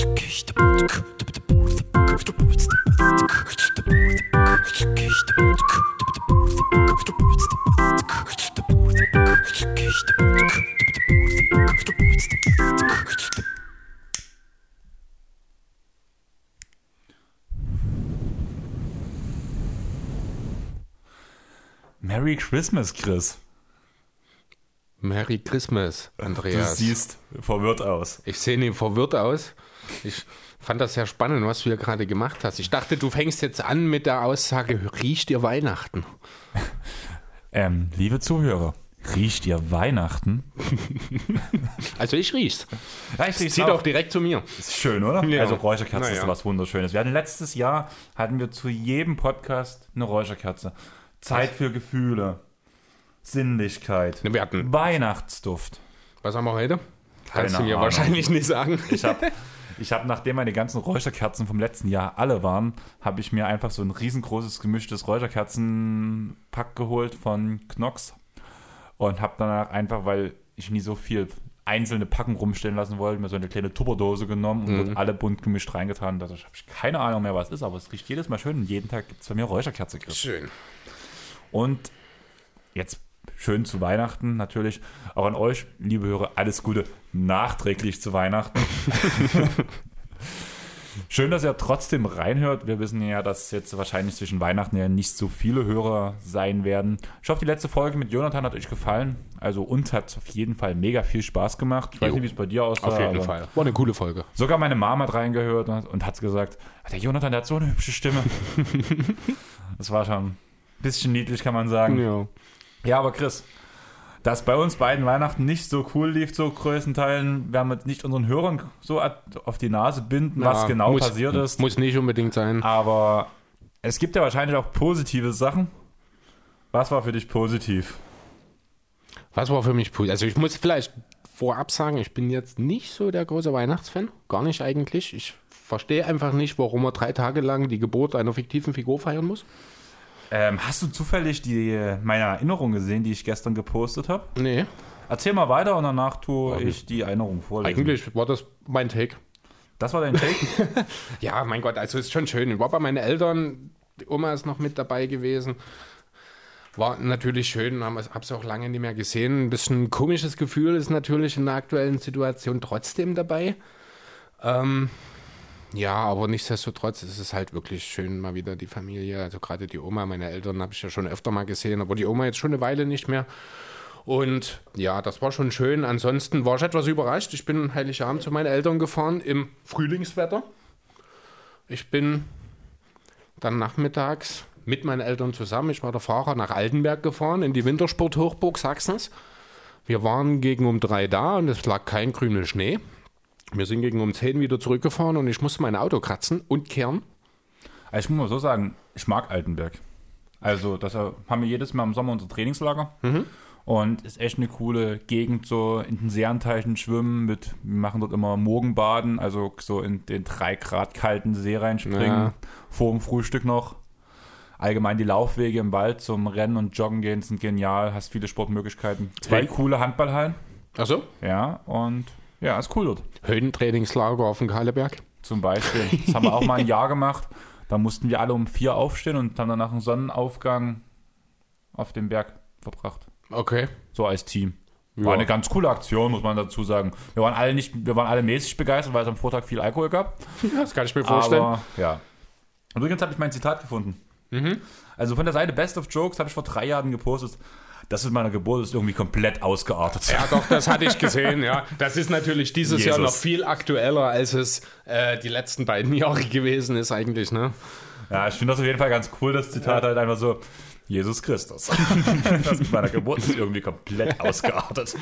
Merry Christmas, Chris. Merry Christmas, Andreas. Du siehst verwirrt aus. Ich sehe nicht verwirrt aus. Ich fand das sehr spannend, was du hier gerade gemacht hast. Ich dachte, du fängst jetzt an mit der Aussage, riecht ihr Weihnachten? Liebe Zuhörer, riecht ihr Weihnachten? Also ich riech's. Ja, ich riech's Zieht auch direkt zu mir. Ist schön, oder? Ja. Also Räucherkerze ist Naja. was Wunderschönes. Wir hatten letztes Jahr, zu jedem Podcast eine Räucherkerze. Zeit für Gefühle, Sinnlichkeit, Wir hatten, Weihnachtsduft. was haben wir heute? Kannst du Keine mir Ahnung. wahrscheinlich nicht sagen. Ich hab, nachdem meine ganzen Räucherkerzen vom letzten Jahr alle waren, habe ich mir einfach so ein riesengroßes gemischtes Räucherkerzenpack geholt von Knox und habe danach einfach, weil ich nie so viel einzelne Packen rumstehen lassen wollte, mir so eine kleine Tupperdose genommen und dort alle bunt gemischt reingetan. Da habe ich keine Ahnung mehr, was es ist, aber es riecht jedes Mal schön und jeden Tag gibt es bei mir Räucherkerze. Schön. Und jetzt schön zu Weihnachten natürlich. Auch an euch, liebe Hörer, alles Gute nachträglich zu Weihnachten. Schön, dass ihr trotzdem reinhört. Wir wissen ja, dass jetzt wahrscheinlich zwischen Weihnachten ja nicht so viele Hörer sein werden. Ich hoffe, die letzte Folge mit Jonathan hat euch gefallen. Also uns hat es auf jeden Fall mega viel Spaß gemacht. Ich weiß nicht, wie es bei dir aussah. Auf jeden Fall. War eine coole Folge. Sogar meine Mama hat reingehört und hat gesagt, der Jonathan, der hat so eine hübsche Stimme. Das war schon ein bisschen niedlich, kann man sagen. Ja. Ja, aber Chris, dass bei uns beiden Weihnachten nicht so cool lief, so größtenteilen, werden wir nicht unseren Hörern so auf die Nase binden, was genau passiert ist. Muss nicht unbedingt sein. Aber es gibt ja wahrscheinlich auch positive Sachen. Was war für dich positiv? Was war für mich positiv? Also ich muss vielleicht vorab sagen, ich bin jetzt nicht so der große Weihnachtsfan. Gar nicht eigentlich. Ich verstehe einfach nicht, warum man 3 Tage lang die Geburt einer fiktiven Figur feiern muss. Hast du zufällig meine Erinnerung gesehen, die ich gestern gepostet habe? Nee. Erzähl mal weiter und danach tue ich die Erinnerung vorlesen. Eigentlich war das mein Take. Das war dein Take? Ja, mein Gott, also ist schon schön. Ich war bei meinen Eltern, die Oma ist noch mit dabei gewesen. War natürlich schön, habe sie auch lange nicht mehr gesehen. Ein bisschen ein komisches Gefühl ist natürlich in der aktuellen Situation trotzdem dabei. Ja, aber nichtsdestotrotz ist es halt wirklich schön, mal wieder die Familie, also gerade die Oma, meine Eltern habe ich ja schon öfter mal gesehen, aber die Oma jetzt schon eine Weile nicht mehr. Und ja, das war schon schön. Ansonsten war ich etwas überrascht. Ich bin Heiligabend zu meinen Eltern gefahren im Frühlingswetter. Ich bin dann nachmittags mit meinen Eltern zusammen, ich war der Fahrer, nach Altenberg gefahren, in die Wintersport-Hochburg Sachsens. Wir waren gegen um 3 da und es lag kein grüner Schnee. Wir sind gegen um 10 wieder zurückgefahren und ich musste mein Auto kratzen und kehren. Also ich muss mal so sagen, ich mag Altenberg. Also das haben wir jedes Mal im Sommer unser Trainingslager. Und ist echt eine coole Gegend, so in den Seerenteichen schwimmen. Wir machen dort immer Morgenbaden, also so in den 3 Grad kalten See reinspringen. Ja. Vor dem Frühstück noch. Allgemein die Laufwege im Wald zum Rennen und Joggen gehen sind genial. Hast viele Sportmöglichkeiten. 2 coole Handballhallen. Ach so? Ja, und ja, ist cool dort. Höhentrainingslager auf dem Kahleberg. Zum Beispiel. Das haben wir auch mal ein Jahr gemacht. Da mussten wir alle um 4 aufstehen und haben danach einen Sonnenaufgang auf dem Berg verbracht. Okay. So als Team. Ja. War eine ganz coole Aktion, muss man dazu sagen. Wir waren alle mäßig begeistert, weil es am Vortag viel Alkohol gab. Das kann ich mir vorstellen. Aber ja. Übrigens habe ich mein Zitat gefunden. Also von der Seite Best of Jokes habe ich vor 3 Jahren gepostet. Das mit meiner Geburt ist irgendwie komplett ausgeartet. Ja, doch, das hatte ich gesehen, ja. Das ist natürlich dieses Jahr noch viel aktueller, als es die letzten beiden Jahre gewesen ist eigentlich, ne? Ja, ich finde das auf jeden Fall ganz cool, das Zitat halt einfach so, Jesus Christus. Das mit meiner Geburt ist irgendwie komplett ausgeartet.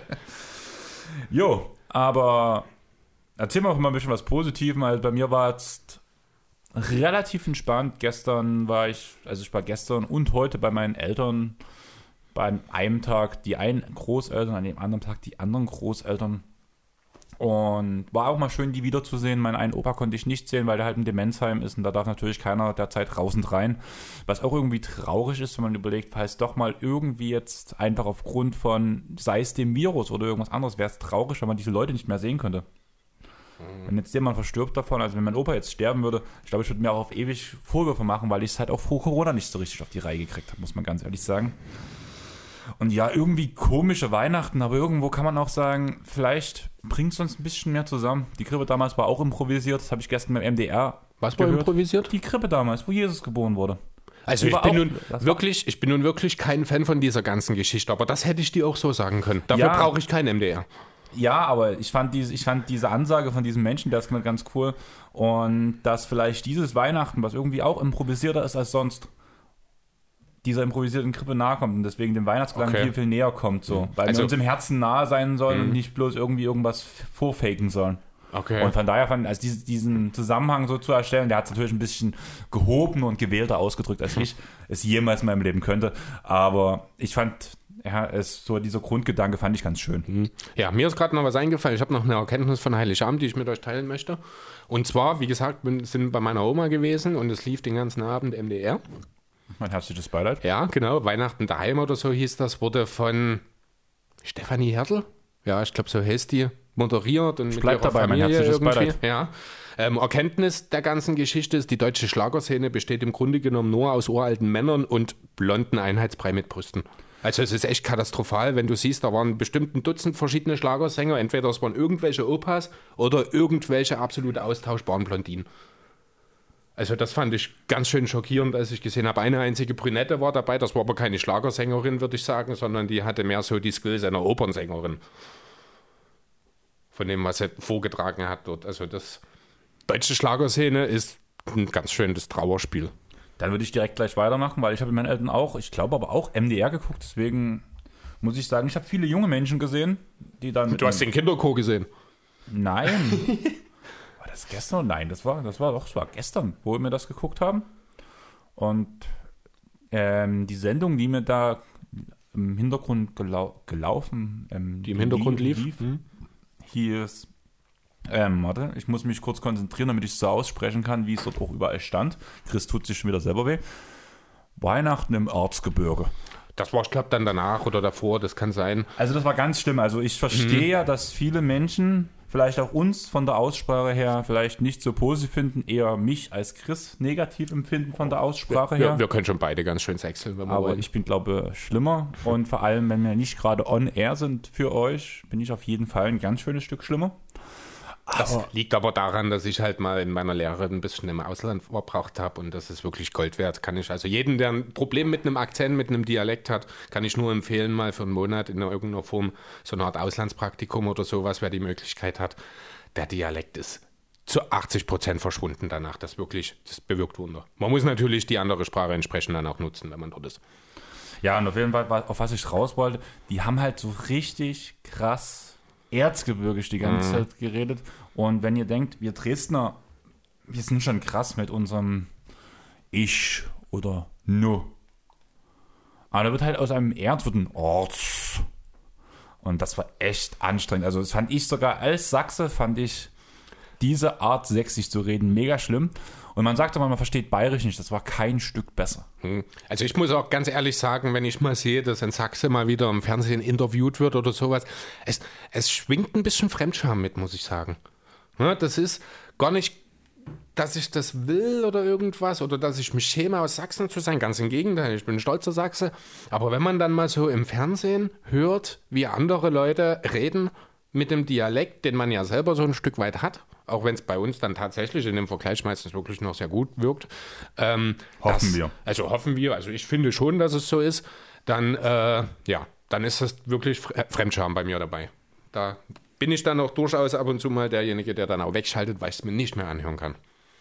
Jo, aber erzähl mir auch mal ein bisschen was Positives. Also bei mir war es relativ entspannt. Ich war gestern und heute bei meinen Eltern. Bei einem Tag die einen Großeltern, an dem anderen Tag die anderen Großeltern. Und war auch mal schön, die wiederzusehen. Meinen einen Opa konnte ich nicht sehen, weil der halt im Demenzheim ist und da darf natürlich keiner derzeit raus und rein. Was auch irgendwie traurig ist, wenn man überlegt, falls doch mal irgendwie jetzt einfach aufgrund von, sei es dem Virus oder irgendwas anderes, wäre es traurig, wenn man diese Leute nicht mehr sehen könnte. Wenn jetzt jemand verstirbt davon, also wenn mein Opa jetzt sterben würde, ich glaube, ich würde mir auch auf ewig Vorwürfe machen, weil ich es halt auch vor Corona nicht so richtig auf die Reihe gekriegt habe, muss man ganz ehrlich sagen. Und ja, irgendwie komische Weihnachten, aber irgendwo kann man auch sagen, vielleicht bringt es uns ein bisschen mehr zusammen. Die Krippe damals war auch improvisiert, das habe ich gestern beim MDR Was war improvisiert? Die Krippe damals, wo Jesus geboren wurde. Also ich bin nun wirklich kein Fan von dieser ganzen Geschichte, aber das hätte ich dir auch so sagen können. Dafür brauche ich kein MDR. Ja, aber ich fand diese Ansage von diesem Menschen, das ganz cool. Und dass vielleicht dieses Weihnachten, was irgendwie auch improvisierter ist als sonst, dieser improvisierten Krippe nahe kommt und deswegen dem Weihnachtsgedanken viel, viel näher kommt. So. Weil wir uns im Herzen nahe sein sollen und nicht bloß irgendwie irgendwas vorfaken sollen. Okay. Und von daher fand ich, also diesen Zusammenhang so zu erstellen, der hat es natürlich ein bisschen gehoben und gewählter ausgedrückt, als ich es jemals in meinem Leben könnte. Aber ich fand, dieser Grundgedanke fand ich ganz schön. Ja, mir ist gerade noch was eingefallen. Ich habe noch eine Erkenntnis von Heiligabend, die ich mit euch teilen möchte. Und zwar, wie gesagt, wir sind bei meiner Oma gewesen und es lief den ganzen Abend MDR. Mein herzliches Beileid. Ja, genau. Weihnachten daheim oder so hieß das, wurde von Stefanie Hertel, ja, ich glaube, so heißt die, moderiert und mit ihrer Familie mein herzliches Beileid. Ja. Erkenntnis der ganzen Geschichte ist, die deutsche Schlagerszene besteht im Grunde genommen nur aus uralten Männern und blonden Einheitsbrei mit Brüsten. Also es ist echt katastrophal, wenn du siehst, da waren bestimmt ein Dutzend verschiedene Schlagersänger, entweder es waren irgendwelche Opas oder irgendwelche absolut austauschbaren Blondinen. Also das fand ich ganz schön schockierend, als ich gesehen habe, eine einzige Brünette war dabei, das war aber keine Schlagersängerin, würde ich sagen, sondern die hatte mehr so die Skills einer Opernsängerin. Von dem, was er vorgetragen hat dort. Also das deutsche Schlagerszene ist ein ganz schönes Trauerspiel. Dann würde ich direkt gleich weitermachen, weil ich habe mit meinen Eltern auch, ich glaube aber auch MDR geguckt, deswegen muss ich sagen, ich habe viele junge Menschen gesehen, die dann... Du hast den Kinderchor gesehen? Nein. War das gestern? Nein, das war gestern, wo wir das geguckt haben. Und die Sendung, die mir da im Hintergrund gelaufen... die im Hintergrund lief? Hieß... warte, ich muss mich kurz konzentrieren, damit ich es so aussprechen kann, wie es dort auch überall stand. Chris tut sich schon wieder selber weh. Weihnachten im Erzgebirge. Das war, ich glaube, dann danach oder davor, das kann sein. Also das war ganz schlimm. Also ich verstehe ja, dass viele Menschen, vielleicht auch uns von der Aussprache her, vielleicht nicht so positiv finden, eher mich als Chris negativ empfinden von der Aussprache her. Wir können schon beide ganz schön sechseln, wenn wir Aber wollen. ich bin, glaube ich, schlimmer. Und vor allem, wenn wir nicht gerade on air sind für euch, bin ich auf jeden Fall ein ganz schönes Stück schlimmer. Das liegt aber daran, dass ich halt mal in meiner Lehre ein bisschen im Ausland verbracht habe und das ist wirklich Gold wert. Kann ich also jeden, der ein Problem mit einem Akzent, mit einem Dialekt hat, kann ich nur empfehlen, mal für einen Monat in irgendeiner Form so eine Art Auslandspraktikum oder sowas, wer die Möglichkeit hat. Der Dialekt ist zu 80% verschwunden danach. Das bewirkt Wunder. Man muss natürlich die andere Sprache entsprechend dann auch nutzen, wenn man dort ist. Ja, und auf jeden Fall, auf was ich raus wollte, die haben halt so richtig krass erzgebirgisch die ganze Zeit geredet. Und wenn ihr denkt, wir Dresdner, wir sind schon krass mit unserem Ich oder Nu. Aber da wird halt aus einem Erz wird ein Orts. Und das war echt anstrengend. Also das fand ich sogar als Sachse, diese Art sächsisch zu reden mega schlimm. Und man sagt immer, man versteht Bayerisch nicht. Das war kein Stück besser. Also ich muss auch ganz ehrlich sagen, wenn ich mal sehe, dass ein Sachse mal wieder im Fernsehen interviewt wird oder sowas, es schwingt ein bisschen Fremdscham mit, muss ich sagen. Ja, das ist gar nicht, dass ich das will oder irgendwas oder dass ich mich schäme, aus Sachsen zu sein. Ganz im Gegenteil, ich bin ein stolzer Sachse. Aber wenn man dann mal so im Fernsehen hört, wie andere Leute reden mit dem Dialekt, den man ja selber so ein Stück weit hat, auch wenn es bei uns dann tatsächlich in dem Vergleich meistens wirklich noch sehr gut wirkt. Hoffen wir. Also ich finde schon, dass es so ist. Dann ist das wirklich Fremdscham bei mir dabei. Da bin ich dann auch durchaus ab und zu mal derjenige, der dann auch wegschaltet, weil ich es mir nicht mehr anhören kann.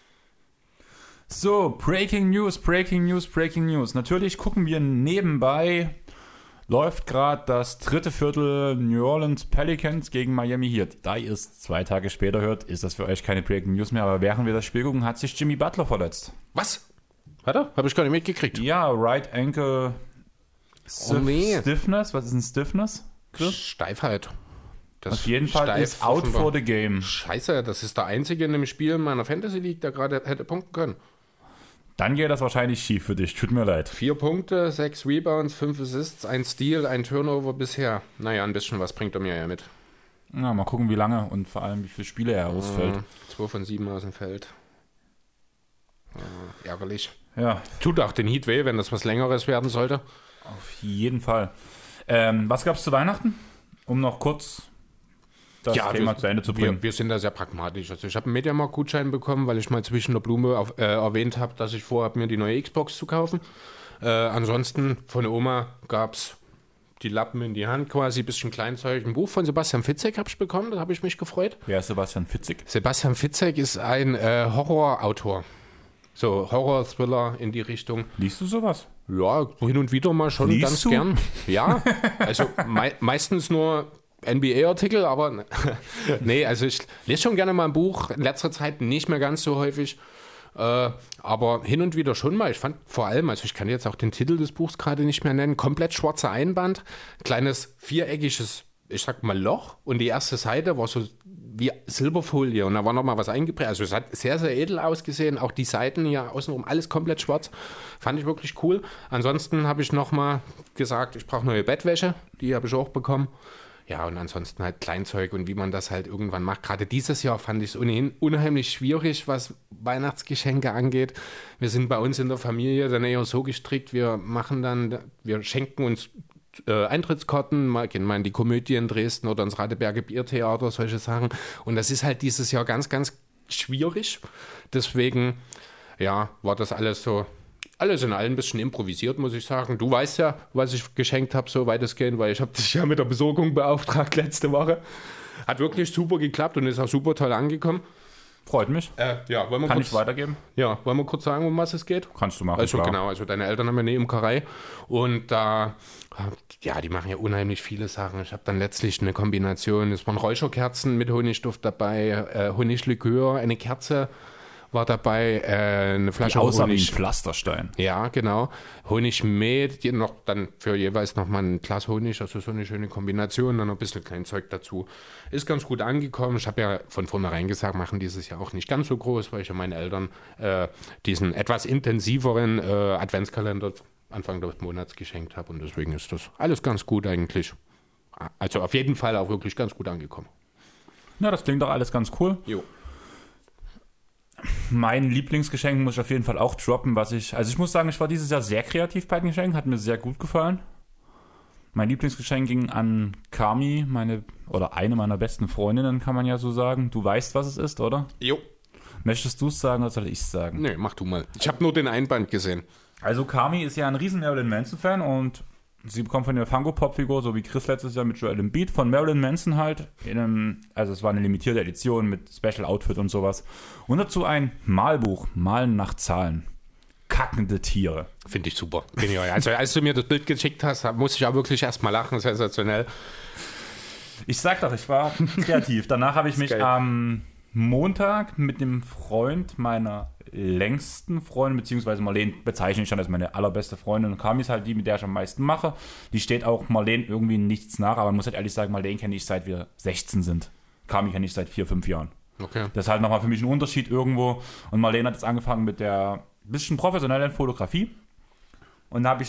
So, Breaking News. Natürlich gucken wir nebenbei, läuft gerade das dritte Viertel New Orleans Pelicans gegen Miami Heat. Da ihr es 2 Tage später hört, ist das für euch keine Breaking News mehr, aber während wir das Spiel gucken, hat sich Jimmy Butler verletzt. Was? Hat er? Habe ich gar nicht mitgekriegt. Ja, Right Ankle Stiffness. Was ist ein Stiffness, Chris? Steifheit. Das auf jeden Fall ist out offenbar for the game. Scheiße, das ist der einzige in dem Spiel in meiner Fantasy League, der gerade hätte punkten können. Dann geht das wahrscheinlich schief für dich. Tut mir leid. 4 Punkte, 6 Rebounds, 5 Assists, 1 Steal, 1 Turnover bisher. Naja, ein bisschen was bringt er mir ja mit. Ja, mal gucken, wie lange und vor allem, wie viele Spiele er ausfällt. 2 von 7 aus dem Feld. Ärgerlich. Ja. Tut auch den Heat weh, wenn das was Längeres werden sollte. Auf jeden Fall. Was gab es zu Weihnachten? Um noch kurz das Thema zu Ende zu bringen. Wir sind da sehr pragmatisch. Also ich habe einen Mediamarkt-Gutschein bekommen, weil ich mal zwischen der Blume erwähnt habe, dass ich vorhabe, mir die neue Xbox zu kaufen. Ansonsten von Oma gab es die Lappen in die Hand, quasi ein bisschen Kleinzeug. Ein Buch von Sebastian Fitzek habe ich bekommen, da habe ich mich gefreut. Wer ist Sebastian Fitzek? Sebastian Fitzek ist ein Horrorautor. So Horror-Thriller in die Richtung. Liest du sowas? Ja, hin und wieder mal schon Liest ganz du? gern. Ja, also meistens nur NBA-Artikel, aber nee, also ich lese schon gerne mal ein Buch, in letzter Zeit nicht mehr ganz so häufig, aber hin und wieder schon mal. Ich fand vor allem, also ich kann jetzt auch den Titel des Buchs gerade nicht mehr nennen, komplett schwarzer Einband, kleines viereckiges, ich sag mal Loch und die erste Seite war so wie Silberfolie und da war nochmal was eingeprägt. Also es hat sehr, sehr edel ausgesehen, auch die Seiten hier außenrum, alles komplett schwarz. Fand ich wirklich cool. Ansonsten habe ich nochmal gesagt, ich brauche neue Bettwäsche, die habe ich auch bekommen. Ja, und ansonsten halt Kleinzeug und wie man das halt irgendwann macht. Gerade dieses Jahr fand ich es ohnehin unheimlich schwierig, was Weihnachtsgeschenke angeht. Wir sind bei uns in der Familie dann eher so gestrickt, wir schenken uns Eintrittskarten, mal gehen mal in die Komödie in Dresden oder ins Radeberger Biertheater, solche Sachen. Und das ist halt dieses Jahr ganz, ganz schwierig. Deswegen, ja, war das alles in allem ein bisschen improvisiert, muss ich sagen. Du weißt ja, was ich geschenkt habe, so weitestgehend, weil ich habe dich ja mit der Besorgung beauftragt letzte Woche. Hat wirklich super geklappt und ist auch super toll angekommen. Freut mich. Ja, Kann ich weitergeben? Ja, wollen wir kurz sagen, um was es geht? Kannst du machen, Also klar. genau, also deine Eltern haben ja eine Imkerei und da, ja, die machen ja unheimlich viele Sachen. Ich habe dann letztlich eine Kombination, es waren Räucherkerzen mit Honigduft dabei, Honiglikör, eine Kerze war dabei, eine Flasche Außer wie ein Honig. Pflasterstein. Ja, genau. Honigmet, noch dann für jeweils nochmal ein Glas Honig, also so eine schöne Kombination, dann noch ein bisschen Kleinzeug dazu. Ist ganz gut angekommen. Ich habe ja von vornherein gesagt, machen dieses Jahr auch nicht ganz so groß, weil ich ja meinen Eltern diesen etwas intensiveren Adventskalender Anfang des Monats geschenkt habe und deswegen ist das alles ganz gut eigentlich. Also auf jeden Fall auch wirklich ganz gut angekommen. Na, das klingt doch alles ganz cool. Jo. Mein Lieblingsgeschenk muss ich auf jeden Fall auch droppen, also ich muss sagen, ich war dieses Jahr sehr kreativ bei den Geschenken, hat mir sehr gut gefallen. Mein Lieblingsgeschenk ging an Kami, eine meiner besten Freundinnen, kann man ja so sagen. Du weißt, was es ist, oder? Jo. Möchtest du es sagen oder soll ich es sagen? Nee, mach du mal. Ich habe nur den Einband gesehen. Also Kami ist ja ein riesen Marilyn Manson-Fan und sie bekommt von der Funko-Pop-Figur, so wie Chris letztes Jahr mit Joel Embiid, von Marilyn Manson halt. Also es war eine limitierte Edition mit Special-Outfit und sowas. Und dazu ein Malbuch, Malen nach Zahlen. Kackende Tiere. Finde ich super. Also als du mir das Bild geschickt hast, musste ich auch wirklich erstmal lachen, sensationell. Ich sag doch, ich war kreativ. Danach habe ich mich am Montag mit dem Freund meiner längsten Freundin, beziehungsweise Marlene bezeichne ich schon als meine allerbeste Freundin und Kami ist halt die, mit der ich am meisten mache. Die steht auch Marlene irgendwie nichts nach, aber man muss halt ehrlich sagen, Marlene kenne ich seit wir 16 sind. Kami kenne ich seit 4-5 Jahren. Okay. Das ist halt nochmal für mich ein Unterschied irgendwo. Und Marlene hat jetzt angefangen mit der bisschen professionellen Fotografie. Und da habe ich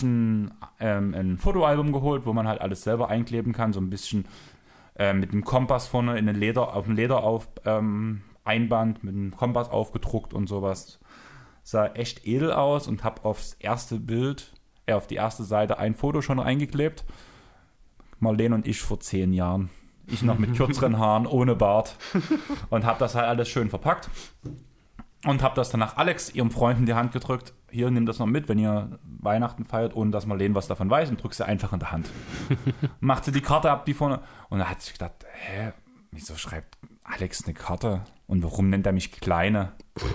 ein Fotoalbum geholt, wo man halt alles selber einkleben kann, so ein bisschen mit dem Kompass vorne auf dem Leder Einband mit dem Kompass aufgedruckt und sowas. Sah echt edel aus und habe auf die erste Seite ein Foto schon eingeklebt. Marlene und ich vor 10 Jahren. Ich noch mit kürzeren Haaren, ohne Bart. Und habe das halt alles schön verpackt. Und habe das dann nach Alex, ihrem Freund, in die Hand gedrückt. Hier, nimm das noch mit, wenn ihr Weihnachten feiert, ohne dass Marlene was davon weiß. Und drückt sie einfach in der Hand. Macht sie die Karte ab, die vorne. Und da hat sie gedacht, wieso schreibt Alex eine Karte? Und warum nennt er mich Kleine?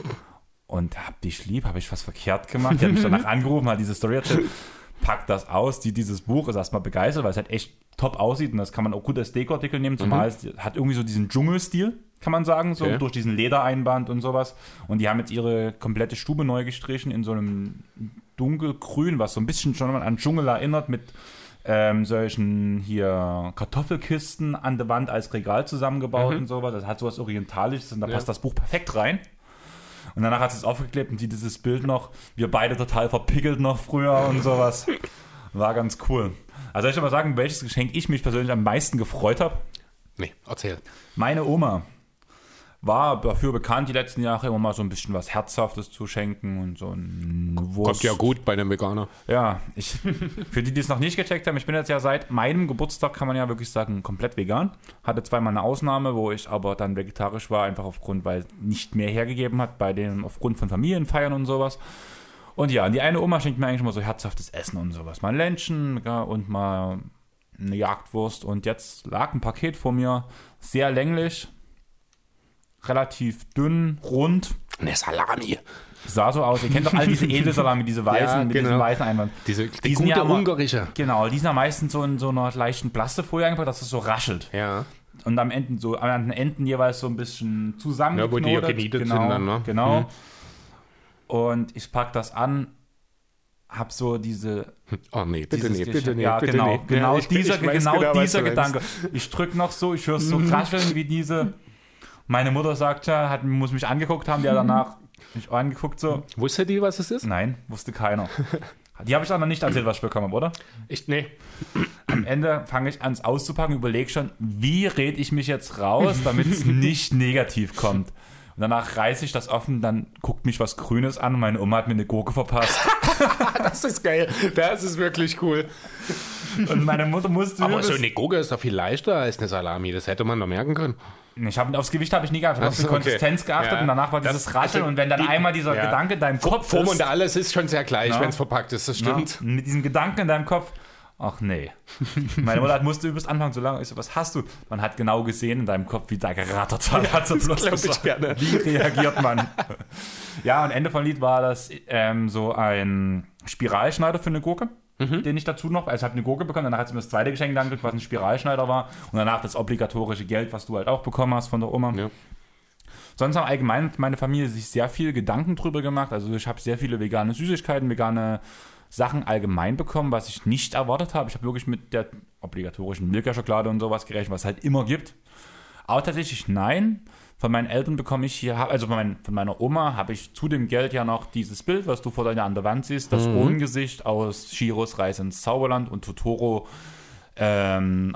Und hab dich lieb, habe ich was verkehrt gemacht? Die hat mich danach angerufen, hat diese Story erzählt. Packt das aus, dieses Buch ist erstmal begeistert, weil es halt echt top aussieht und das kann man auch gut als Dekoartikel nehmen, zumal es hat irgendwie so diesen Dschungelstil, kann man sagen, so durch diesen Ledereinband und sowas. Und die haben jetzt ihre komplette Stube neu gestrichen in so einem dunkelgrün, was so ein bisschen schon an Dschungel erinnert, mit solchen hier Kartoffelkisten an der Wand als Regal zusammengebaut und sowas. Das hat sowas Orientalisches und da passt das Buch perfekt rein. Und danach hat sie es aufgeklebt und dieses Bild noch, wir beide total verpickelt noch früher und sowas. War ganz cool. Also soll ich mal sagen, welches Geschenk ich mich persönlich am meisten gefreut habe? Nee, erzähl. Meine Oma war dafür bekannt, die letzten Jahre immer mal so ein bisschen was Herzhaftes zu schenken und so ein Wurst. Kommt ja gut bei einem Veganer. Ja, für die es noch nicht gecheckt haben, ich bin jetzt ja seit meinem Geburtstag, kann man ja wirklich sagen, komplett vegan. Hatte zweimal eine Ausnahme, wo ich aber dann vegetarisch war, einfach weil nicht mehr hergegeben hat, aufgrund von Familienfeiern und sowas. Und ja, die eine Oma schenkt mir eigentlich immer so herzhaftes Essen und sowas. Mal ein Ländchen, ja, und mal eine Jagdwurst. Und jetzt lag ein Paket vor mir, sehr länglich, relativ dünn, rund. Eine Salami. Sah so aus. Ihr kennt doch all diese Edelsalami, diese weißen, Ja, mit genau. diesem weißen Einband. Die sind gute ja immer- ungarische. Genau, die sind ja meistens so in so einer leichten Plastefolie einfach, dass es so raschelt. Ja. Und an den Enden jeweils so ein bisschen zusammengeknotet. Ja, wo die ja genietet genau, sind dann, ne? Genau. Und ich pack das an, hab so diese... Oh nee, bitte dieses nee, Geschenk- bitte nee, ja, bitte genau, nee. genau, Ich dieser, weiß genau was dieser du meinst. Gedanke. Ich drück noch so, ich höre es so krascheln wie diese... Meine Mutter sagte, muss mich angeguckt haben, die hat danach mich angeguckt so. Wusste die, was es ist? Nein, wusste keiner. Die habe ich auch noch nicht erzählt, was ich bekommen habe, oder? Nee. Am Ende fange ich an, es auszupacken, überlege schon, wie rede ich mich jetzt raus, damit es nicht negativ kommt. Und danach reiße ich das offen, dann guckt mich was Grünes an und meine Oma hat mir eine Gurke verpasst. Das ist geil. Das ist wirklich cool. Und meine Mutter musste... Aber so eine Gurke ist doch viel leichter als eine Salami. Das hätte man doch merken können. Aufs Gewicht habe ich nie gehabt. Ich habe auf die Ach so, okay. Konsistenz geachtet Ja. und danach war dieses Rascheln. Und wenn dann einmal dieser Gedanke in deinem Kopf Form ist... und alles ist schon sehr gleich, Ja. wenn es verpackt ist. Das stimmt. Na, mit diesem Gedanken in deinem Kopf, ach nee. Meine Mutter musste übelst anfangen zu lange. Ich so, was hast du? Man hat genau gesehen in deinem Kopf, wie da gerattert hat. Ja, das glaub ich gerne. Wie reagiert man? Ja, und Ende vom Lied war das so ein Spiralschneider für eine Gurke, den ich dazu noch, also ich habe eine Gurke bekommen, danach hat sie mir das zweite Geschenk dann gekriegt, was ein Spiralschneider war und danach das obligatorische Geld, was du halt auch bekommen hast von der Oma. Ja. Sonst haben allgemein meine Familie sich sehr viel Gedanken drüber gemacht. Also ich habe sehr viele vegane Süßigkeiten, vegane Sachen allgemein bekommen, was ich nicht erwartet habe. Ich habe wirklich mit der obligatorischen Milka-Schokolade und sowas gerechnet, was es halt immer gibt. Aber tatsächlich nein. Von meinen Eltern bekomme ich hier, also von meiner Oma habe ich zu dem Geld ja noch dieses Bild, was du vor dir an der Wand siehst, das Ohrengesicht aus Chiros Reise ins Zauberland und Totoro, mein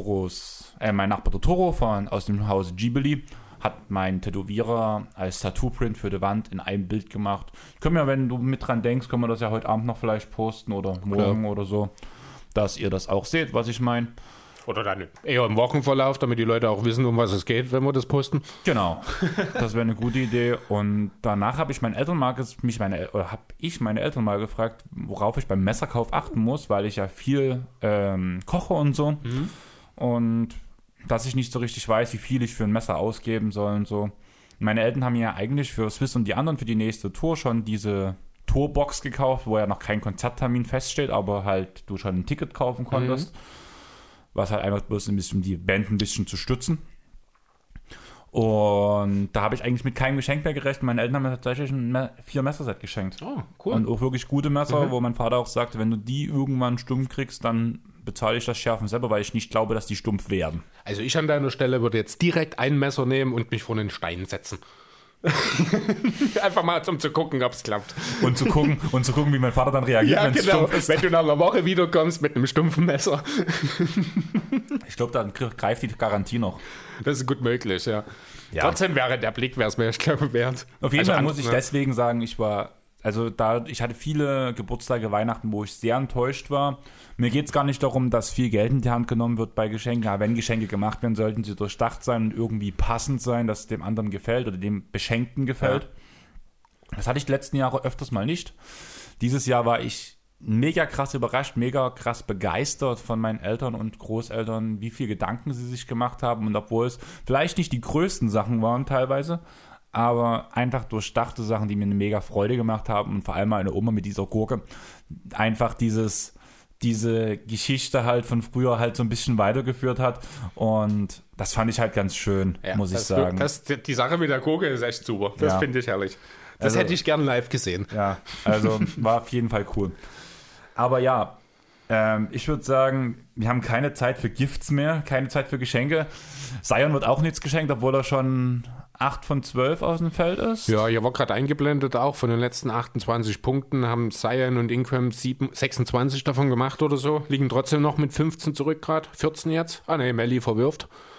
Nachbar Totoro aus dem Hause Ghibli hat mein Tätowierer als Tattoo-Print für die Wand in einem Bild gemacht. Können wir, wenn du mit dran denkst, können wir das ja heute Abend noch vielleicht posten oder morgen oder so, dass ihr das auch seht, was ich meine. Oder dann eher im Wochenverlauf, damit die Leute auch wissen, um was es geht, wenn wir das posten. Genau, das wäre eine gute Idee. Und danach habe ich meine Eltern mal gefragt, worauf ich beim Messerkauf achten muss, weil ich ja viel koche und so. Und dass ich nicht so richtig weiß, wie viel ich für ein Messer ausgeben soll und so. Meine Eltern haben ja eigentlich für Swiss und die anderen für die nächste Tour schon diese Tourbox gekauft, wo ja noch kein Konzerttermin feststeht, aber halt du schon ein Ticket kaufen konntest. Was halt einfach bloß ein bisschen, um die Band ein bisschen zu stützen. Und da habe ich eigentlich mit keinem Geschenk mehr gerechnet. Meine Eltern haben mir tatsächlich ein 4 Messerset geschenkt. Oh, cool. Und auch wirklich gute Messer, wo mein Vater auch sagte, wenn du die irgendwann stumpf kriegst, dann bezahle ich das Schärfen selber, weil ich nicht glaube, dass die stumpf werden. Also ich an deiner Stelle würde jetzt direkt ein Messer nehmen und mich vor einen Stein setzen. Einfach mal, um zu gucken, ob es klappt. Und zu gucken, wie mein Vater dann reagiert, wenn es stumpf ist. Wenn du nach einer Woche wiederkommst mit einem stumpfen Messer. Ich glaube, dann greift die Garantie noch. Das ist gut möglich, ja. Ja. Trotzdem wäre der Blick, wäre es mir, ich glaube, wert. Auf jeden Fall muss ich deswegen sagen, ich hatte viele Geburtstage, Weihnachten, wo ich sehr enttäuscht war. Mir geht es gar nicht darum, dass viel Geld in die Hand genommen wird bei Geschenken. Aber wenn Geschenke gemacht werden, sollten sie durchdacht sein und irgendwie passend sein, dass es dem anderen gefällt oder dem Beschenkten gefällt. Ja. Das hatte ich die letzten Jahre öfters mal nicht. Dieses Jahr war ich mega krass überrascht, mega krass begeistert von meinen Eltern und Großeltern, wie viel Gedanken sie sich gemacht haben. Und obwohl es vielleicht nicht die größten Sachen waren teilweise, aber einfach durchdachte Sachen, die mir eine mega Freude gemacht haben und vor allem meine Oma mit dieser Gurke einfach diese Geschichte halt von früher halt so ein bisschen weitergeführt hat und das fand ich halt ganz schön, muss ich sagen. Die Sache mit der Gurke ist echt super, das finde ich herrlich. Das hätte ich gern live gesehen. Ja, also war auf jeden Fall cool. Aber ja, ich würde sagen, wir haben keine Zeit für Gifts mehr, keine Zeit für Geschenke. Sion wird auch nichts geschenkt, obwohl er schon 8 von 12 aus dem Feld ist. Ja, hier war gerade eingeblendet auch, von den letzten 28 Punkten haben Sion und Ingram 26 davon gemacht oder so, liegen trotzdem noch mit 15 zurück gerade, 14 jetzt. Ah ne, Melli verwirft.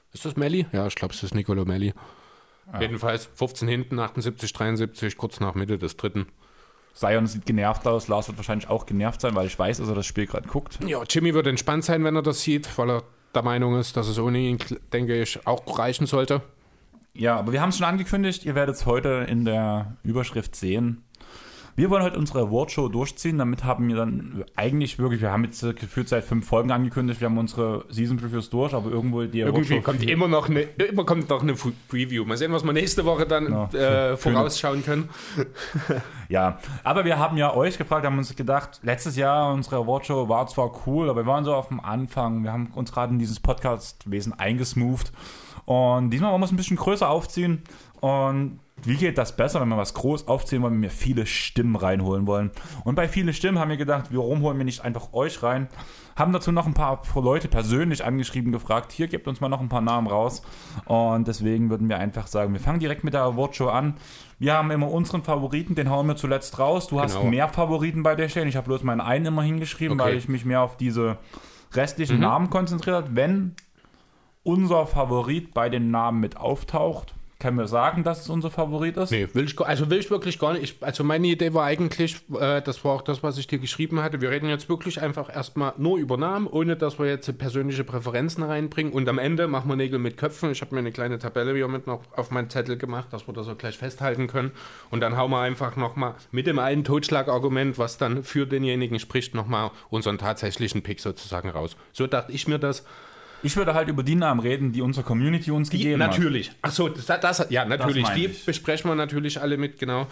Ist das Melli? Ja, ich glaube, es ist Nicolo Melli. Ja. Jedenfalls 15 hinten, 78, 73, kurz nach Mitte des dritten. Zion sieht genervt aus, Lars wird wahrscheinlich auch genervt sein, weil ich weiß, dass er das Spiel gerade guckt. Ja, Jimmy wird entspannt sein, wenn er das sieht, weil er der Meinung ist, dass es ohne ihn, denke ich, auch reichen sollte. Ja, aber wir haben es schon angekündigt, ihr werdet es heute in der Überschrift sehen. Wir wollen heute unsere Awardshow durchziehen, damit haben wir dann eigentlich wirklich, wir haben jetzt gefühlt seit 5 Folgen angekündigt, wir haben unsere Season Previews durch, aber irgendwo die Awardshow... Irgendwie kommt noch eine Preview. Mal sehen, was wir nächste Woche dann vorausschauen können. Ja, aber wir haben ja euch gefragt, haben uns gedacht, letztes Jahr unsere Awardshow war zwar cool, aber wir waren so auf dem Anfang, wir haben uns gerade in dieses Podcast-Wesen eingesmoothed und diesmal wollen wir es ein bisschen größer aufziehen und wie geht das besser, wenn wir was groß aufziehen wollen, wenn wir viele Stimmen reinholen wollen? Und bei viele Stimmen haben wir gedacht, warum holen wir nicht einfach euch rein? Haben dazu noch ein paar Leute persönlich angeschrieben, gefragt, hier gebt uns mal noch ein paar Namen raus. Und deswegen würden wir einfach sagen, wir fangen direkt mit der Awardshow an. Wir haben immer unseren Favoriten, den hauen wir zuletzt raus. Du hast mehr Favoriten bei der Stelle. Ich habe bloß meinen einen immer hingeschrieben, weil ich mich mehr auf diese restlichen Namen konzentriert habe. Wenn unser Favorit bei den Namen mit auftaucht, können wir sagen, dass es unser Favorit ist? Nee, will ich wirklich gar nicht. Also meine Idee war eigentlich, das war auch das, was ich dir geschrieben hatte, wir reden jetzt wirklich einfach erstmal nur über Namen, ohne dass wir jetzt persönliche Präferenzen reinbringen und am Ende machen wir Nägel mit Köpfen. Ich habe mir eine kleine Tabelle hier mit noch auf meinen Zettel gemacht, dass wir das auch gleich festhalten können und dann hauen wir einfach nochmal mit dem einen Totschlagargument, was dann für denjenigen spricht, nochmal unseren tatsächlichen Pick sozusagen raus. So dachte ich mir das. Ich würde halt über die Namen reden, die unsere Community uns gegeben hat. Natürlich. Achso, ja, natürlich. Die besprechen wir natürlich alle mit, genau.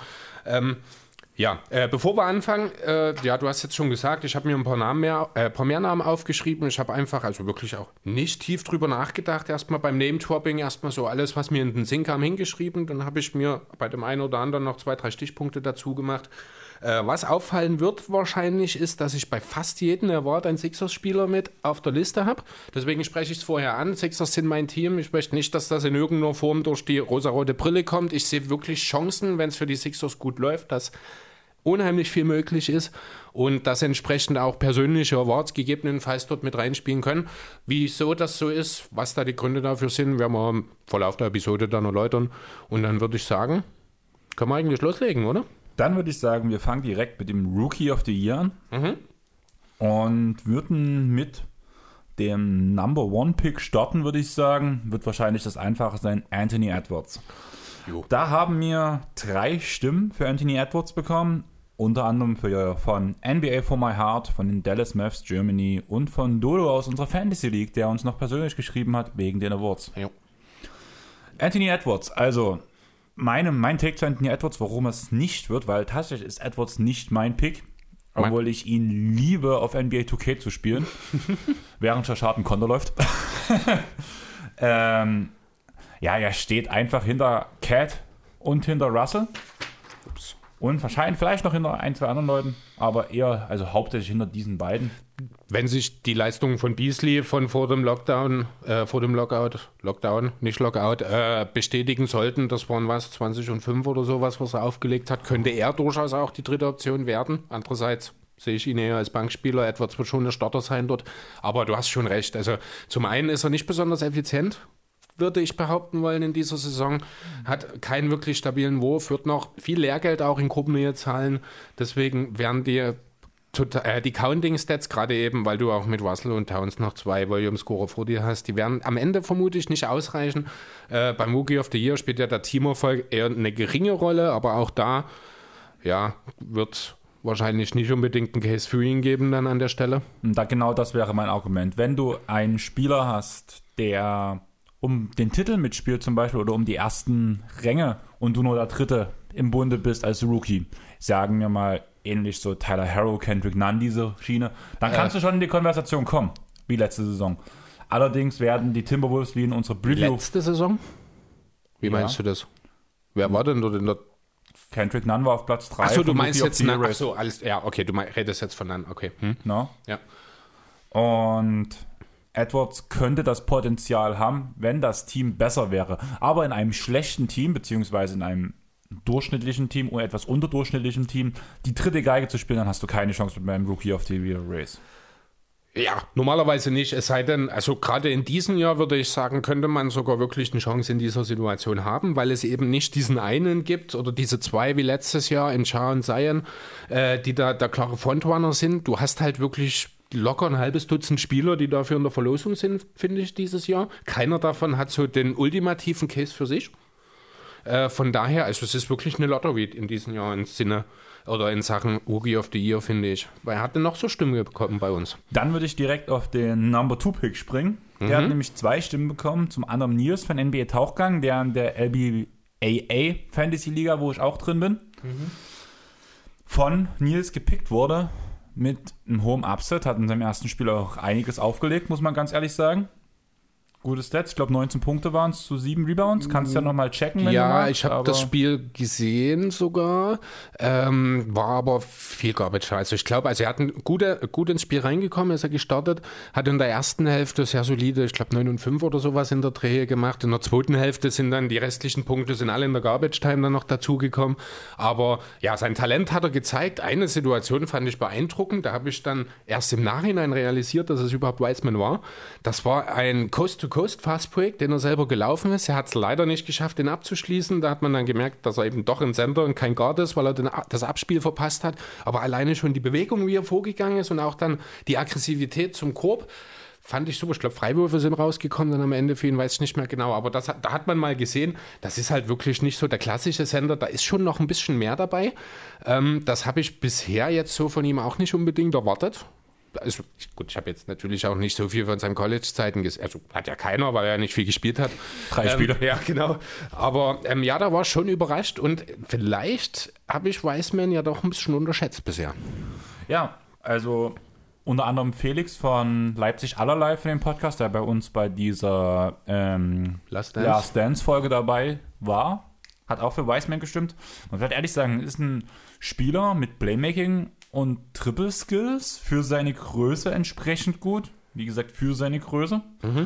Bevor wir anfangen, du hast jetzt schon gesagt, ich habe mir ein paar mehr Namen aufgeschrieben. Ich habe einfach, also wirklich auch nicht tief drüber nachgedacht. Erstmal beim Name-Dropping, erstmal so alles, was mir in den Sinn kam, hingeschrieben. Dann habe ich mir bei dem einen oder anderen noch 2, 3 Stichpunkte dazu gemacht. Was auffallen wird wahrscheinlich ist, dass ich bei fast jedem Award einen Sixers-Spieler mit auf der Liste habe. Deswegen spreche ich es vorher an. Sixers sind mein Team. Ich möchte nicht, dass das in irgendeiner Form durch die rosarote Brille kommt. Ich sehe wirklich Chancen, wenn es für die Sixers gut läuft, dass unheimlich viel möglich ist und dass entsprechend auch persönliche Awards gegebenenfalls dort mit reinspielen können. Wieso das so ist, was da die Gründe dafür sind, werden wir im Verlauf der Episode dann erläutern. Und dann würde ich sagen, können wir eigentlich loslegen, oder? Dann würde ich sagen, wir fangen direkt mit dem Rookie of the Year an und würden mit dem Number One Pick starten, würde ich sagen. Wird wahrscheinlich das Einfache sein, Anthony Edwards. Jo. Da haben wir 3 Stimmen für Anthony Edwards bekommen. Unter anderem von NBA for My Heart, von den Dallas Mavs Germany und von Dodo aus unserer Fantasy League, der uns noch persönlich geschrieben hat wegen den Awards. Jo. Anthony Edwards, also mein Take zu Anthony Edwards, warum es nicht wird, weil tatsächlich ist Edwards nicht mein Pick, obwohl ich ihn liebe, auf NBA 2K zu spielen, während Shashad ein Konto läuft. Er steht einfach hinter Cat und hinter Russell. Und wahrscheinlich vielleicht noch hinter 1, 2 anderen Leuten, aber eher, also hauptsächlich hinter diesen beiden. Wenn sich die Leistungen von Beasley von vor dem Lockout, bestätigen sollten, das waren 20 und 5 oder sowas, was er aufgelegt hat, könnte er durchaus auch die dritte Option werden. Andererseits sehe ich ihn eher als Bankspieler, Edwards wird schon der Starter sein dort, aber du hast schon recht. Also zum einen ist er nicht besonders effizient, würde ich behaupten wollen, in dieser Saison. Hat keinen wirklich stabilen Wurf, wird noch viel Lehrgeld auch in Gruppennähe zahlen. Deswegen werden die Counting-Stats, gerade eben, weil du auch mit Russell und Towns noch 2 Volume-Scorer vor dir hast, die werden am Ende vermutlich nicht ausreichen. Beim Rookie of the Year spielt ja der Teamerfolg eher eine geringe Rolle, aber auch da wird wahrscheinlich nicht unbedingt einen Case für ihn geben dann an der Stelle. Genau das wäre mein Argument. Wenn du einen Spieler hast, der um den Titel mitspielt zum Beispiel oder um die ersten Ränge und du nur der Dritte im Bunde bist als Rookie, sagen wir mal ähnlich so Tyler Herro, Kendrick Nunn, diese Schiene, dann kannst du schon in die Konversation kommen, wie letzte Saison. Allerdings werden die Timberwolves wie in unserer Preview... Letzte Saison? Wie meinst du das? Wer war denn dort in der... Kendrick Nunn war auf Platz 3. Achso, du meinst jetzt Nunn. Achso, alles... Ja, okay, du redest jetzt von Nunn, okay. No? Ja. Und Edwards könnte das Potenzial haben, wenn das Team besser wäre. Aber in einem schlechten Team, beziehungsweise in einem durchschnittlichen Team oder etwas unterdurchschnittlichen Team, die dritte Geige zu spielen, dann hast du keine Chance mit meinem Rookie of the Year Race. Ja, normalerweise nicht, es sei denn, also gerade in diesem Jahr würde ich sagen, könnte man sogar wirklich eine Chance in dieser Situation haben, weil es eben nicht diesen einen gibt oder diese zwei wie letztes Jahr in Cha und Zion, die da der klare Frontrunner sind. Du hast halt wirklich locker ein halbes Dutzend Spieler, die dafür in der Verlosung sind, finde ich, dieses Jahr. Keiner davon hat so den ultimativen Case für sich. Von daher, also es ist wirklich eine Lottery in diesem Jahr im Sinne oder in Sachen Rookie of the Year, finde ich. Weil er hatte noch so Stimmen bekommen bei uns. Dann würde ich direkt auf den Number 2 Pick springen. Der hat nämlich 2 Stimmen bekommen. Zum anderen Nils von NBA Tauchgang, der in der LBAA Fantasy Liga, wo ich auch drin bin, von Nils gepickt wurde mit einem hohen Upset. Hat in seinem ersten Spiel auch einiges aufgelegt, muss man ganz ehrlich sagen. Gute Stats, ich glaube 19 Punkte waren es zu 7 Rebounds. Kannst du ja nochmal checken, wenn du magst. Ich habe das Spiel gesehen sogar, war aber viel Garbage. Also ich glaube, er hat gut ins Spiel reingekommen, ist er gestartet, hat in der ersten Hälfte sehr solide, ich glaube 9 und 5 oder sowas in der Drehe gemacht. In der zweiten Hälfte sind dann die restlichen Punkte sind alle in der Garbage Time dann noch dazugekommen. Aber ja, sein Talent hat er gezeigt. Eine Situation fand ich beeindruckend, da habe ich dann erst im Nachhinein realisiert, dass es überhaupt Wiseman war. Das war ein Coast-to-Coast-Fast-Break, den er selber gelaufen ist. Er hat es leider nicht geschafft, den abzuschließen. Da hat man dann gemerkt, dass er eben doch ein Center und kein Guard ist, weil er das Abspiel verpasst hat. Aber alleine schon die Bewegung, wie er vorgegangen ist und auch dann die Aggressivität zum Korb, fand ich super. Ich glaube, Freiwürfe sind rausgekommen dann am Ende für ihn, weiß ich nicht mehr genau. Aber da hat man mal gesehen, das ist halt wirklich nicht so der klassische Center. Da ist schon noch ein bisschen mehr dabei. Das habe ich bisher jetzt so von ihm auch nicht unbedingt erwartet. Also, gut, ich habe jetzt natürlich auch nicht so viel von seinen College-Zeiten gesehen. Also hat ja keiner, weil er nicht viel gespielt hat. 3 Spiele. Ja, genau. Aber ja, da war ich schon überrascht und vielleicht habe ich Wiseman ja doch ein bisschen unterschätzt bisher. Ja, also unter anderem Felix von Leipzig allerlei für den Podcast, der bei uns bei dieser Last Dance-Folge dabei war, hat auch für Wiseman gestimmt. Und ich werde ehrlich sagen, ist ein Spieler mit Playmaking und Triple Skills für seine Größe entsprechend gut. Wie gesagt, für seine Größe.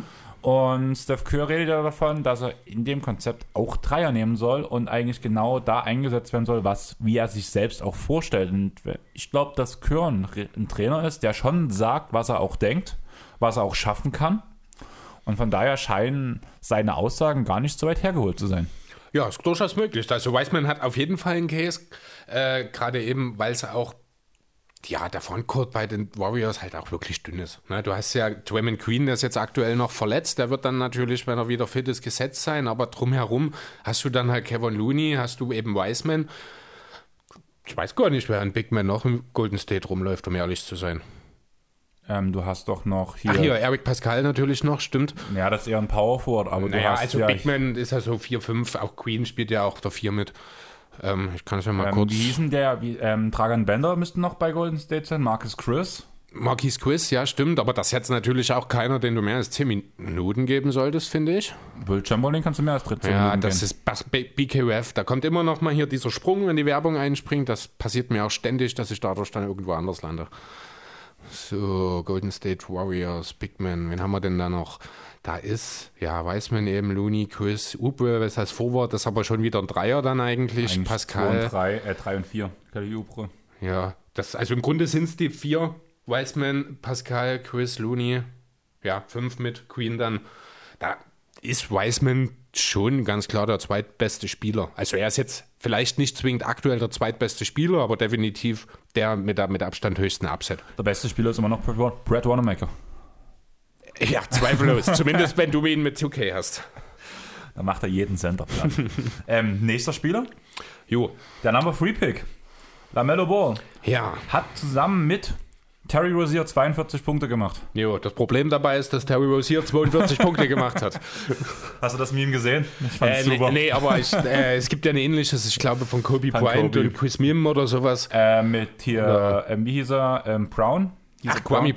Und Steph Curry redet ja davon, dass er in dem Konzept auch Dreier nehmen soll und eigentlich genau da eingesetzt werden soll, wie er sich selbst auch vorstellt. Und ich glaube, dass Curry ein Trainer ist, der schon sagt, was er auch denkt, was er auch schaffen kann. Und von daher scheinen seine Aussagen gar nicht so weit hergeholt zu sein. Ja, ist durchaus möglich. Also Wiseman hat auf jeden Fall einen Case, gerade eben, weil es auch der Frontcourt bei den Warriors halt auch wirklich dünn ist. Ne, du hast ja Draymond Green, der ist jetzt aktuell noch verletzt. Der wird dann natürlich, wenn er wieder fit ist, gesetzt sein. Aber drumherum hast du dann halt Kevin Looney, hast du eben Wiseman. Ich weiß gar nicht, wer ein Big Man noch im Golden State rumläuft, um ehrlich zu sein. Du hast doch noch hier... Ach hier, Eric Pascal natürlich noch, stimmt. Ja, das ist eher ein Power Forward. Aber du hast also Big Man ist ja so 4-5. Auch Queen spielt ja auch der 4 mit. Ich kann es ja mal kurz... Wie hieß denn der? Dragan Bender müsste noch bei Golden State sein. Marcus Chris, ja, stimmt. Aber das ist jetzt natürlich auch keiner, den du mehr als 10 Minuten geben solltest, finde ich. Will Chamberlain kannst du mehr als 13 Minuten geben. Ja, das ist BKUF. Da kommt immer noch mal hier dieser Sprung, wenn die Werbung einspringt. Das passiert mir auch ständig, dass ich dadurch dann irgendwo anders lande. So, Golden State Warriors, Big Man. Wen haben wir denn da noch? Da ist, Wiseman eben, Looney, Chris, Oubre, was heißt Forward, das ist aber schon wieder ein Dreier dann eigentlich Pascal. 3 und 4, Kelly Oubre. Ja, also im Grunde sind es die 4, Wiseman, Pascal, Chris, Looney, 5 mit Queen dann. Da ist Wiseman schon ganz klar der zweitbeste Spieler. Also er ist jetzt vielleicht nicht zwingend aktuell der zweitbeste Spieler, aber definitiv der mit Abstand höchsten Upset. Der beste Spieler ist immer noch Brad Wanamaker. Ja, zweifellos. Zumindest, wenn du ihn mit 2K hast. Dann macht er jeden Center platt. Nächster Spieler. Der Number 3 Pick. LaMelo Ball. Ja. Hat zusammen mit Terry Rozier 42 Punkte gemacht. Das Problem dabei ist, dass Terry Rozier 42 Punkte gemacht hat. Hast du das Meme gesehen? Ich fand's super. Nee, aber es gibt ja ein ähnliches, ich glaube, von Kobe Bryant und Chris Mim oder sowas. Mit hier, wie hieß er? Brown? Kwame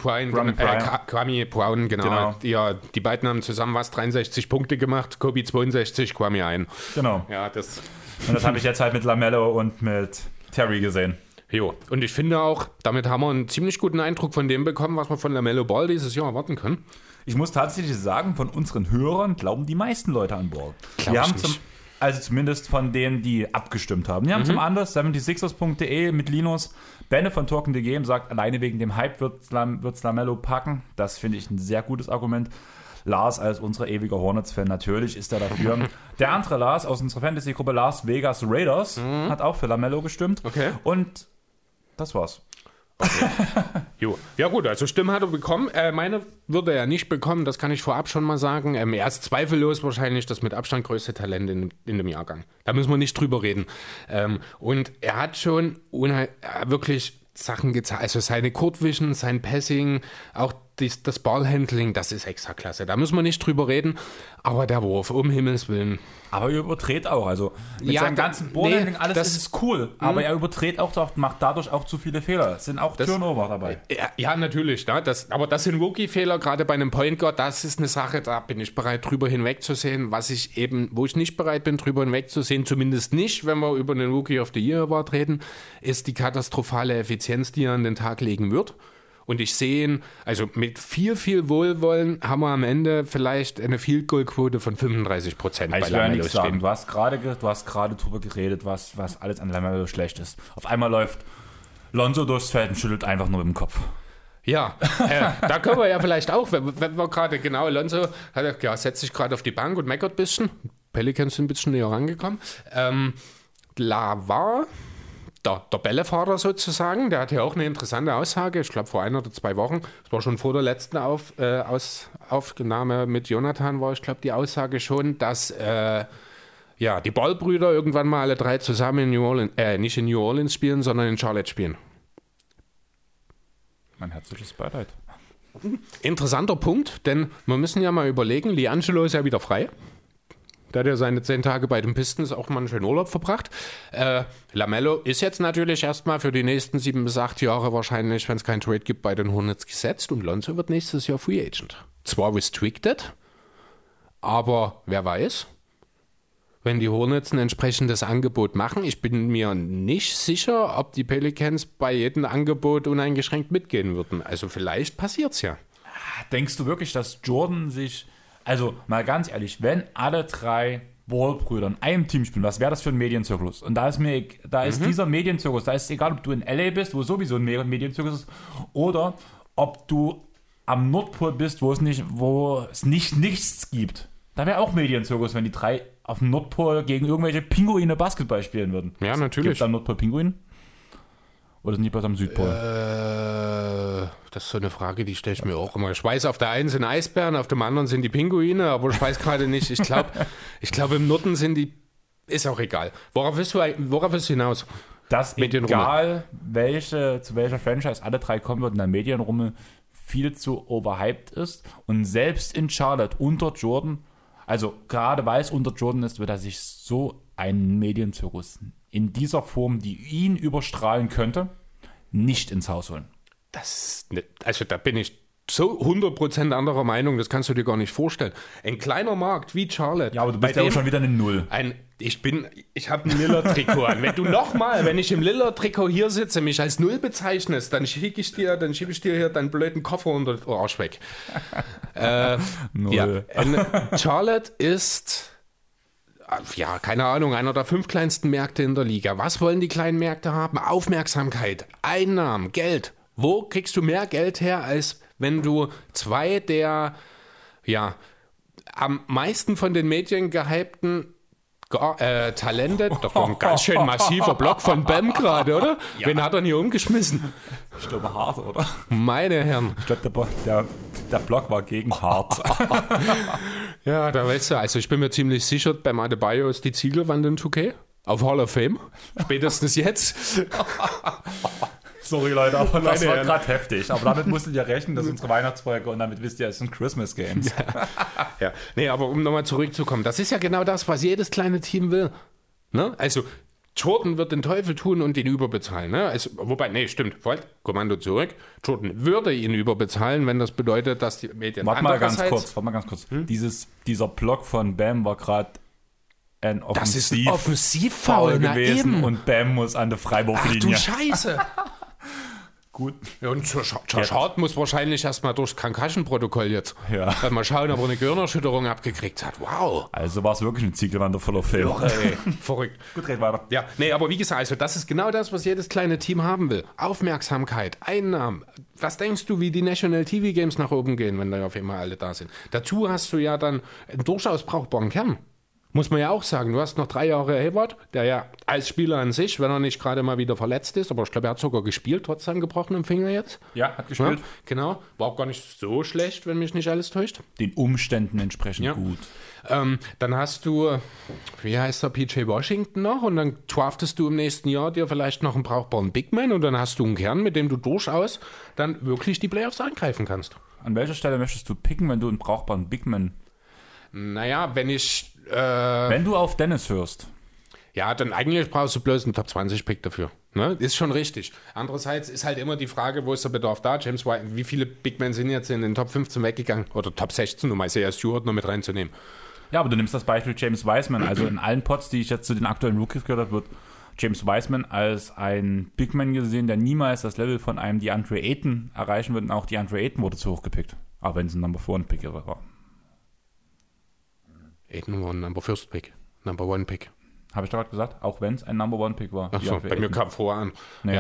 Brown, genau. Die beiden haben zusammen 63 Punkte gemacht, Kobe 62, Kwame 1. Genau. Ja, und das habe ich jetzt halt mit LaMelo und mit Terry gesehen. Und ich finde auch, damit haben wir einen ziemlich guten Eindruck von dem bekommen, was wir von LaMelo Ball dieses Jahr erwarten können. Ich muss tatsächlich sagen, von unseren Hörern glauben die meisten Leute an Ball. Also zumindest von denen, die abgestimmt haben. Die haben zum anderen 76ers.de mit Linus. Benne von Talking the Game sagt, alleine wegen dem Hype wird's LaMelo packen. Das finde ich ein sehr gutes Argument. Lars als unser ewiger Hornets-Fan, natürlich ist er dafür. Der andere Lars aus unserer Fantasy-Gruppe, Las Vegas Raiders, hat auch für LaMelo gestimmt. Okay. Und das war's. Okay. Jo. Ja gut, also Stimmen hat er bekommen. Meine würde er nicht bekommen, das kann ich vorab schon mal sagen. Er ist zweifellos wahrscheinlich das mit Abstand größte Talent in dem Jahrgang. Da müssen wir nicht drüber reden. Und er hat schon wirklich Sachen gezeigt, also seine Court Vision, sein Passing, auch das Ballhandling, das ist extra klasse. Da müssen wir nicht drüber reden, aber der Wurf, um Himmels Willen. Aber er überdreht auch, also mit seinem ganzen Ballhandling, alles ist es cool, aber er überdreht auch, macht dadurch auch zu viele Fehler. Es sind auch Turnover dabei. Ja, natürlich, ne? Aber das sind Rookie-Fehler, gerade bei einem Point Guard, das ist eine Sache, da bin ich bereit, drüber hinwegzusehen, wo ich nicht bereit bin, drüber hinwegzusehen, zumindest nicht, wenn wir über einen Rookie of the Year Award reden, ist die katastrophale Effizienz, die er an den Tag legen wird. Und ich sehe ihn, also mit viel, viel Wohlwollen haben wir am Ende vielleicht eine Field-Goal-Quote von 35% bei LaMelo stehen. Du hast gerade drüber geredet, was alles an LaMelo schlecht ist. Auf einmal läuft Lonzo durchs Feld und schüttelt einfach nur im Kopf. Ja, da können wir ja vielleicht auch, wenn wir gerade, genau, Lonzo setzt sich gerade auf die Bank und meckert ein bisschen. Pelicans sind ein bisschen näher rangekommen. Lavar, der Bällefahrer sozusagen, der hatte ja auch eine interessante Aussage, ich glaube vor 1 oder 2 Wochen, das war schon vor der letzten Aufnahme mit Jonathan, war ich glaube die Aussage schon, dass die Ballbrüder irgendwann mal alle 3 zusammen in New Orleans, nicht in New Orleans spielen, sondern in Charlotte spielen. Mein herzliches Beileid. Interessanter Punkt, denn wir müssen ja mal überlegen, LiAngelo ist ja wieder frei. Da hat er seine 10 Tage bei den Pistons auch mal einen schönen Urlaub verbracht. LaMelo ist jetzt natürlich erstmal für die nächsten 7 bis 8 Jahre wahrscheinlich, wenn es keinen Trade gibt, bei den Hornets gesetzt. Und Lonzo wird nächstes Jahr Free Agent. Zwar restricted, aber wer weiß, wenn die Hornets ein entsprechendes Angebot machen. Ich bin mir nicht sicher, ob die Pelicans bei jedem Angebot uneingeschränkt mitgehen würden. Also vielleicht passiert's ja. Denkst du wirklich, dass Jordan sich... Also, mal ganz ehrlich, wenn alle 3 Ballbrüder in einem Team spielen, was wäre das für ein Medienzirkus? Und da ist dieser Medienzirkus, da ist es egal, ob du in LA bist, wo sowieso ein Medienzirkus ist, oder ob du am Nordpol bist, wo es nichts gibt. Da wäre auch Medienzirkus, wenn die 3 auf dem Nordpol gegen irgendwelche Pinguine Basketball spielen würden. Ja, natürlich. Gibt es am Nordpol Pinguine? Oder sind die bloß am Südpol? Das ist so eine Frage, die stelle ich mir auch immer. Ich weiß, auf der einen sind Eisbären, auf dem anderen sind die Pinguine, aber ich weiß gerade nicht. Ich glaube, im Norden sind die... Ist auch egal. Worauf willst du hinaus? Dass egal zu welcher Franchise alle 3 kommen würden, der Medienrummel viel zu overhyped ist. Und selbst in Charlotte unter Jordan, also gerade weil es unter Jordan ist, wird er sich so einen Medienzirkus in dieser Form, die ihn überstrahlen könnte, nicht ins Haus holen. Da bin ich so 100% anderer Meinung, das kannst du dir gar nicht vorstellen. Ein kleiner Markt wie Charlotte. Ja, aber du bist ja auch schon wieder eine Null. Ich habe ein Lillard-Trikot an. Wenn ich im Lillard-Trikot hier sitze, mich als Null bezeichnest, dann schiebe ich dir hier deinen blöden Koffer unter den Arsch weg. Null. Ja. Charlotte ist... Ja, keine Ahnung, einer der 5 kleinsten Märkte in der Liga. Was wollen die kleinen Märkte haben? Aufmerksamkeit, Einnahmen, Geld. Wo kriegst du mehr Geld her, als wenn du 2 der am meisten von den Medien gehypten Talente, das war ein ganz schön massiver Block von Bam gerade, oder? Ja. Wen hat er hier umgeschmissen? Ich glaube Hart, oder? Meine Herren. Ich glaube, der Block war gegen Hart. Ja, da weißt du, also ich bin mir ziemlich sicher, beim Adebayo ist die Ziegelwand in 2K auf Hall of Fame. Spätestens jetzt. Sorry Leute, aber das war gerade heftig. Aber damit musstet ihr rechnen, dass unsere Weihnachtsfolge und damit wisst ihr, es sind Christmas Games. Ja. Nee, aber um nochmal zurückzukommen, das ist ja genau das, was jedes kleine Team will. Ne? Also Jordan wird den Teufel tun und ihn überbezahlen. Ne? Also, stimmt. Kommando zurück. Jordan würde ihn überbezahlen, wenn das bedeutet, dass die Medien... Warte mal ganz kurz. Dieser Block von Bam war gerade ein Offensivfoul gewesen eben. Und Bam muss an der Freiwurflinie. Ach du Scheiße. Gut. Ja, und Josh Hart muss wahrscheinlich erstmal durchs Concussion-Protokoll jetzt. Ja. Mal schauen, ob er eine Gehirnerschütterung abgekriegt hat. Wow. Also war es wirklich ein ziegelwandervoller Film. Verrückt. Gut, red weiter. Ja, nee, aber wie gesagt, also das ist genau das, was jedes kleine Team haben will. Aufmerksamkeit, Einnahmen. Was denkst du, wie die National TV Games nach oben gehen, wenn da auf einmal alle da sind? Dazu hast du ja dann einen durchaus brauchbaren Kern. Muss man ja auch sagen, du hast noch 3 Jahre Hayward, der ja als Spieler an sich, wenn er nicht gerade mal wieder verletzt ist, aber ich glaube, er hat sogar gespielt, trotz seinem gebrochenen Finger jetzt. Ja, hat gespielt. Ja, genau, war auch gar nicht so schlecht, wenn mich nicht alles täuscht. Den Umständen entsprechend gut. Dann hast du, wie heißt der, PJ Washington noch, und dann draftest du im nächsten Jahr dir vielleicht noch einen brauchbaren Big Man und dann hast du einen Kern, mit dem du durchaus dann wirklich die Playoffs angreifen kannst. An welcher Stelle möchtest du picken, wenn du einen brauchbaren Big Man... Naja, wenn du auf Dennis hörst. Ja, dann eigentlich brauchst du bloß einen Top-20-Pick dafür. Ne? Ist schon richtig. Andererseits ist halt immer die Frage, wo ist der Bedarf da? James White, wie viele Big Men sind jetzt in den Top 15 weggegangen? Oder Top 16, um Isaiah Stewart noch mit reinzunehmen. Ja, aber du nimmst das Beispiel James Wiseman. Also in allen Pods, die ich jetzt zu den aktuellen Rookies gehört habe, wird James Wiseman als ein Big Man gesehen, der niemals das Level von einem DeAndre Ayton erreichen wird. Und auch DeAndre Ayton wurde zu hoch gepickt. Auch wenn es ein Number-4-Pick war. Ayton war ein Number-First-Pick. Number-One-Pick. Habe ich da gerade gesagt? Auch wenn es ein Number-One-Pick war. Achso, bei mir kam vorher an. Nee.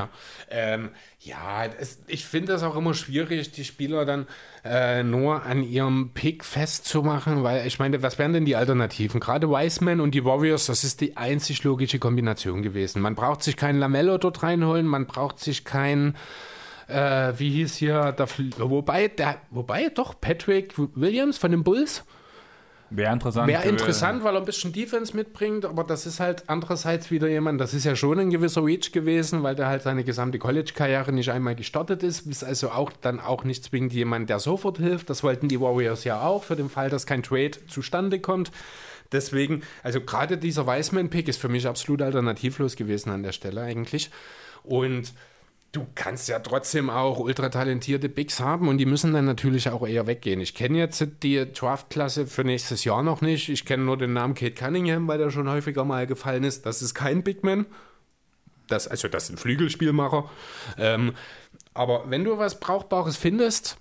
Ja, ich finde das auch immer schwierig, die Spieler dann nur an ihrem Pick festzumachen, weil ich meine, was wären denn die Alternativen? Gerade Wiseman und die Warriors, das ist die einzig logische Kombination gewesen. Man braucht sich keinen Lamello dort reinholen, man braucht sich keinen, wie hieß hier, wobei doch, Patrick Williams von den Bulls. Wäre interessant. Wäre interessant, weil er ein bisschen Defense mitbringt, aber das ist halt andererseits wieder jemand, das ist ja schon ein gewisser Reach gewesen, weil der halt seine gesamte College-Karriere nicht einmal gestartet ist. Ist also auch nicht zwingend jemand, der sofort hilft. Das wollten die Warriors ja auch, für den Fall, dass kein Trade zustande kommt. Deswegen, also gerade dieser Wiseman-Pick ist für mich absolut alternativlos gewesen an der Stelle eigentlich. Und du kannst ja trotzdem auch ultra talentierte Bigs haben und die müssen dann natürlich auch eher weggehen. Ich kenne jetzt die Draft-Klasse für nächstes Jahr noch nicht. Ich kenne nur den Namen Cade Cunningham, weil der schon häufiger mal gefallen ist. Das ist kein Big Man. Das ist ein Flügelspielmacher. Aber wenn du was Brauchbares findest,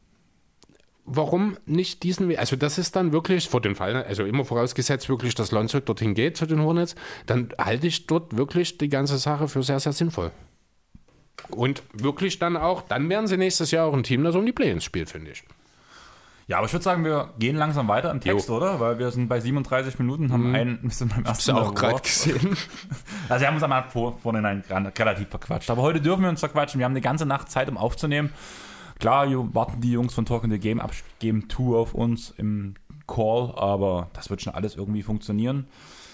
warum nicht diesen Weg? Also das ist dann wirklich, vor dem Fall, also immer vorausgesetzt wirklich, dass Lonzo dorthin geht zu den Hornets, dann halte ich dort wirklich die ganze Sache für sehr, sehr sinnvoll. Und wirklich dann werden sie nächstes Jahr auch ein Team, das um die Play-ins spielt, finde ich. Ja, aber ich würde sagen, wir gehen langsam weiter im Text, oder? Weil wir sind bei 37 Minuten, haben ein bisschen beim ersten Mal auch gerade gesehen. Also wir haben uns am vorhinein relativ verquatscht. Aber heute dürfen wir uns verquatschen. Wir haben eine ganze Nacht Zeit, um aufzunehmen. Klar, warten die Jungs von Talking the Game, geben Tour auf uns im Call, aber das wird schon alles irgendwie funktionieren.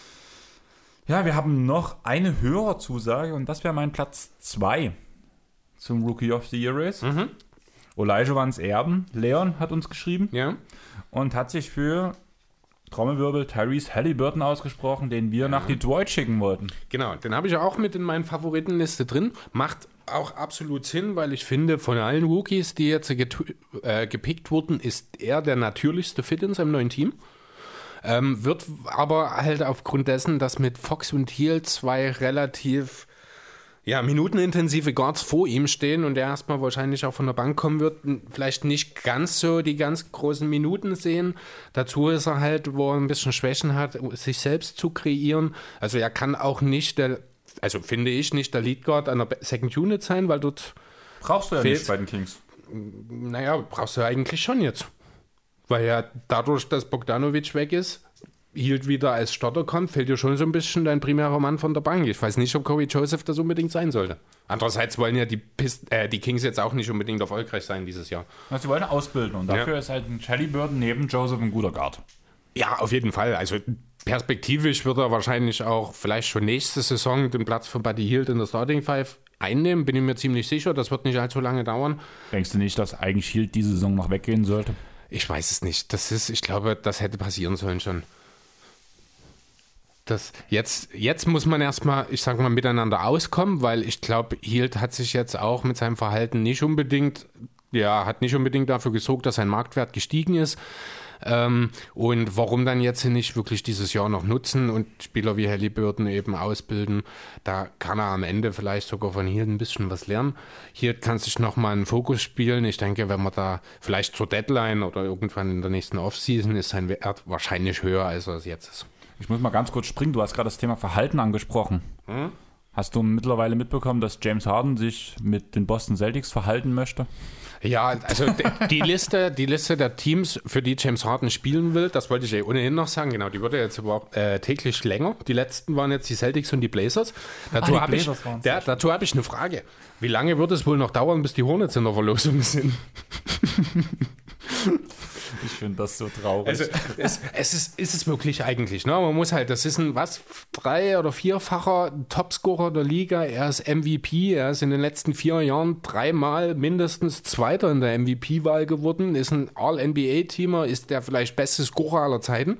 Ja, wir haben noch eine Hörerzusage und das wäre mein Platz 2 zum Rookie of the Year Race. Olajuwons Erben, Leon, hat uns geschrieben und hat sich für Trommelwirbel Tyrese Halliburton ausgesprochen, den wir nach Detroit schicken wollten. Genau, den habe ich auch mit in meinen Favoritenliste drin. Macht auch absolut Sinn, weil ich finde, von allen Rookies, die jetzt gepickt wurden, ist er der natürlichste Fit in seinem neuen Team. Wird aber halt aufgrund dessen, dass mit Fox und Hill zwei relativ minutenintensive Guards vor ihm stehen und er erstmal wahrscheinlich auch von der Bank kommen wird, vielleicht nicht ganz so die ganz großen Minuten sehen. Dazu ist er halt, wo er ein bisschen Schwächen hat, sich selbst zu kreieren. Also er kann auch nicht, finde ich, nicht der Lead Guard einer Second Unit sein, weil dort brauchst du ja nicht bei den Kings. Naja, brauchst du eigentlich schon jetzt. Weil ja dadurch, dass Bogdanovic weg ist, Hield wieder als Starter kommt, fällt dir schon so ein bisschen dein primärer Mann von der Bank. Ich weiß nicht, ob Corey Joseph das unbedingt sein sollte. Andererseits wollen ja die Kings jetzt auch nicht unbedingt erfolgreich sein dieses Jahr. Also sie wollen ausbilden und dafür ist halt ein Halliburton neben Joseph ein guter Guard. Ja, auf jeden Fall. Also perspektivisch wird er wahrscheinlich auch vielleicht schon nächste Saison den Platz von Buddy Hield in der Starting Five einnehmen, bin ich mir ziemlich sicher. Das wird nicht allzu lange dauern. Denkst du nicht, dass eigentlich Hield diese Saison noch weggehen sollte? Ich weiß es nicht. Ich glaube, das hätte passieren sollen schon. Jetzt muss man erstmal, ich sage mal, miteinander auskommen, weil ich glaube, Hield hat sich jetzt auch mit seinem Verhalten nicht unbedingt dafür gesorgt, dass sein Marktwert gestiegen ist. Und warum dann jetzt nicht wirklich dieses Jahr noch nutzen und Spieler wie Halliburton eben ausbilden, da kann er am Ende vielleicht sogar von hier ein bisschen was lernen. Hier kann sich nochmal einen Fokus spielen. Ich denke, wenn man da vielleicht zur Deadline oder irgendwann in der nächsten Offseason ist sein Wert wahrscheinlich höher, als er es jetzt ist. Ich muss mal ganz kurz springen. Du hast gerade das Thema Verhalten angesprochen. Hast du mittlerweile mitbekommen, dass James Harden sich mit den Boston Celtics verhalten möchte? Ja, also die Liste der Teams, für die James Harden spielen will, das wollte ich ohnehin noch sagen, genau, die wurde jetzt überhaupt täglich länger. Die letzten waren jetzt die Celtics und die Blazers. Dazu habe ich eine Frage. Wie lange wird es wohl noch dauern, bis die Hornets in der Verlosung sind? Ich finde das so traurig. Also ist es wirklich eigentlich. Ne? Man muss halt, das ist ein 3- oder 4-facher Topscorer der Liga. Er ist MVP. Er ist in den letzten 4 Jahren 3-mal mindestens Zweiter in der MVP-Wahl geworden. Ist ein All-NBA-Teamer. Ist der vielleicht beste Scorer aller Zeiten.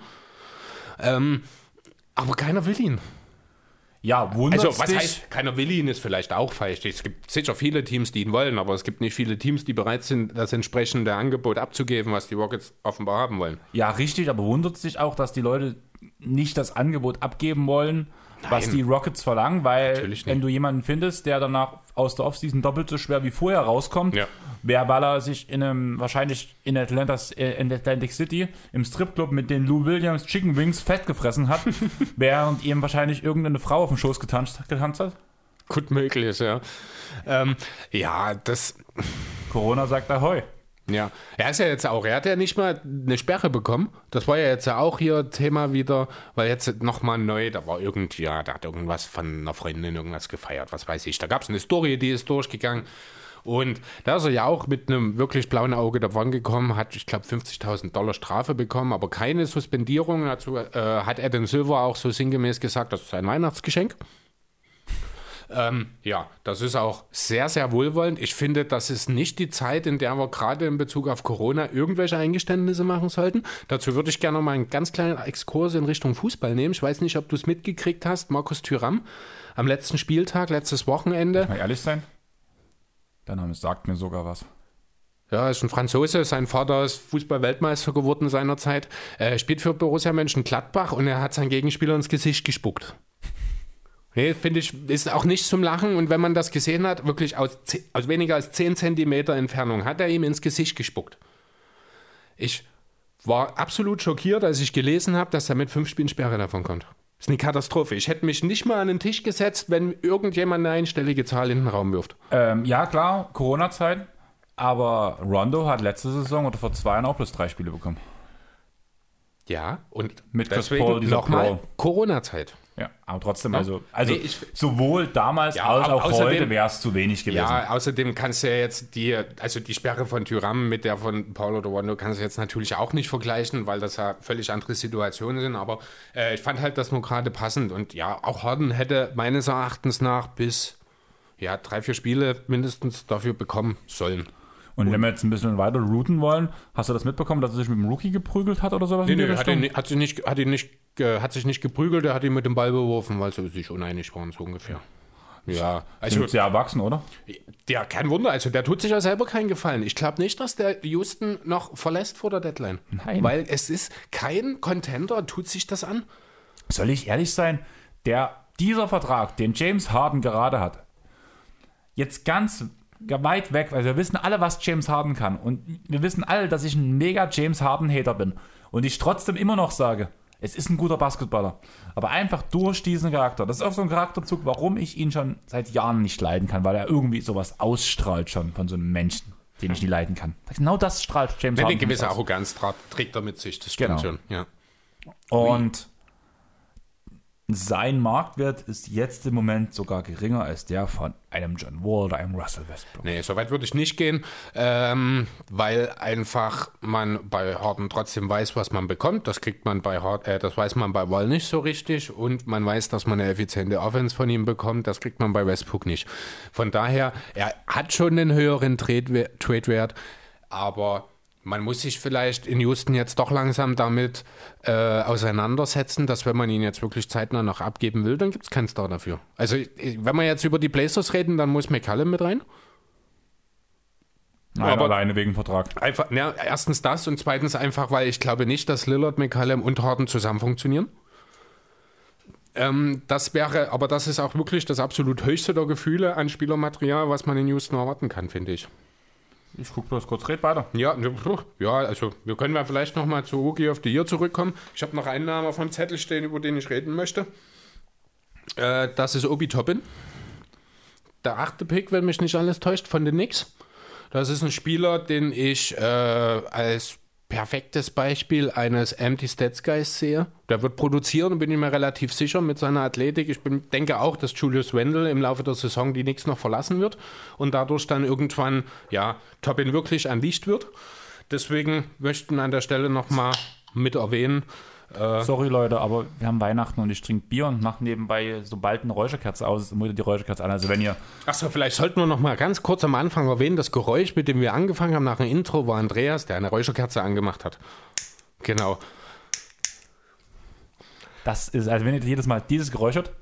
Aber keiner will ihn. Ja, wundert's Also was dich? heißt, keiner will ihn, ist vielleicht auch falsch. Es gibt sicher viele Teams, die ihn wollen, aber es gibt nicht viele Teams, die bereit sind, das entsprechende Angebot abzugeben, was die Rockets offenbar haben wollen. Ja, richtig, aber wundert sich auch, dass die Leute nicht das Angebot abgeben wollen, was die Rockets verlangen, weil wenn du jemanden findest, der danach aus der Offseason doppelt so schwer wie vorher rauskommt, weil er sich wahrscheinlich in Atlantic City im Stripclub mit den Lou Williams Chicken Wings fett gefressen hat, während ihm wahrscheinlich irgendeine Frau auf dem Schoß getanzt hat. Gut möglich, ja. Corona sagt Ahoi. Ja, er ist ja jetzt auch, er hat ja nicht mal eine Sperre bekommen. Das war ja jetzt auch hier Thema wieder, weil jetzt nochmal neu, da war irgendwie, da hat irgendwas von einer Freundin irgendwas gefeiert, was weiß ich. Da gab es eine Story, die ist durchgegangen. Und da ist er ja auch mit einem wirklich blauen Auge davon gekommen, hat, ich glaube, $50.000 Strafe bekommen, aber keine Suspendierung. Dazu hat Adam Silver auch so sinngemäß gesagt, das ist ein Weihnachtsgeschenk. Das ist auch sehr, sehr wohlwollend. Ich finde, das ist nicht die Zeit, in der wir gerade in Bezug auf Corona irgendwelche Eingeständnisse machen sollten. Dazu würde ich gerne noch mal einen ganz kleinen Exkurs in Richtung Fußball nehmen. Ich weiß nicht, ob du es mitgekriegt hast. Markus Thuram am letzten Spieltag, letztes Wochenende. Mal ehrlich sein? Der Name sagt mir sogar was. Ja, ist ein Franzose. Sein Vater ist Fußball-Weltmeister geworden seinerzeit. Spielt für Borussia Mönchengladbach und er hat seinen Gegenspieler ins Gesicht gespuckt. Nee, finde ich, ist auch nicht zum Lachen. Und wenn man das gesehen hat, wirklich aus weniger als 10 Zentimeter Entfernung, hat er ihm ins Gesicht gespuckt. Ich war absolut schockiert, als ich gelesen habe, dass er mit 5 Spielen Sperre davon kommt. Das ist eine Katastrophe. Ich hätte mich nicht mal an den Tisch gesetzt, wenn irgendjemand eine einstellige Zahl in den Raum wirft. Ja, klar, Corona-Zeit. Aber Rondo hat letzte Saison oder vor 2 Jahren auch plus 3 Spiele bekommen. Ja, und mit Chris deswegen Paul, nochmal Corona-Zeit. Ja, aber trotzdem, Ja. also sowohl damals als auch heute wäre es zu wenig gewesen. Ja, außerdem kannst du ja jetzt die Sperre von Thuram mit der von Paul oder Rondo kannst du jetzt natürlich auch nicht vergleichen, weil das ja völlig andere Situationen sind, aber ich fand halt das nur gerade passend und ja, auch Harden hätte meines Erachtens nach bis 3-4 Spiele mindestens dafür bekommen sollen. Und wenn wir jetzt ein bisschen weiter routen wollen, hast du das mitbekommen, dass er sich mit dem Rookie geprügelt hat oder sowas? Nee, hat sich nicht geprügelt, er hat ihn mit dem Ball beworfen, weil sie sich uneinig waren, so ungefähr. Ja, also sind sehr erwachsen, oder? Ja, kein Wunder, also der tut sich ja selber keinen Gefallen. Ich glaube nicht, dass der Houston noch verlässt vor der Deadline. Nein. Weil es ist kein Contender, tut sich das an. Soll ich ehrlich sein, dieser Vertrag, den James Harden gerade hat, jetzt ganz weit weg, also wir wissen alle, was James Harden kann und wir wissen alle, dass ich ein mega James Harden-Hater bin und ich trotzdem immer noch sage, es ist ein guter Basketballer, aber einfach durch diesen Charakter, das ist auch so ein Charakterzug, warum ich ihn schon seit Jahren nicht leiden kann, weil er irgendwie sowas ausstrahlt schon von so einem Menschen, den ich nicht leiden kann. Genau das strahlt James Harden. Eine gewisse Arroganz trägt er mit sich, das stimmt schon. Ja. Und sein Marktwert ist jetzt im Moment sogar geringer als der von einem John Wall oder einem Russell Westbrook. Nee, so weit würde ich nicht gehen, weil einfach man bei Harden trotzdem weiß, was man bekommt. Das kriegt man das weiß man bei Wall nicht so richtig und man weiß, dass man eine effiziente Offense von ihm bekommt. Das kriegt man bei Westbrook nicht. Von daher, er hat schon einen höheren Trade-Wert, aber man muss sich vielleicht in Houston jetzt doch langsam damit auseinandersetzen, dass wenn man ihn jetzt wirklich zeitnah noch abgeben will, dann gibt es keinen Star dafür. Also wenn wir jetzt über die Blazers reden, dann muss McCallum mit rein. Nein, aber alleine wegen Vertrag. Einfach, erstens das und zweitens einfach, weil ich glaube nicht, dass Lillard, McCallum und Harden zusammen funktionieren. Das ist auch wirklich das absolut höchste der Gefühle an Spielermaterial, was man in Houston erwarten kann, finde ich. Ich gucke bloß kurz, red weiter. Ja, also wir können ja vielleicht nochmal zu Rookie of the Year zurückkommen. Ich habe noch einen Namen auf dem Zettel stehen, über den ich reden möchte. Das ist Obi Toppin. Der 8. Pick, wenn mich nicht alles täuscht, von den Knicks. Das ist ein Spieler, den ich als perfektes Beispiel eines Empty Stats Guys sehe. Der wird produzieren, bin ich mir relativ sicher mit seiner Athletik. Ich denke auch, dass Julius Randle im Laufe der Saison die Knicks noch verlassen wird und dadurch dann irgendwann Toppin wirklich unleashed wird. Deswegen möchten wir an der Stelle nochmal mit erwähnen. Sorry Leute, aber wir haben Weihnachten und ich trinke Bier und mache nebenbei, sobald eine Räucherkerze aus ist, immer die Räucherkerze an. Also wenn ihr... Achso, vielleicht sollten wir noch mal ganz kurz am Anfang erwähnen, das Geräusch, mit dem wir angefangen haben nach dem Intro, war Andreas, der eine Räucherkerze angemacht hat. Genau. Das ist, also wenn ihr jedes Mal dieses Geräusch hört,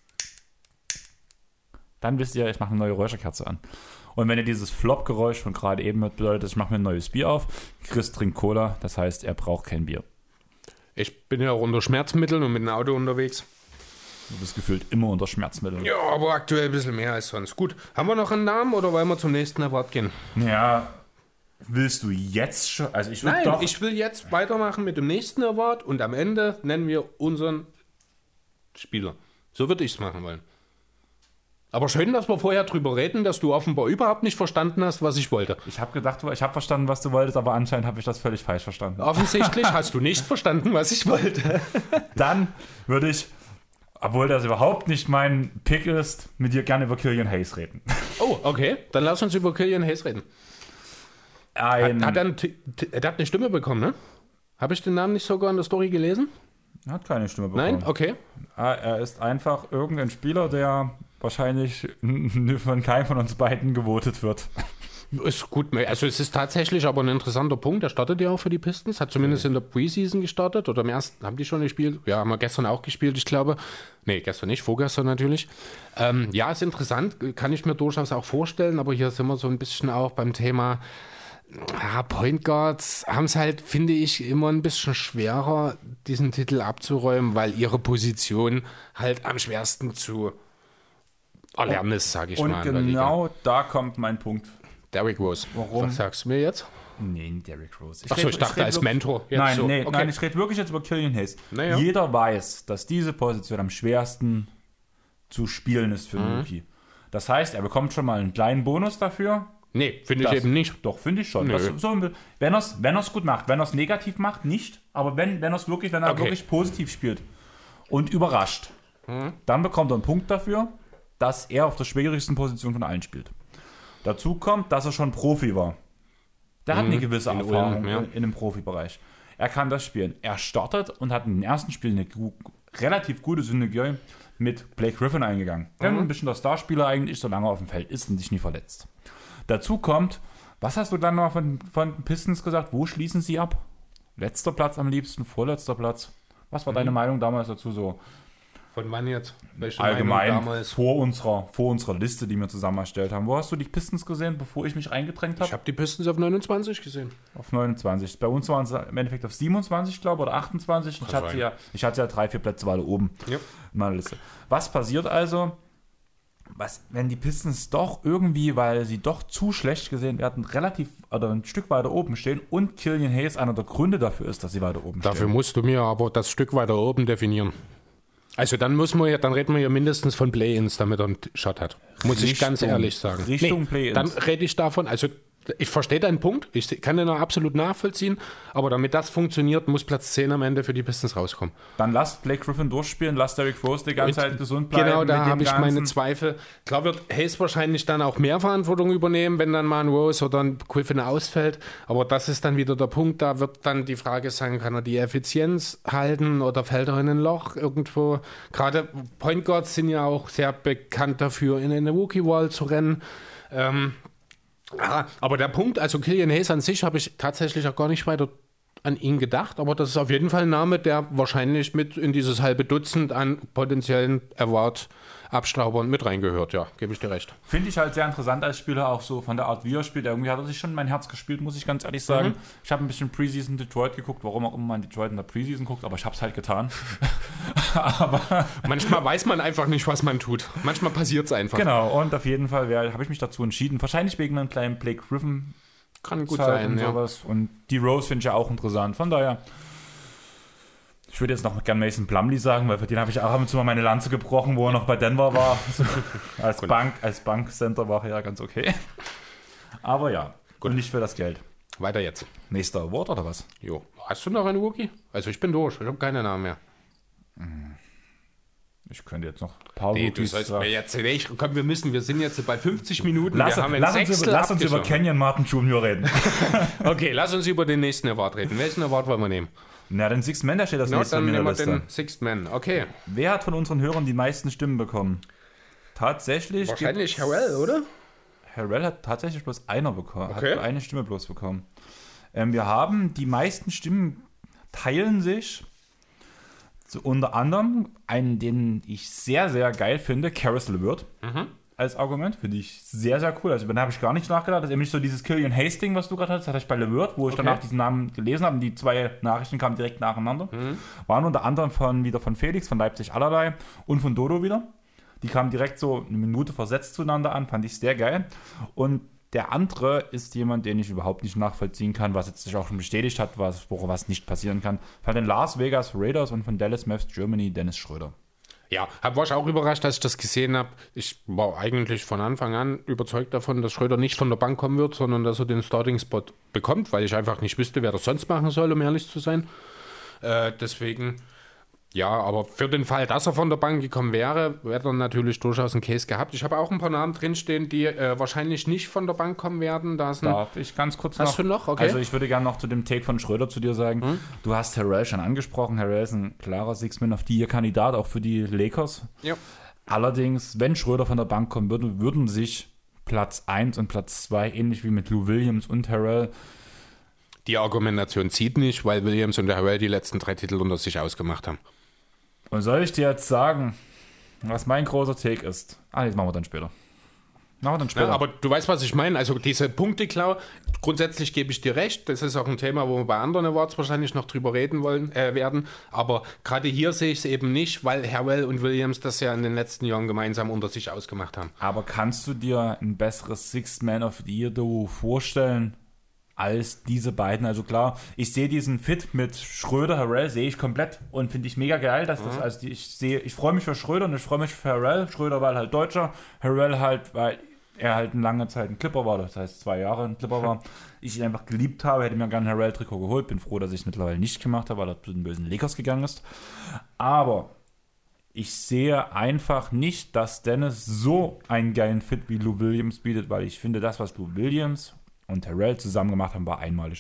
dann wisst ihr, ich mache eine neue Räucherkerze an. Und wenn ihr dieses Flop-Geräusch von gerade eben hört, bedeutet, ich mache mir ein neues Bier auf. Chris trinkt Cola, das heißt, er braucht kein Bier. Ich bin ja auch unter Schmerzmitteln und mit dem Auto unterwegs. Du bist gefühlt immer unter Schmerzmitteln. Ja, aber aktuell ein bisschen mehr als sonst. Gut, haben wir noch einen Namen oder wollen wir zum nächsten Award gehen? Ja, willst du jetzt schon? Also ich will jetzt weitermachen mit dem nächsten Award und am Ende nennen wir unseren Spieler. So würde ich es machen wollen. Aber schön, dass wir vorher drüber reden, dass du offenbar überhaupt nicht verstanden hast, was ich wollte. Ich habe gedacht, ich habe verstanden, was du wolltest, aber anscheinend habe ich das völlig falsch verstanden. Offensichtlich hast du nicht verstanden, was ich wollte. Dann würde ich, obwohl das überhaupt nicht mein Pick ist, mit dir gerne über Killian Hayes reden. Oh, okay. Dann lass uns über Killian Hayes reden. Er hat eine Stimme bekommen, ne? Habe ich den Namen nicht sogar in der Story gelesen? Er hat keine Stimme bekommen. Nein? Okay. Er ist einfach irgendein Spieler, der wahrscheinlich von keinem von uns beiden gewotet wird. Ist gut, also es ist tatsächlich aber ein interessanter Punkt. Er startet ja auch für die Pistons, hat zumindest in der Preseason gestartet oder im ersten, haben die schon gespielt? Ja, haben wir gestern auch gespielt, ich glaube. Nee, gestern nicht, vorgestern natürlich. Ja, ist interessant, kann ich mir durchaus auch vorstellen, aber hier sind wir so ein bisschen auch beim Thema, Point Guards haben es halt, finde ich, immer ein bisschen schwerer, diesen Titel abzuräumen, weil ihre Position halt am schwersten zu erlernen ist, sage ich mal. Und genau da kommt mein Punkt. Derrick Rose. Warum? Was sagst du mir jetzt? Nee, Derrick Rose. Ich dachte als Mentor. Jetzt nein, so. Nein, ich rede wirklich jetzt über Killian Hayes. Naja. Jeder weiß, dass diese Position am schwersten zu spielen ist für einen Rookie. Das heißt, er bekommt schon mal einen kleinen Bonus dafür. Nee, finde ich eben nicht. Doch, finde ich schon. Wenn er es gut macht. Wenn er es negativ macht, nicht. Aber wenn er wirklich positiv spielt und überrascht, dann bekommt er einen Punkt dafür, dass er auf der schwierigsten Position von allen spielt. Dazu kommt, dass er schon Profi war. Der hat eine gewisse Erfahrung in dem Profibereich. Er kann das spielen. Er startet und hat in den ersten Spielen eine relativ gute Synergie mit Blake Griffin eingegangen. Der ein bisschen der Starspieler eigentlich, solange er auf dem Feld ist und sich nie verletzt. Dazu kommt, was hast du dann noch von Pistons gesagt? Wo schließen sie ab? Letzter Platz am liebsten, vorletzter Platz? Was war deine Meinung damals dazu so? Von wann jetzt? Welche allgemein vor unserer Liste, die wir zusammen erstellt haben. Wo hast du die Pistons gesehen, bevor ich mich eingedrängt habe? Ich habe die Pistons auf 29 gesehen. Auf 29. Bei uns waren es im Endeffekt auf 27, glaube ich, oder 28. Ich hatte ja 3-4 Plätze weiter oben in meiner Liste. Was passiert also, wenn die Pistons doch irgendwie, weil sie doch zu schlecht gesehen werden, relativ oder ein Stück weiter oben stehen und Killian Hayes einer der Gründe dafür ist, dass sie weiter oben stehen? Dafür musst du mir aber das Stück weiter oben definieren. Also dann reden wir ja mindestens von Play-Ins, damit er einen Shot hat. Muss ich ganz ehrlich sagen. Richtung Play-Ins. Dann rede ich davon, also ich verstehe deinen Punkt, ich kann den auch absolut nachvollziehen, aber damit das funktioniert, muss Platz 10 am Ende für die Pistons rauskommen. Dann lasst Blake Griffin durchspielen, lasst Derrick Rose die ganze Zeit gesund bleiben. Genau, da habe ich meine Zweifel. Klar wird Hayes wahrscheinlich dann auch mehr Verantwortung übernehmen, wenn dann mal ein Rose oder ein Griffin ausfällt, aber das ist dann wieder der Punkt, da wird dann die Frage sein, kann er die Effizienz halten oder fällt er in ein Loch irgendwo? Gerade Point Guards sind ja auch sehr bekannt dafür, in eine Rookie-Wall zu rennen. Aber der Punkt, also Killian Hayes an sich habe ich tatsächlich auch gar nicht weiter an ihn gedacht, aber das ist auf jeden Fall ein Name, der wahrscheinlich mit in dieses halbe Dutzend an potenziellen Award-Abstaubern mit reingehört. Ja, gebe ich dir recht. Finde ich halt sehr interessant als Spieler, auch so von der Art, wie er spielt. Irgendwie hat er sich schon mein Herz gespielt, muss ich ganz ehrlich sagen. Ich habe ein bisschen Preseason Detroit geguckt, warum auch immer man Detroit in der Preseason guckt, aber ich habe es halt getan. Aber manchmal weiß man einfach nicht, was man tut. Manchmal passiert es einfach. Genau, und auf jeden Fall habe ich mich dazu entschieden. Wahrscheinlich wegen einem kleinen Blake Griffin. Kann gut sein, und sowas. Und die Rose finde ich ja auch interessant. Von daher, ich würde jetzt noch gerne Mason Plumlee sagen, weil für den habe ich auch ab und zu mal meine Lanze gebrochen, wo er noch bei Denver war. als Bankcenter war er ja ganz okay. Aber ja, gut. Und nicht für das Geld. Weiter jetzt. Nächster Award oder was? Jo. Hast du noch einen Rookie? Also ich bin durch, ich habe keine Namen mehr. Ich könnte jetzt noch ein paar Rookies sagen. Komm, wir sind jetzt bei 50 Minuten. Lass uns über Kenyon Martin Jr. reden. Okay, lass uns über den nächsten Award reden. Welchen Award wollen wir nehmen? Na, den Sixth Man, da steht das nächste dann nehmen wir den Sixth Man, okay. Wer hat von unseren Hörern die meisten Stimmen bekommen? Tatsächlich. Wahrscheinlich Harrell, oder? Harrell hat tatsächlich bloß einer bekommen. Okay. Hat eine Stimme bloß bekommen. Wir haben die meisten Stimmen teilen sich. So, unter anderem einen, den ich sehr, sehr geil finde, Caris LeVert als Argument. Finde ich sehr, sehr cool. Also über den habe ich gar nicht nachgedacht. Das ist nämlich so dieses Killian Hayes-Ding, was du gerade hattest, hatte ich bei LeVert, wo ich danach diesen Namen gelesen habe. Und die zwei Nachrichten kamen direkt nacheinander. Waren unter anderem wieder von Felix, von Leipzig allerlei und von Dodo wieder. Die kamen direkt so eine Minute versetzt zueinander an. Fand ich sehr geil. Und der andere ist jemand, den ich überhaupt nicht nachvollziehen kann, was jetzt sich auch schon bestätigt hat, was nicht passieren kann. Von den Las Vegas Raiders und von Dallas Mavs Germany Dennis Schröder. Ja, war ich auch überrascht, als ich das gesehen habe. Ich war eigentlich von Anfang an überzeugt davon, dass Schröder nicht von der Bank kommen wird, sondern dass er den Starting-Spot bekommt, weil ich einfach nicht wüsste, wer das sonst machen soll, um ehrlich zu sein. Deswegen... Ja, aber für den Fall, dass er von der Bank gekommen wäre, hätte er natürlich durchaus einen Case gehabt. Ich habe auch ein paar Namen drinstehen, die wahrscheinlich nicht von der Bank kommen werden. Darf ich ganz kurz Hast du noch? Okay. Also ich würde gerne noch zu dem Take von Schröder zu dir sagen. Du hast Harrell schon angesprochen. Harrell ist ein klarer Six-Man of the Year-Kandidat, auch für die Lakers. Ja. Allerdings, wenn Schröder von der Bank kommen würde, würden sich Platz 1 und Platz 2, ähnlich wie mit Lou Williams und Harrell, die Argumentation zieht nicht, weil Williams und Harrell die letzten 3 Titel unter sich ausgemacht haben. Und soll ich dir jetzt sagen, was mein großer Take ist? Jetzt machen wir dann später. Ja, aber du weißt, was ich meine. Also diese Punkteklau, grundsätzlich gebe ich dir recht. Das ist auch ein Thema, wo wir bei anderen Awards wahrscheinlich noch drüber reden werden. Aber gerade hier sehe ich es eben nicht, weil Harrell und Williams das ja in den letzten Jahren gemeinsam unter sich ausgemacht haben. Aber kannst du dir ein besseres Sixth Man of the Year Duo vorstellen als diese beiden? Also klar, ich sehe diesen Fit mit Schröder, Harrell, sehe ich komplett und finde ich mega geil, dass das, also ich freue mich für Schröder und ich freue mich für Harrell. Schröder, weil halt Deutscher, Harrell halt, weil er halt eine lange Zeit ein Clipper war, das heißt 2 Jahre ein Clipper war. Ich ihn einfach geliebt habe, hätte mir gerne ein Harrell-Trikot geholt, bin froh, dass ich es mittlerweile nicht gemacht habe, weil er zu den bösen Lakers gegangen ist. Aber ich sehe einfach nicht, dass Dennis so einen geilen Fit wie Lou Williams bietet, weil ich finde, das, was Lou Williams und Harrell zusammen gemacht haben, war einmalig.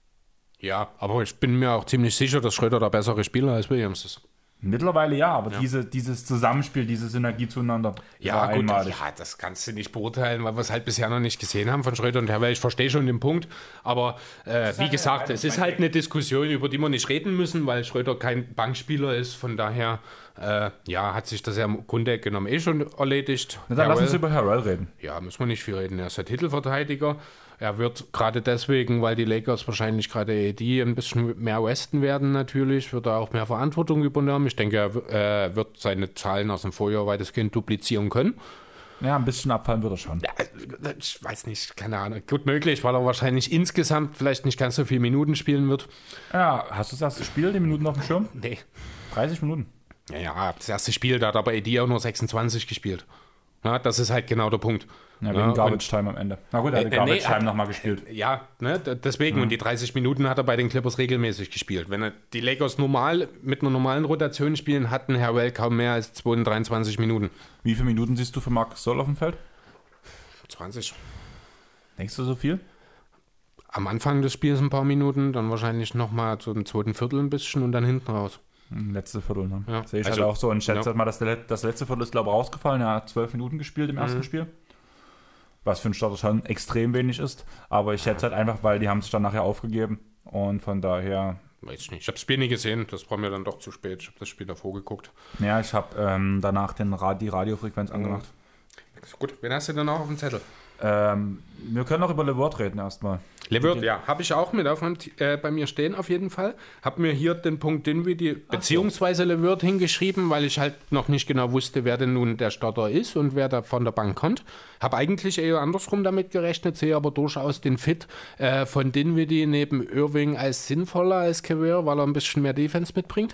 Ja, aber ich bin mir auch ziemlich sicher, dass Schröder der bessere Spieler als Williams ist. Mittlerweile ja, aber dieses Zusammenspiel, diese Synergie zueinander war einmalig. Ja, das kannst du nicht beurteilen, weil wir es halt bisher noch nicht gesehen haben von Schröder und Harrell. Ich verstehe schon den Punkt, aber wie gesagt, es ist halt eine Diskussion, über die wir nicht reden müssen, weil Schröder kein Bankspieler ist. Von daher hat sich das ja im Grunde genommen schon erledigt. Na, dann lass uns über Harrell reden. Ja, müssen wir nicht viel reden. Er ist der Titelverteidiger. Er wird gerade deswegen, weil die Lakers wahrscheinlich gerade AD ein bisschen mehr Westen werden natürlich, wird er auch mehr Verantwortung übernehmen. Ich denke, er wird seine Zahlen aus dem Vorjahr weitestgehend duplizieren können. Ja, ein bisschen abfallen wird er schon. Ja, ich weiß nicht, keine Ahnung. Gut möglich, weil er wahrscheinlich insgesamt vielleicht nicht ganz so viele Minuten spielen wird. Ja, hast du das erste Spiel, die Minuten auf dem Schirm? Nee. 30 Minuten. Ja, das erste Spiel, da hat aber AD auch nur 26 gespielt. Ja, das ist halt genau der Punkt. Ja, wegen Garbage Time am Ende. Na gut, er hat Garbage Time nochmal gespielt. Ja, deswegen. Und die 30 Minuten hat er bei den Clippers regelmäßig gespielt. Wenn die Lakers mit einer normalen Rotation spielen, hatten Harrell kaum mehr als 23 Minuten. Wie viele Minuten siehst du für Marc Gasol auf dem Feld? 20. Denkst du so viel? Am Anfang des Spiels ein paar Minuten, dann wahrscheinlich nochmal so im zweiten Viertel ein bisschen und dann hinten raus. Letzte Viertel, ne? Ja. Sehe ich halt auch so. Und ich schätze halt mal, dass das letzte Viertel ist, glaube ich, rausgefallen. Er hat 12 Minuten gespielt im ersten Spiel. Was für einen Starter schon extrem wenig ist. Aber ich schätze halt einfach, weil die haben sich dann nachher aufgegeben. Und von daher... Weiß ich nicht. Ich habe das Spiel nie gesehen. Das war mir dann doch zu spät. Ich habe das Spiel davor geguckt. Ja, ich habe danach die Radiofrequenz angemacht. Gut, wen hast du denn noch auf dem Zettel? Wir können auch über Le Word reden erstmal. Le Word, ja, habe ich auch mit bei mir stehen auf jeden Fall. Habe mir hier den Punkt Dinwiddie beziehungsweise Le Word hingeschrieben, weil ich halt noch nicht genau wusste, wer denn nun der Starter ist und wer da von der Bank kommt. Habe eigentlich eher andersrum damit gerechnet, sehe aber durchaus den Fit von Dinwiddie neben Irving als sinnvoller als Career, weil er ein bisschen mehr Defense mitbringt.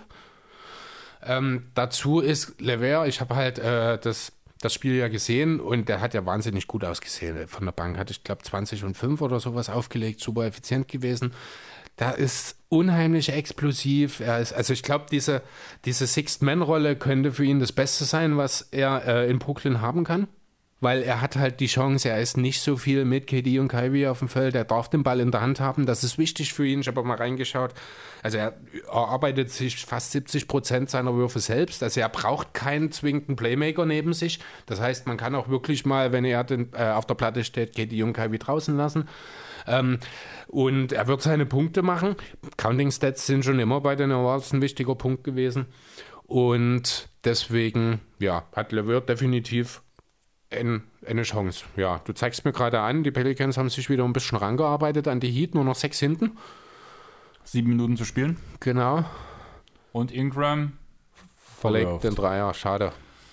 Dazu ist Lever, ich habe halt das Spiel ja gesehen und der hat ja wahnsinnig gut ausgesehen. Von der Bank hatte ich glaube 20 und 5 oder sowas aufgelegt, super effizient gewesen. Da ist unheimlich explosiv. Also ich glaube, diese Sixth-Man-Rolle könnte für ihn das Beste sein, was er in Brooklyn haben kann. Weil er hat halt die Chance, er ist nicht so viel mit KD und Kyrie auf dem Feld, er darf den Ball in der Hand haben, das ist wichtig für ihn, ich habe auch mal reingeschaut, also er erarbeitet sich fast 70% seiner Würfe selbst, also er braucht keinen zwingenden Playmaker neben sich, das heißt, man kann auch wirklich mal, wenn er auf der Platte steht, KD und Kyrie draußen lassen. Und er wird seine Punkte machen, Counting Stats sind schon immer bei den Awards ein wichtiger Punkt gewesen und deswegen, ja, hat LeVert definitiv eine Chance. Ja, du zeigst mir gerade an, die Pelicans haben sich wieder ein bisschen rangearbeitet an die Heat, nur noch 6 hinten. 7 Minuten zu spielen. Genau. Und Ingram verlegt den Dreier, schade.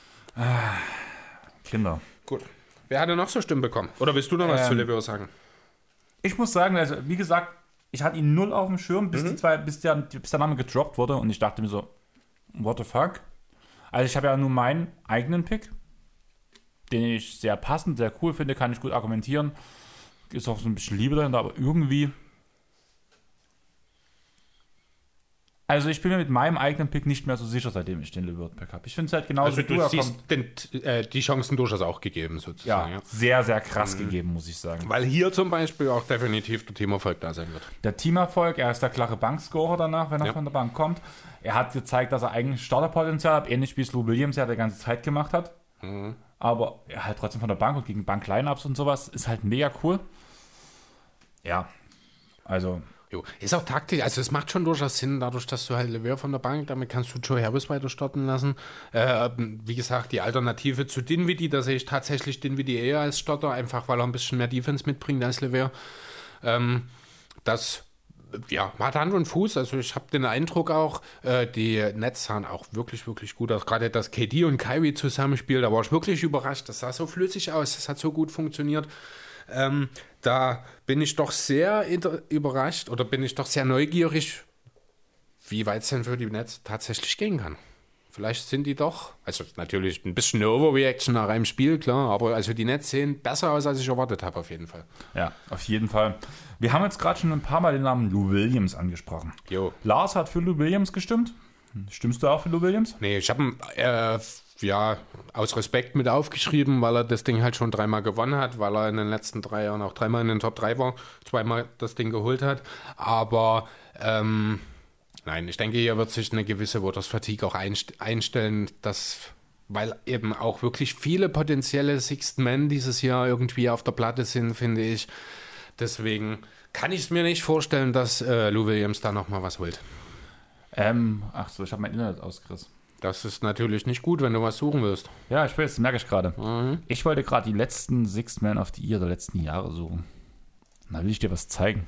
Kinder. Gut. Wer hat denn noch so Stimmen bekommen? Oder willst du noch was zu LeVert sagen? Ich muss sagen, also wie gesagt, ich hatte ihn null auf dem Schirm, bis der Name gedroppt wurde und ich dachte mir so, what the fuck? Also ich habe ja nur meinen eigenen Pick, den ich sehr passend, sehr cool finde, kann ich gut argumentieren. Ist auch so ein bisschen Liebe drin, aber irgendwie... Also ich bin mir mit meinem eigenen Pick nicht mehr so sicher, seitdem ich den LeVert-Pick habe. Ich finde es halt genauso... Also du siehst die Chancen durchaus auch gegeben, sozusagen. Ja, sehr, sehr krass gegeben, muss ich sagen. Weil hier zum Beispiel auch definitiv der Teamerfolg da sein wird. Der Teamerfolg, er ist der klare Bankscorer danach, wenn er von der Bank kommt. Er hat gezeigt, dass er eigentlich Starterpotenzial hat, ähnlich wie es Lou Williams ja die ganze Zeit gemacht hat. Aber er halt trotzdem von der Bank und gegen Bank-Lineups und sowas ist halt mega cool. Ja, also... Jo. Ist auch taktisch, also es macht schon durchaus Sinn, dadurch, dass du halt LeVert von der Bank, damit kannst du Joe Harris weiter starten lassen. Wie gesagt, die Alternative zu Dinwiddie, da sehe ich tatsächlich Dinwiddie eher als Starter, einfach weil er ein bisschen mehr Defense mitbringt als LeVert. Das hat Hand und Fuß, also ich habe den Eindruck auch, die Nets sahen auch wirklich, wirklich gut aus. Gerade das KD und Kyrie zusammenspiel, da war ich wirklich überrascht, das sah so flüssig aus, das hat so gut funktioniert. Da bin ich doch sehr überrascht oder bin ich doch sehr neugierig, wie weit es denn für die Nets tatsächlich gehen kann. Vielleicht sind die doch, also natürlich ein bisschen eine Overreaction nach einem Spiel, klar, aber also die Nets sehen besser aus, als ich erwartet habe, auf jeden Fall. Ja, auf jeden Fall. Wir haben jetzt gerade schon ein paar Mal den Namen Lou Williams angesprochen. Jo. Lars hat für Lou Williams gestimmt. Stimmst du auch für Lou Williams? Nee, ich habe aus Respekt mit aufgeschrieben, weil er das Ding halt schon 3-mal gewonnen hat, weil er in den letzten 3 Jahren auch 3-mal in den Top 3 war, 2-mal das Ding geholt hat. Aber nein, ich denke, hier wird sich eine gewisse Voters Fatigue auch einstellen, weil eben auch wirklich viele potenzielle Sixth Men dieses Jahr irgendwie auf der Platte sind, finde ich. Deswegen kann ich es mir nicht vorstellen, dass Lou Williams da nochmal was holt. ich habe mein Internet ausgerissen. Das ist natürlich nicht gut, wenn du was suchen willst. Ja, ich weiß, das merke ich gerade. Ich wollte gerade die letzten Sixth Men of the Year der letzten Jahre suchen. Da will ich dir was zeigen.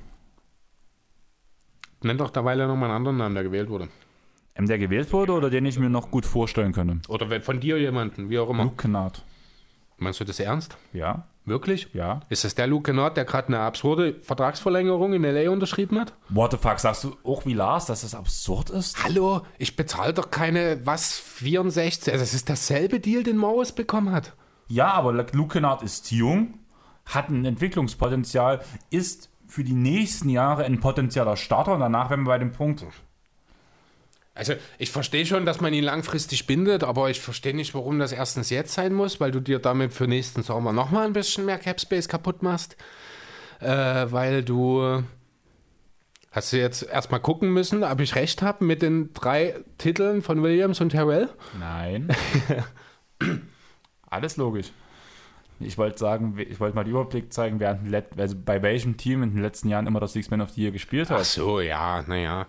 Nenn doch derweil noch mal einen anderen Namen, der gewählt wurde. Der gewählt wurde oder den ich mir noch gut vorstellen könnte? Oder von dir jemanden, wie auch immer. Luke Kennard. Meinst du das ernst? Ja. Wirklich? Ja. Ist das der Luke Kennard, der gerade eine absurde Vertragsverlängerung in L.A. unterschrieben hat? What the fuck, sagst du auch wie Lars, dass das absurd ist? Hallo, ich bezahle doch keine, 64? Also das ist derselbe Deal, den Morris bekommen hat. Ja, aber Luke Kennard ist jung, hat ein Entwicklungspotenzial, ist für die nächsten Jahre ein potenzieller Starter und danach wären wir bei dem Punkt. Also ich verstehe schon, dass man ihn langfristig bindet, aber ich verstehe nicht, warum das erstens jetzt sein muss, weil du dir damit für nächsten Sommer nochmal ein bisschen mehr Capspace kaputt machst, weil du hast du jetzt erstmal gucken müssen, ob ich recht habe mit den 3 Titeln von Williams und Harrell? Nein. Alles logisch. Ich wollte mal den Überblick zeigen, also bei welchem Team in den letzten Jahren immer das Six Man of the Year gespielt hat. Ach so, ja, naja.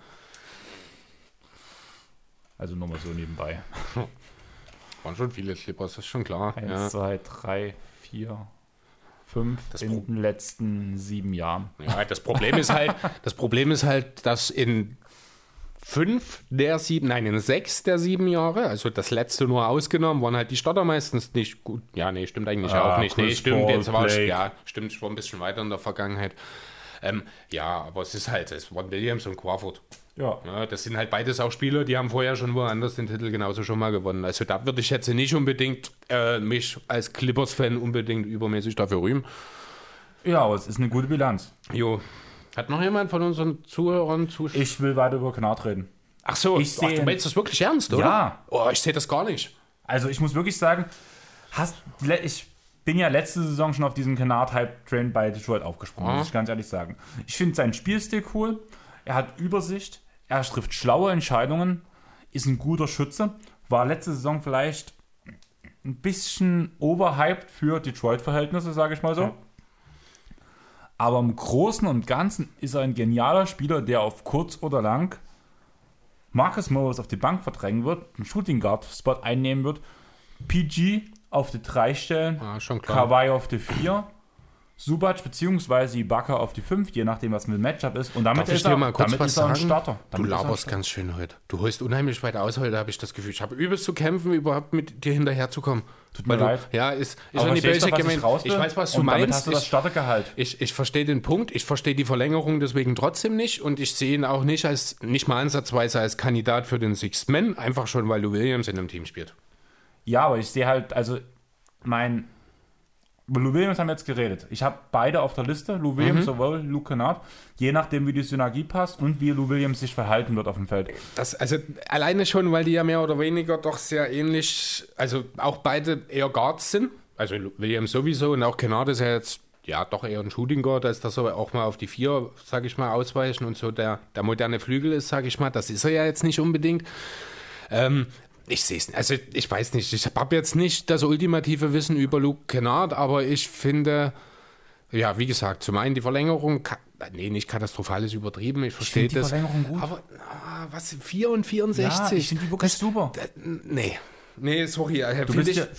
Also nur mal so nebenbei. Waren schon viele Clippers, das ist schon klar. 1, 2, 3, 4, 5 in den letzten 7 Jahren. Ja, das Problem ist halt, dass in 6 der 7 Jahre, also das letzte nur ausgenommen, waren halt die Starter meistens nicht gut. Ja, nee, stimmt eigentlich auch nicht. Nee, stimmt, jetzt war stimmt, schon ein bisschen weiter in der Vergangenheit. Ja, aber es waren Williams und Crawford. Ja, das sind halt beides auch Spieler, die haben vorher schon woanders den Titel genauso schon mal gewonnen. Also da würde ich jetzt nicht unbedingt mich als Clippers-Fan unbedingt übermäßig dafür rühmen. Ja, aber es ist eine gute Bilanz. Jo. Hat noch jemand von unseren Zuhörern zuschaut? Ich will weiter über Kennard reden. Ach so, du meinst das wirklich ernst, oder? Ja. Oh, ich sehe das gar nicht. Also ich muss wirklich sagen, ich bin ja letzte Saison schon auf diesen Kennard-Hype-Train bei Detroit aufgesprungen, muss ich ganz ehrlich sagen. Ich finde seinen Spielstil cool, er hat Übersicht, er trifft schlaue Entscheidungen, ist ein guter Schütze, war letzte Saison vielleicht ein bisschen overhyped für Detroit-Verhältnisse, sage ich mal so. Aber im Großen und Ganzen ist er ein genialer Spieler, der auf kurz oder lang Marcus Morris auf die Bank verdrängen wird, einen Shooting Guard Spot einnehmen wird, PG auf die 3 stellen, schon klar. Kawhi auf die 4, Zubac bzw. Ibaka auf die 5, je nachdem, was mit dem Matchup ist. Und damit ist er ein Starter. Du laberst ganz schön heute. Du holst unheimlich weit aus heute, habe ich das Gefühl. Ich habe übelst zu kämpfen, überhaupt mit dir hinterherzukommen. Tut mir leid. Ja, ist schon die Basic gemeint. Ich weiß, was du meinst. Damit hast du das Startergehalt. Ich verstehe den Punkt. Ich verstehe die Verlängerung deswegen trotzdem nicht. Und ich sehe ihn auch nicht mal ansatzweise als Kandidat für den Sixth Man. Einfach schon, weil Lou Williams in einem Team spielt. Ja, aber ich sehe halt, über Lou Williams haben wir jetzt geredet. Ich habe beide auf der Liste, Lou Williams sowohl Luke Kennard, je nachdem, wie die Synergie passt und wie Lou Williams sich verhalten wird auf dem Feld. Also alleine schon, weil die ja mehr oder weniger doch sehr ähnlich, also auch beide eher Guards sind. Also Williams sowieso und auch Kennard ist ja jetzt doch eher ein Shooting Guard, als dass er auch mal auf die 4, sage ich mal, ausweichen und so der moderne Flügel ist, sage ich mal. Das ist er ja jetzt nicht unbedingt. Ich sehe es nicht. Also ich weiß nicht. Ich habe jetzt nicht das ultimative Wissen über Luke Kennard, aber ich finde, ja, wie gesagt, zum einen die Verlängerung, nicht katastrophal, ist übertrieben, ich verstehe das. Die Verlängerung gut. Aber 4 und 64. Ja, ich finde die wirklich super. Nee, sorry, du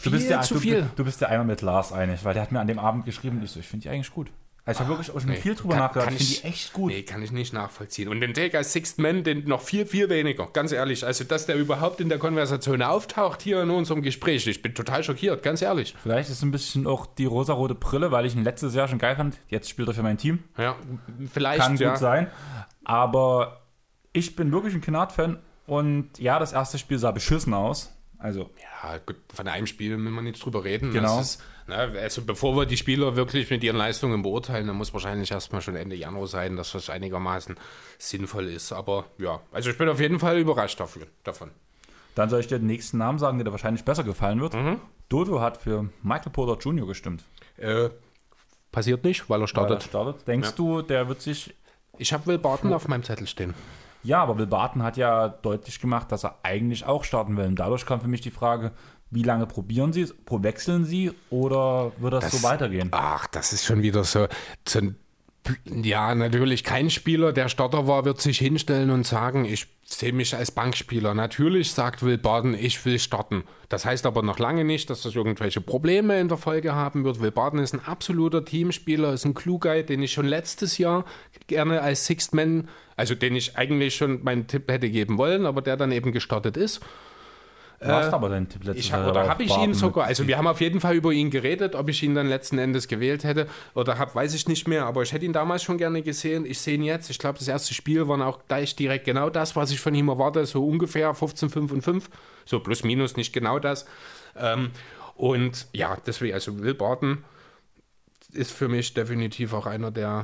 bist ja einmal mit Lars einig, weil der hat mir an dem Abend geschrieben, ich finde die eigentlich gut. Also ich habe wirklich auch schon viel drüber nachgedacht. Ich finde die echt gut. Nee, kann ich nicht nachvollziehen. Und den Take als Sixth Man, den noch viel, viel weniger. Ganz ehrlich. Also, dass der überhaupt in der Konversation auftaucht hier in unserem Gespräch. Ich bin total schockiert, ganz ehrlich. Vielleicht ist es ein bisschen auch die rosarote Brille, weil ich ihn letztes Jahr schon geil fand. Jetzt spielt er für mein Team. Ja, vielleicht. Kann gut sein. Aber ich bin wirklich ein Kennard-Fan. Und ja, das erste Spiel sah beschissen aus. Also. Ja, gut, von einem Spiel will man nicht drüber reden. Genau. Also bevor wir die Spieler wirklich mit ihren Leistungen beurteilen, dann muss wahrscheinlich erstmal schon Ende Januar sein, dass das einigermaßen sinnvoll ist. Aber ja, also ich bin auf jeden Fall überrascht davon. Dann soll ich dir den nächsten Namen sagen, der dir wahrscheinlich besser gefallen wird. Dodo hat für Michael Porter Jr. gestimmt. Passiert nicht, weil er startet. Denkst du, der wird sich... Ich habe Will Barton auf meinem Zettel stehen. Ja, aber Will Barton hat ja deutlich gemacht, dass er eigentlich auch starten will. Und dadurch kam für mich die Frage, wie lange probieren Sie es? Wechseln Sie oder wird das so weitergehen? Ach, das ist schon wieder so. Ja, natürlich kein Spieler, der Starter war, wird sich hinstellen und sagen, ich sehe mich als Bankspieler. Natürlich sagt Will Barton, ich will starten. Das heißt aber noch lange nicht, dass das irgendwelche Probleme in der Folge haben wird. Will Barton ist ein absoluter Teamspieler, ist ein Klugheit, den ich schon letztes Jahr gerne als Sixth Man, also den ich eigentlich schon meinen Tipp hätte geben wollen, aber der dann eben gestartet ist. Du hast aber deinen Tipp letztes Jahr. Oder habe ich ihn sogar? Also wir haben auf jeden Fall über ihn geredet, ob ich ihn dann letzten Endes gewählt hätte oder weiß ich nicht mehr. Aber ich hätte ihn damals schon gerne gesehen. Ich sehe ihn jetzt. Ich glaube, das erste Spiel war auch gleich direkt genau das, was ich von ihm erwarte. So ungefähr 15, 5 und 5. So plus minus, nicht genau das. Und ja, deswegen, also Will Barton ist für mich definitiv auch einer der,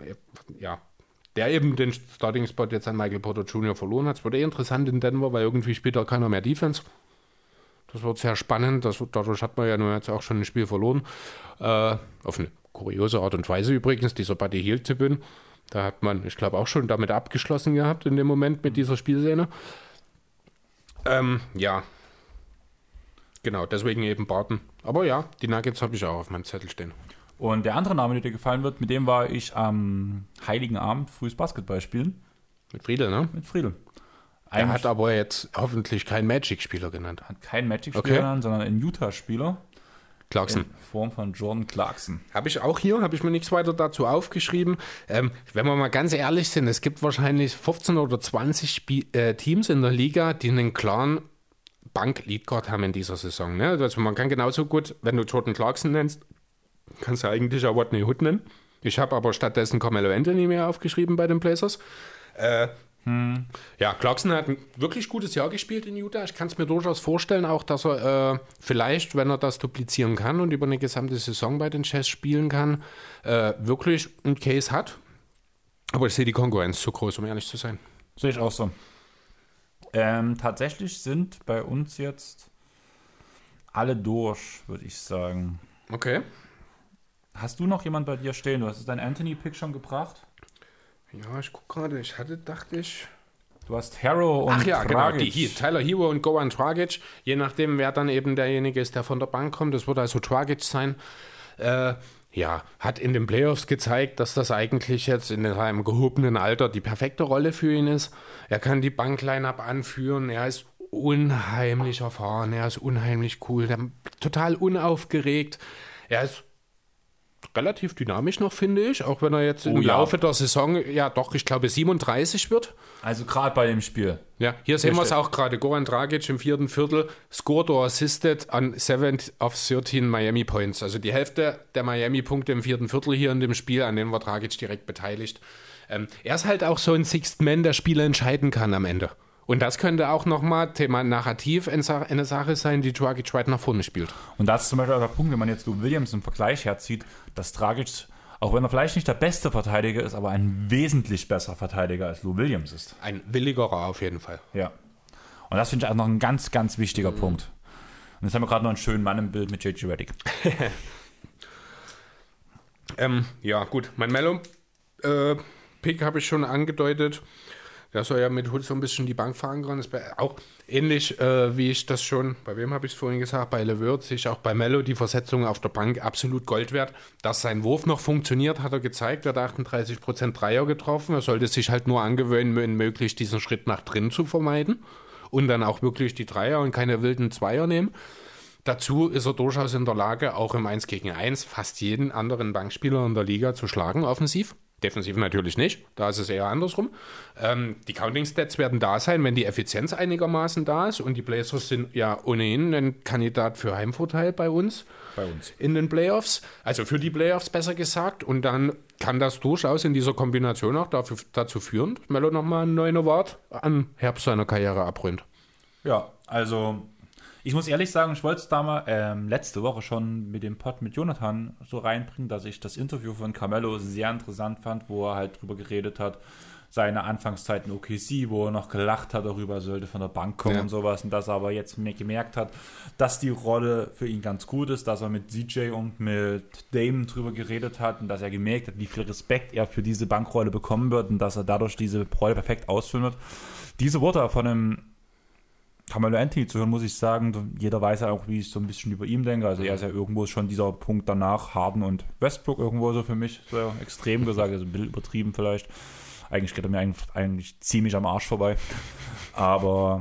der eben den Starting-Spot jetzt an Michael Porter Jr. verloren hat. Es wird interessant in Denver, weil irgendwie spielt da keiner mehr Defense. Das wird sehr spannend. Dadurch hat man ja nur jetzt auch schon ein Spiel verloren. Auf eine kuriose Art und Weise übrigens, dieser Buddy Hield-Tipp. Da hat man, ich glaube, auch schon damit abgeschlossen gehabt in dem Moment mit dieser Spielszene. Ja. Genau, deswegen eben Barton. Aber ja, die Nuggets habe ich auch auf meinem Zettel stehen. Und der andere Name, der dir gefallen wird, mit dem war ich am Heiligen Abend frühes Basketball spielen. Mit Friedel, ne? Mit Friedel. Er hat aber jetzt hoffentlich keinen Magic-Spieler genannt. Hat keinen Magic-Spieler genannt, sondern einen Utah-Spieler. Clarkson. In Form von Jordan Clarkson. Habe ich auch hier, habe ich mir nichts weiter dazu aufgeschrieben. Wenn wir mal ganz ehrlich sind, es gibt wahrscheinlich 15 oder 20 Teams in der Liga, die einen klaren Bank-Leadguard haben in dieser Saison. Ne? Also man kann genauso gut, wenn du Jordan Clarkson nennst, kannst du eigentlich auch Rodney Hood nennen. Ich habe aber stattdessen Carmelo Anthony mir aufgeschrieben bei den Blazers. Ja, Clarkson hat ein wirklich gutes Jahr gespielt in Utah. Ich kann es mir durchaus vorstellen, auch dass er vielleicht, wenn er das duplizieren kann und über eine gesamte Saison bei den Jazz spielen kann, wirklich einen Case hat. Aber ich sehe die Konkurrenz zu groß, um ehrlich zu sein. Sehe ich auch so. Tatsächlich sind bei uns jetzt alle durch, würde ich sagen. Okay. Hast du noch jemand bei dir stehen? Du hast deinen Anthony-Pick schon gebracht? Ja, ich gucke gerade. Dachte ich... Du hast Hero und Ach ja, Dragic. genau. Tyler Hero und Goran Dragic. Je nachdem, wer dann eben derjenige ist, der von der Bank kommt. Das wird also Dragic sein. Ja, hat in den Playoffs gezeigt, dass das eigentlich jetzt in seinem gehobenen Alter die perfekte Rolle für ihn ist. Er kann die Bank-Line-Up anführen. Er ist unheimlich erfahren. Er ist unheimlich cool. Total unaufgeregt. Er ist relativ dynamisch noch, finde ich, auch wenn er jetzt im Laufe der Saison, ja doch, ich glaube 37 wird. Also gerade bei dem Spiel. Ja, hier sehen wir es auch gerade. Goran Dragic im 4. Viertel scored or assisted an 7 of 13 Miami Points. Also die Hälfte der Miami-Punkte im 4. Viertel hier in dem Spiel, an dem war Dragic direkt beteiligt. Er ist halt auch so ein Sixth Man, der Spiele entscheiden kann am Ende. Und das könnte auch nochmal Thema Narrativ eine Sache sein, die Dragic weit nach vorne spielt. Und das ist zum Beispiel auch der Punkt, wenn man jetzt Lou Williams im Vergleich herzieht, dass Dragic, auch wenn er vielleicht nicht der beste Verteidiger ist, aber ein wesentlich besserer Verteidiger als Lou Williams ist. Ein willigerer auf jeden Fall. Ja. Und das finde ich auch noch ein ganz, ganz wichtiger Punkt. Und jetzt haben wir gerade noch einen schönen Mann im Bild mit J.J. Redick. Ja, gut. Mein Mello-Pick habe ich schon angedeutet. Der soll ja mit Hood so ein bisschen die Bank verankern. Das ist auch ähnlich, wie ich das schon, bei wem habe ich es vorhin gesagt, bei LeVert, sich auch bei Mello die Versetzung auf der Bank absolut Gold wert. Dass sein Wurf noch funktioniert, hat er gezeigt. Er hat 38% Dreier getroffen. Er sollte sich halt nur angewöhnen, möglichst diesen Schritt nach drin zu vermeiden und dann auch wirklich die Dreier und keine wilden Zweier nehmen. Dazu ist er durchaus in der Lage, auch im 1 gegen 1 fast jeden anderen Bankspieler in der Liga zu schlagen, offensiv. Defensiv natürlich nicht, da ist es eher andersrum. Die Counting-Stats werden da sein, wenn die Effizienz einigermaßen da ist, und die Blazers sind ja ohnehin ein Kandidat für Heimvorteil bei uns in den Playoffs, also für die Playoffs besser gesagt, und dann kann das durchaus in dieser Kombination auch dazu führen, dass Melo nochmal einen neuen Award am Herbst seiner Karriere abrundet. Ja, also ich muss ehrlich sagen, ich wollte es damals letzte Woche schon mit dem Pod mit Jonathan so reinbringen, dass ich das Interview von Carmelo sehr interessant fand, wo er halt drüber geredet hat, seine Anfangszeit in OKC, wo er noch gelacht hat darüber, er sollte von der Bank kommen und sowas, und dass er aber jetzt gemerkt hat, dass die Rolle für ihn ganz gut ist, dass er mit CJ und mit Dame drüber geredet hat und dass er gemerkt hat, wie viel Respekt er für diese Bankrolle bekommen wird und dass er dadurch diese Rolle perfekt ausfüllen wird. Diese Worte von einem Carmelo Anthony zu hören, muss ich sagen, jeder weiß ja auch, wie ich so ein bisschen über ihn denke. Also er ist ja irgendwo schon dieser Punkt danach, Harden und Westbrook irgendwo so für mich, so extrem gesagt, also ein bisschen übertrieben vielleicht. Eigentlich geht er mir eigentlich ziemlich am Arsch vorbei. Aber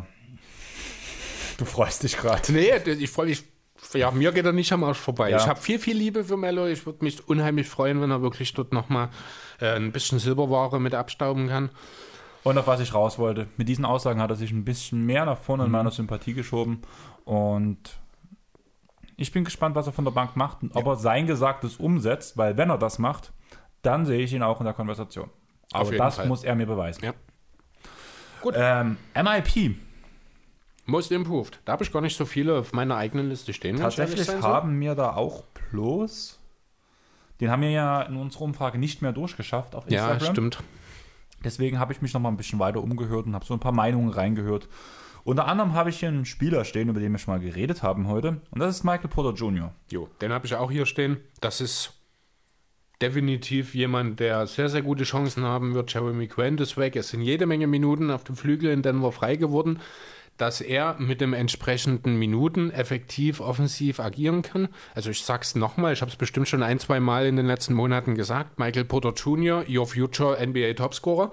du freust dich gerade. Nee, ich freue mich. Ja, mir geht er nicht am Arsch vorbei. Ja. Ich habe viel Liebe für Melo. Ich würde mich unheimlich freuen, wenn er wirklich dort nochmal ein bisschen Silberware mit abstauben kann. Und auf was ich raus wollte, mit diesen Aussagen hat er sich ein bisschen mehr nach vorne in meiner Sympathie geschoben. Und ich bin gespannt, was er von der Bank macht und ob er sein Gesagtes umsetzt, weil wenn er das macht, dann sehe ich ihn auch in der Konversation. Aber das muss er mir beweisen. Ja. Gut. MIP. Most Improved. Da habe ich gar nicht so viele auf meiner eigenen Liste stehen. Tatsächlich haben wir da auch bloß, den haben wir ja in unserer Umfrage nicht mehr durchgeschafft auf Instagram. Ja, stimmt. Deswegen habe ich mich noch mal ein bisschen weiter umgehört und habe so ein paar Meinungen reingehört. Unter anderem habe ich hier einen Spieler stehen, über den wir schon mal geredet haben heute. Und das ist Michael Porter Jr. Jo, den habe ich auch hier stehen. Das ist definitiv jemand, der sehr, sehr gute Chancen haben wird. Jeremy Grant ist weg. Es sind jede Menge Minuten auf dem Flügel in Denver frei geworden. dass er mit dem entsprechenden Minuten effektiv offensiv agieren kann. Also ich sag's nochmal, ich habe es bestimmt schon 1-2 Mal in den letzten Monaten gesagt, Michael Porter Jr., your future NBA Topscorer.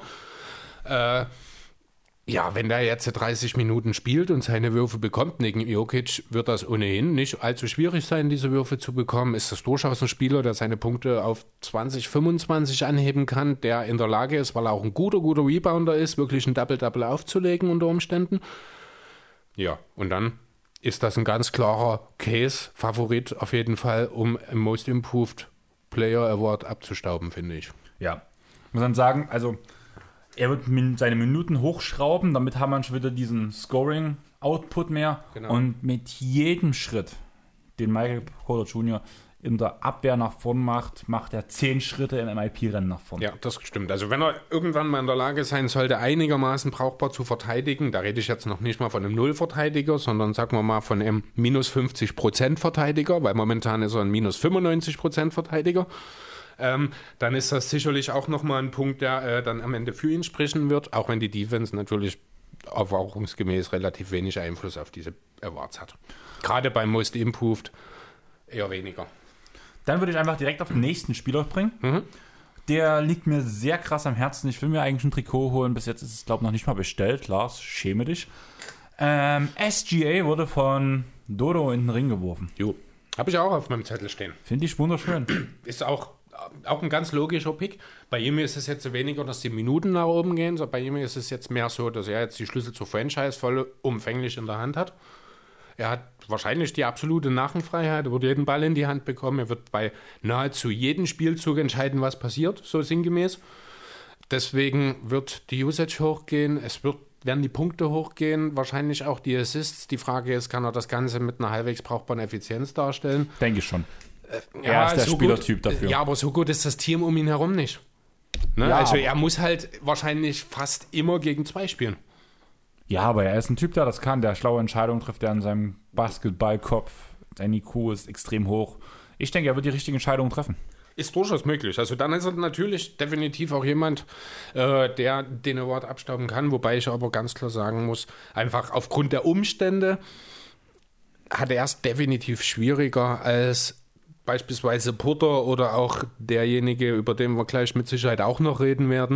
Ja, wenn der jetzt 30 Minuten spielt und seine Würfe bekommt gegen Jokic, wird das ohnehin nicht allzu schwierig sein, diese Würfe zu bekommen. Ist das durchaus ein Spieler, der seine Punkte auf 20, 25 anheben kann, der in der Lage ist, weil er auch ein guter Rebounder ist, wirklich ein Double-Double aufzulegen unter Umständen. Ja, und dann ist das ein ganz klarer Case-Favorit auf jeden Fall, um im Most Improved Player Award abzustauben, finde ich. Ja, muss man sagen, also er wird seine Minuten hochschrauben, damit haben wir schon wieder diesen Scoring-Output mehr. Genau. Und mit jedem Schritt, den Michael Porter Jr. in der Abwehr nach vorn macht, macht er 10 Schritte im MIP-Rennen nach vorn. Ja, das stimmt. Also wenn er irgendwann mal in der Lage sein sollte, einigermaßen brauchbar zu verteidigen, da rede ich jetzt noch nicht mal von einem Null-Verteidiger, sondern sagen wir mal von einem minus 50% Verteidiger, weil momentan ist er ein minus 95% Verteidiger. Dann ist das sicherlich auch nochmal ein Punkt, der dann am Ende für ihn sprechen wird, auch wenn die Defense natürlich erfahrungsgemäß relativ wenig Einfluss auf diese Awards hat. Gerade beim Most Improved eher weniger. Dann würde ich einfach direkt auf den nächsten Spieler bringen. Der liegt mir sehr krass am Herzen. Ich will mir eigentlich ein Trikot holen. Bis jetzt ist es, glaube ich, noch nicht mal bestellt. Lars, schäme dich. SGA wurde von Dodo in den Ring geworfen. Jo, habe ich auch auf meinem Zettel stehen. Finde ich wunderschön. Ist auch ein ganz logischer Pick. Bei ihm ist es jetzt weniger, dass die Minuten nach oben gehen, sondern bei ihm ist es jetzt mehr so, dass er jetzt die Schlüssel zur Franchise vollumfänglich in der Hand hat. Er hat wahrscheinlich die absolute Narrenfreiheit, er wird jeden Ball in die Hand bekommen, er wird bei nahezu jedem Spielzug entscheiden, was passiert, so sinngemäß. Deswegen wird die Usage hochgehen, werden die Punkte hochgehen, wahrscheinlich auch die Assists. Die Frage ist, kann er das Ganze mit einer halbwegs brauchbaren Effizienz darstellen? Denke ich schon. Er ist der so Spielertyp dafür. Ja, aber so gut ist das Team um ihn herum nicht. Ne? Ja, also er muss halt wahrscheinlich fast immer gegen 2 spielen. Ja, aber er ist ein Typ, der das kann, der schlaue Entscheidungen trifft, der an seinem Basketballkopf, sein IQ ist extrem hoch. Ich denke, er wird die richtigen Entscheidungen treffen. Ist durchaus möglich. Also dann ist er natürlich definitiv auch jemand, der den Award abstauben kann, wobei ich aber ganz klar sagen muss, einfach aufgrund der Umstände hat er es definitiv schwieriger als beispielsweise Porter oder auch derjenige, über den wir gleich mit Sicherheit auch noch reden werden,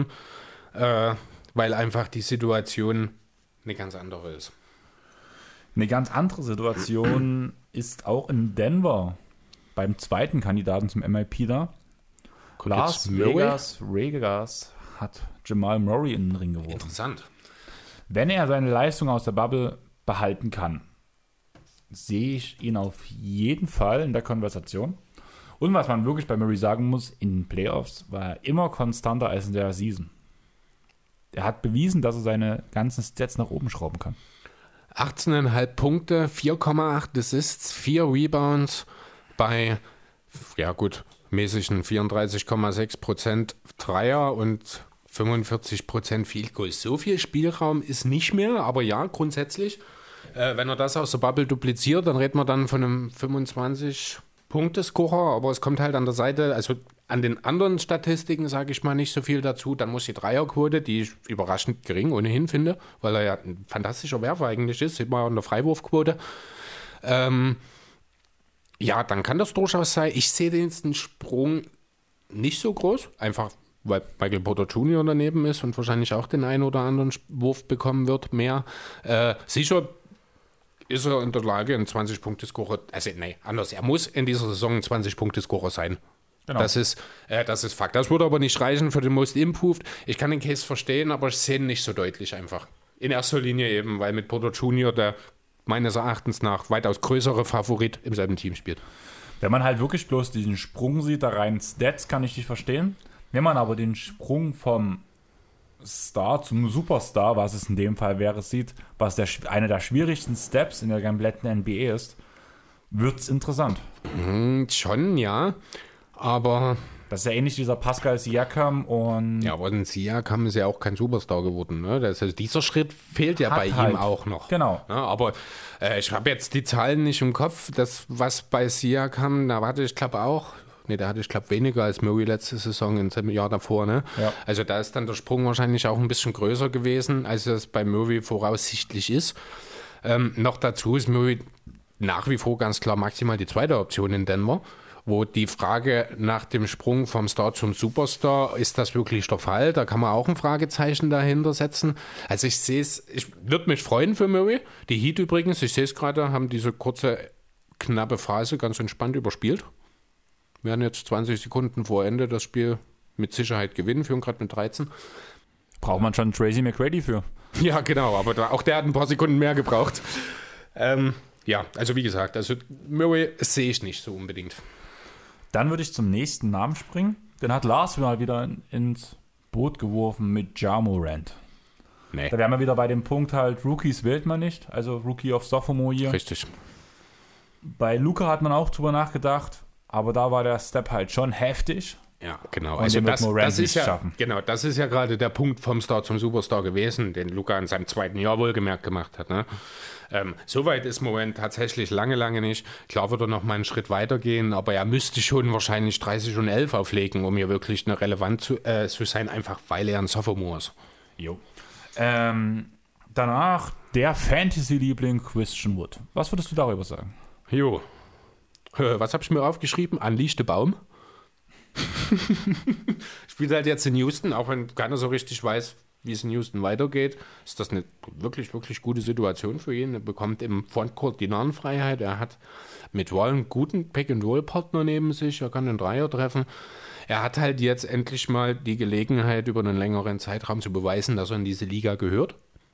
weil einfach die Situation eine ganz andere ist. Eine ganz andere Situation ist auch in Denver beim zweiten Kandidaten zum MIP da. Las Vegas Raiders hat Jamal Murray in den Ring geworfen. Interessant. Wenn er seine Leistung aus der Bubble behalten kann, sehe ich ihn auf jeden Fall in der Konversation. Und was man wirklich bei Murray sagen muss, in den Playoffs war er immer konstanter als in der Season. Er hat bewiesen, dass er seine ganzen Stats nach oben schrauben kann. 18,5 Punkte, 4,8 Assists, 4 Rebounds bei, ja gut, mäßigen 34,6% Dreier und 45% Field Goal. So viel Spielraum ist nicht mehr, aber ja, grundsätzlich, wenn er das aus der Bubble dupliziert, dann reden wir dann von einem 25-Punkte-Scorer, aber es kommt halt an der Seite, also an den anderen Statistiken sage ich mal nicht so viel dazu. Dann muss die Dreierquote, die ich überraschend gering ohnehin finde, weil er ja ein fantastischer Werfer eigentlich ist, sieht man an der Freiwurfquote. Ja, dann kann das durchaus sein. Ich sehe den Sprung nicht so groß, einfach weil Michael Porter Jr. daneben ist und wahrscheinlich auch den einen oder anderen Wurf bekommen wird, mehr. Sicher ist er in der Lage, ein 20-Punkte-Scorer, also nee, anders, er muss in dieser Saison ein 20-Punkte-Scorer sein. Genau. Das ist Fakt. Das würde aber nicht reichen für den Most Improved. Ich kann den Case verstehen, aber ich sehe ihn nicht so deutlich einfach. In erster Linie eben, weil mit Porter Jr., der meines Erachtens nach weitaus größere Favorit im selben Team spielt. Wenn man halt wirklich bloß diesen Sprung sieht, da rein Stats, kann ich nicht verstehen. Wenn man aber den Sprung vom Star zum Superstar, was es in dem Fall wäre, sieht, was einer der schwierigsten Steps in der kompletten NBA ist, wird es interessant. Schon, ja. Aber das ist ja ähnlich dieser Pascal Siakam und... Ja, aber ein Siakam ist ja auch kein Superstar geworden. Ne? Also dieser Schritt fehlt ja bei halt ihm auch noch. Genau. Ja, aber ich habe jetzt die Zahlen nicht im Kopf. Das, was bei Siakam, da hatte ich glaube auch... Ne, der hatte ich glaube weniger als Murray letzte Saison im Jahr davor. Ne? Ja. Also da ist dann der Sprung wahrscheinlich auch ein bisschen größer gewesen, als es bei Murray voraussichtlich ist. Noch dazu ist Murray nach wie vor ganz klar maximal die zweite Option in Denver, wo die Frage nach dem Sprung vom Star zum Superstar, ist das wirklich der Fall? Da kann man auch ein Fragezeichen dahinter setzen. Also ich würde mich freuen für Murray. Die Heat übrigens, ich sehe es gerade, haben diese kurze, knappe Phase ganz entspannt überspielt. Wir werden jetzt 20 Sekunden vor Ende das Spiel mit Sicherheit gewinnen, führen gerade mit 13. Braucht man schon Tracy McGrady für. Ja, genau, aber auch der hat ein paar Sekunden mehr gebraucht. Ja, also wie gesagt, also Murray sehe ich nicht so unbedingt. Dann würde ich zum nächsten Namen springen. Den hat Lars mal wieder ins Boot geworfen mit Ja Morant. Nee. Da wären wir wieder bei dem Punkt halt, Rookies wählt man nicht, also Rookie of Sophomore Year. Richtig. Bei Luka hat man auch drüber nachgedacht, aber da war der Step halt schon heftig. Ja, genau. Und Also den wird Morant das ist nicht ja, schaffen. genau, das ist ja gerade der Punkt vom Star zum Superstar gewesen, den Luka in seinem zweiten Jahr wohlgemerkt gemacht hat. Ne? Soweit ist Morant tatsächlich lange nicht. Klar wird er noch mal einen Schritt weiter gehen, aber er müsste schon wahrscheinlich 30 und 11 auflegen, um hier wirklich eine relevant zu sein, einfach weil er ein Sophomore ist. Jo. Danach der Fantasy-Liebling Christian Wood. Was würdest du darüber sagen? Jo. Was habe ich mir aufgeschrieben? Unleash the Baum. Spielt halt jetzt in Houston, auch wenn keiner so richtig weiß, wie es in Houston weitergeht, ist das eine wirklich gute Situation für ihn. Er bekommt im Frontcourt die Narrenfreiheit. Er hat mit Wall einen guten Pick-and-Roll-Partner neben sich. Er kann den Dreier treffen. Er hat halt jetzt endlich mal die Gelegenheit, über einen längeren Zeitraum zu beweisen, dass er in diese Liga gehört.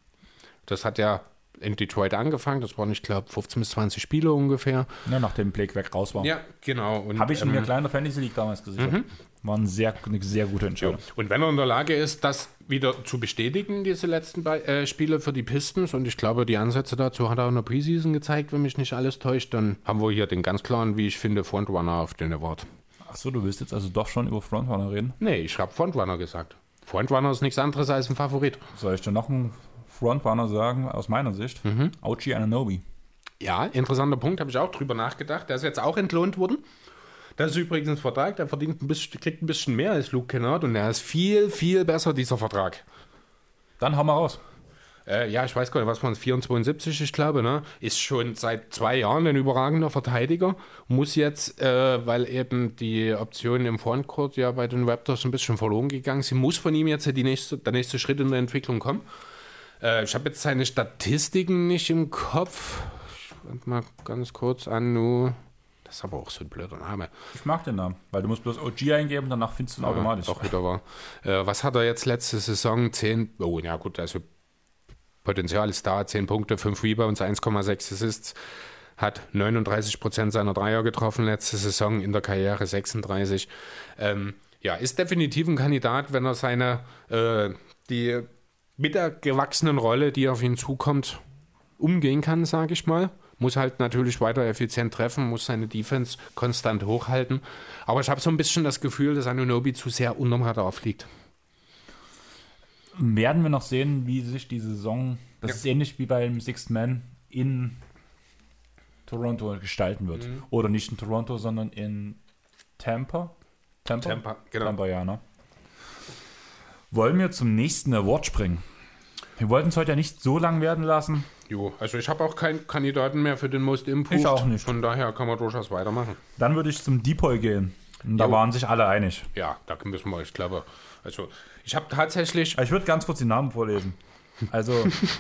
Das hat ja in Detroit angefangen. Das waren, ich glaube, 15 bis 20 Spiele ungefähr. Ja, nachdem Blake weg raus war. Ja, genau. Habe ich in der kleinen Fantasy League damals gesichert. War eine sehr gute Entscheidung. Und wenn er in der Lage ist, das wieder zu bestätigen, diese letzten Spiele für die Pistons, und ich glaube, die Ansätze dazu hat er auch in der Preseason gezeigt, wenn mich nicht alles täuscht, dann haben wir hier den ganz klaren, wie ich finde, Frontrunner auf den Award. Achso, du willst jetzt also doch schon über Frontrunner reden? Nee, ich habe Frontrunner gesagt. Frontrunner ist nichts anderes als ein Favorit. Soll ich dir noch einen Frontrunner sagen, aus meiner Sicht? OG Anunoby. Ja, interessanter Punkt, habe ich auch drüber nachgedacht. Der ist jetzt auch entlohnt worden. Das ist übrigens ein Vertrag, der kriegt ein bisschen mehr als Luke Kennard und der ist viel besser, dieser Vertrag. Dann hau mal raus. Ja, ich weiß gar nicht, was waren es, 74, ich glaube, ne? Ist schon seit 2 Jahren ein überragender Verteidiger. Muss jetzt, weil eben die Option im Frontcourt ja bei den Raptors ein bisschen verloren gegangen sind, muss von ihm jetzt der nächste Schritt in der Entwicklung kommen. Ich habe jetzt seine Statistiken nicht im Kopf. Ich warte mal ganz kurz an, das ist aber auch so ein blöder Name. Ich mag den Namen, weil du musst bloß OG eingeben, danach findest du ihn automatisch. Doch wieder wahr. Was hat er jetzt letzte Saison? 10, oh ja gut, also Potenzial ist da, 10 Punkte, 5 Rebounds, 1,6 Assists, hat 39% seiner Dreier getroffen letzte Saison, in der Karriere 36. Ja, ist definitiv ein Kandidat, wenn er die mit der gewachsenen Rolle, die auf ihn zukommt, umgehen kann, sage ich mal. Muss halt natürlich weiter effizient treffen, muss seine Defense konstant hochhalten. Aber ich habe so ein bisschen das Gefühl, dass Anunoby zu sehr unterm Radar fliegt. Werden wir noch sehen, wie sich die Saison, das ist ähnlich wie beim Sixth Man, in Toronto gestalten wird. Oder nicht in Toronto, sondern in Tampa. Tampa, genau. Tampa, ja, ne? Wollen wir zum nächsten Award springen? Wir wollten es heute ja nicht so lang werden lassen. Jo, also ich habe auch keinen Kandidaten mehr für den Most Improved. Ich auch nicht. Von daher kann man durchaus weitermachen. Dann würde ich zum Depoy gehen. Und da waren sich alle einig. Ja, da müssen wir, ich glaube, also ich habe tatsächlich... Ich würde ganz kurz die Namen vorlesen. Also...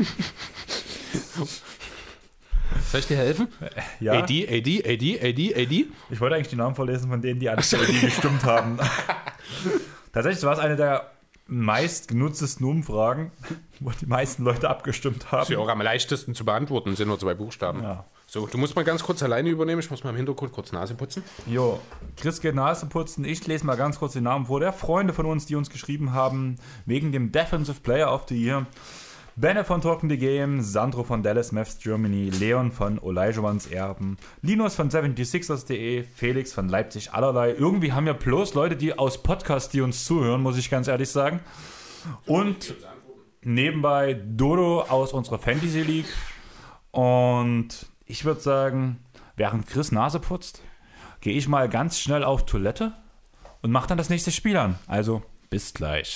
Soll ich dir helfen? Ja. AD. Ich wollte eigentlich die Namen vorlesen von denen, die alle für AD gestimmt haben. Tatsächlich war es eine der meistgenutztesten Umfragen, wo die meisten Leute abgestimmt haben. Ist ja auch am leichtesten zu beantworten, sind nur 2 Buchstaben. Ja. So, du musst mal ganz kurz alleine übernehmen, ich muss mal im Hintergrund kurz Nase putzen. Jo, Chris geht Nase putzen. Ich lese mal ganz kurz den Namen vor. Der Freunde von uns, die uns geschrieben haben, wegen dem Defensive Player of the Year. Benne von Talking the Game, Sandro von Dallas Mavs Germany, Leon von Olajuwons Erben, Linus von 76ers.de, Felix von Leipzig allerlei. Irgendwie haben ja bloß Leute, die aus Podcasts, die uns zuhören, muss ich ganz ehrlich sagen. Und nebenbei Dodo aus unserer Fantasy League. Und ich würde sagen, während Chris Nase putzt, gehe ich mal ganz schnell auf Toilette und mache dann das nächste Spiel an. Also, bis gleich.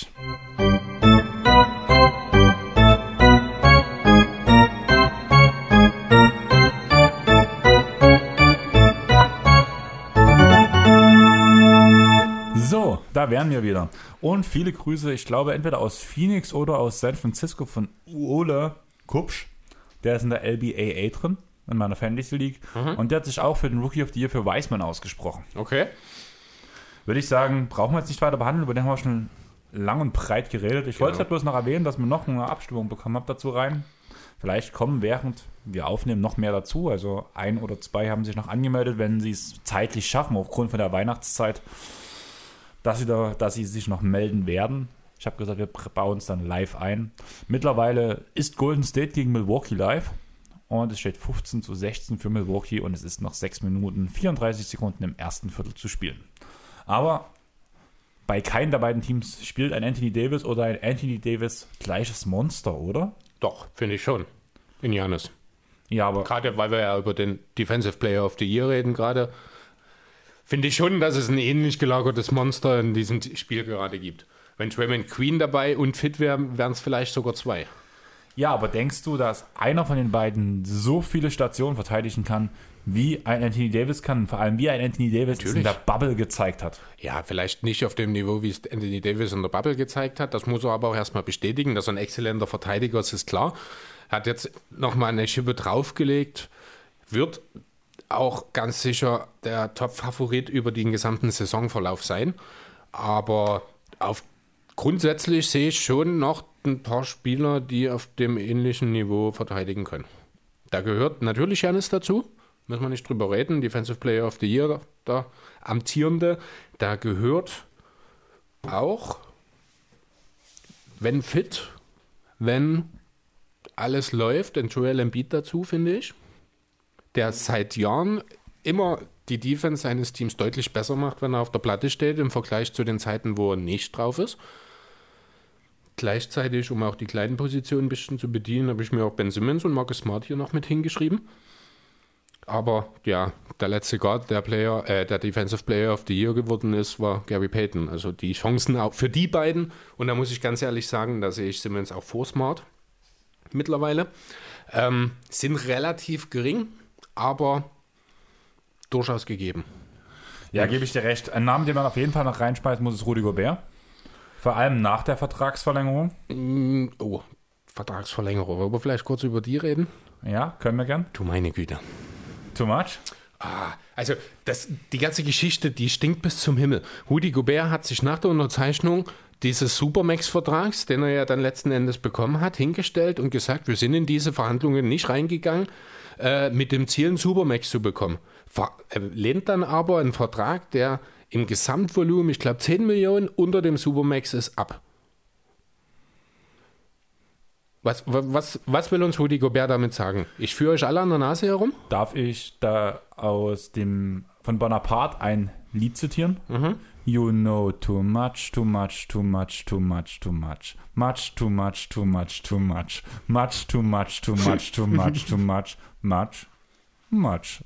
So, da wären wir wieder. Und viele Grüße, ich glaube, entweder aus Phoenix oder aus San Francisco von Ole Kupsch. Der ist in der LBAA drin, in meiner Fantasy League. Und der hat sich auch für den Rookie of the Year für Wiseman ausgesprochen. Okay. Würde ich sagen, brauchen wir jetzt nicht weiter behandeln, über den haben wir schon lang und breit geredet. Ich wollte halt bloß noch erwähnen, dass wir noch eine Abstimmung bekommen haben dazu rein. Vielleicht kommen, während wir aufnehmen, noch mehr dazu. Also 1 oder 2 haben sich noch angemeldet, wenn sie es zeitlich schaffen, aufgrund von der Weihnachtszeit, dass sie sich noch melden werden. Ich habe gesagt, wir bauen es dann live ein. Mittlerweile ist Golden State gegen Milwaukee live. Und es steht 15-16 für Milwaukee und es ist noch 6 Minuten 34 Sekunden im ersten Viertel zu spielen. Aber bei keinem der beiden Teams spielt ein Anthony Davis oder ein Anthony Davis gleiches Monster, oder? Doch, finde ich schon. In Giannis. Ja, aber Gerade weil wir ja über den Defensive Player of the Year reden gerade, finde ich schon, dass es ein ähnlich gelagertes Monster in diesem Spiel gerade gibt. Wenn Draymond Green dabei und fit wären, wären es vielleicht sogar 2. ja, aber denkst du, dass einer von den beiden so viele Stationen verteidigen kann, wie ein Anthony Davis kann? Vor allem wie ein Anthony Davis es in der Bubble gezeigt hat. Ja, vielleicht nicht auf dem Niveau, wie es Anthony Davis in der Bubble gezeigt hat. Das muss er aber auch erstmal bestätigen, dass er ein exzellenter Verteidiger ist, ist klar. Er hat jetzt nochmal eine Schippe draufgelegt, wird auch ganz sicher der Top-Favorit über den gesamten Saisonverlauf sein. Aber grundsätzlich sehe ich schon noch ein paar Spieler, die auf dem ähnlichen Niveau verteidigen können. Da gehört natürlich Giannis dazu, müssen wir nicht drüber reden, Defensive Player of the Year, der amtierende. Da gehört auch, wenn fit, wenn alles läuft, ein Joel Embiid dazu, finde ich, der seit Jahren immer die Defense seines Teams deutlich besser macht, wenn er auf der Platte steht, im Vergleich zu den Zeiten, wo er nicht drauf ist. Gleichzeitig, um auch die kleinen Positionen ein bisschen zu bedienen, habe ich mir auch Ben Simmons und Marcus Smart hier noch mit hingeschrieben. Aber ja, der letzte Guard, der Defensive Player of the Year geworden ist, war Gary Payton. Also die Chancen auch für die beiden, und da muss ich ganz ehrlich sagen, da sehe ich Simmons auch vor Smart mittlerweile, sind relativ gering, aber durchaus gegeben. Ja, gebe ich dir recht. Ein Name, den man auf jeden Fall noch reinschmeißen muss, ist Rudy Gobert. Vor allem nach der Vertragsverlängerung. Vertragsverlängerung. Wollen wir vielleicht kurz über die reden? Ja, können wir gern. Du meine Güte. Too much? Also die ganze Geschichte, die stinkt bis zum Himmel. Rudy Gobert hat sich nach der Unterzeichnung dieses Supermax-Vertrags, den er ja dann letzten Endes bekommen hat, hingestellt und gesagt, wir sind in diese Verhandlungen nicht reingegangen, mit dem Ziel, einen Supermax zu bekommen. Lehnt dann aber einen Vertrag, der im Gesamtvolumen, ich glaube 10 Millionen unter dem Supermax ist, ab. Was will uns Rudy Gobert damit sagen? Ich führe euch alle an der Nase herum? Darf ich da von Bonaparte ein Lied zitieren? You know too much, too much, too much, too much, too much. Much, too much, too much, too much. Much, too much, too much, too much, too much. Much, much.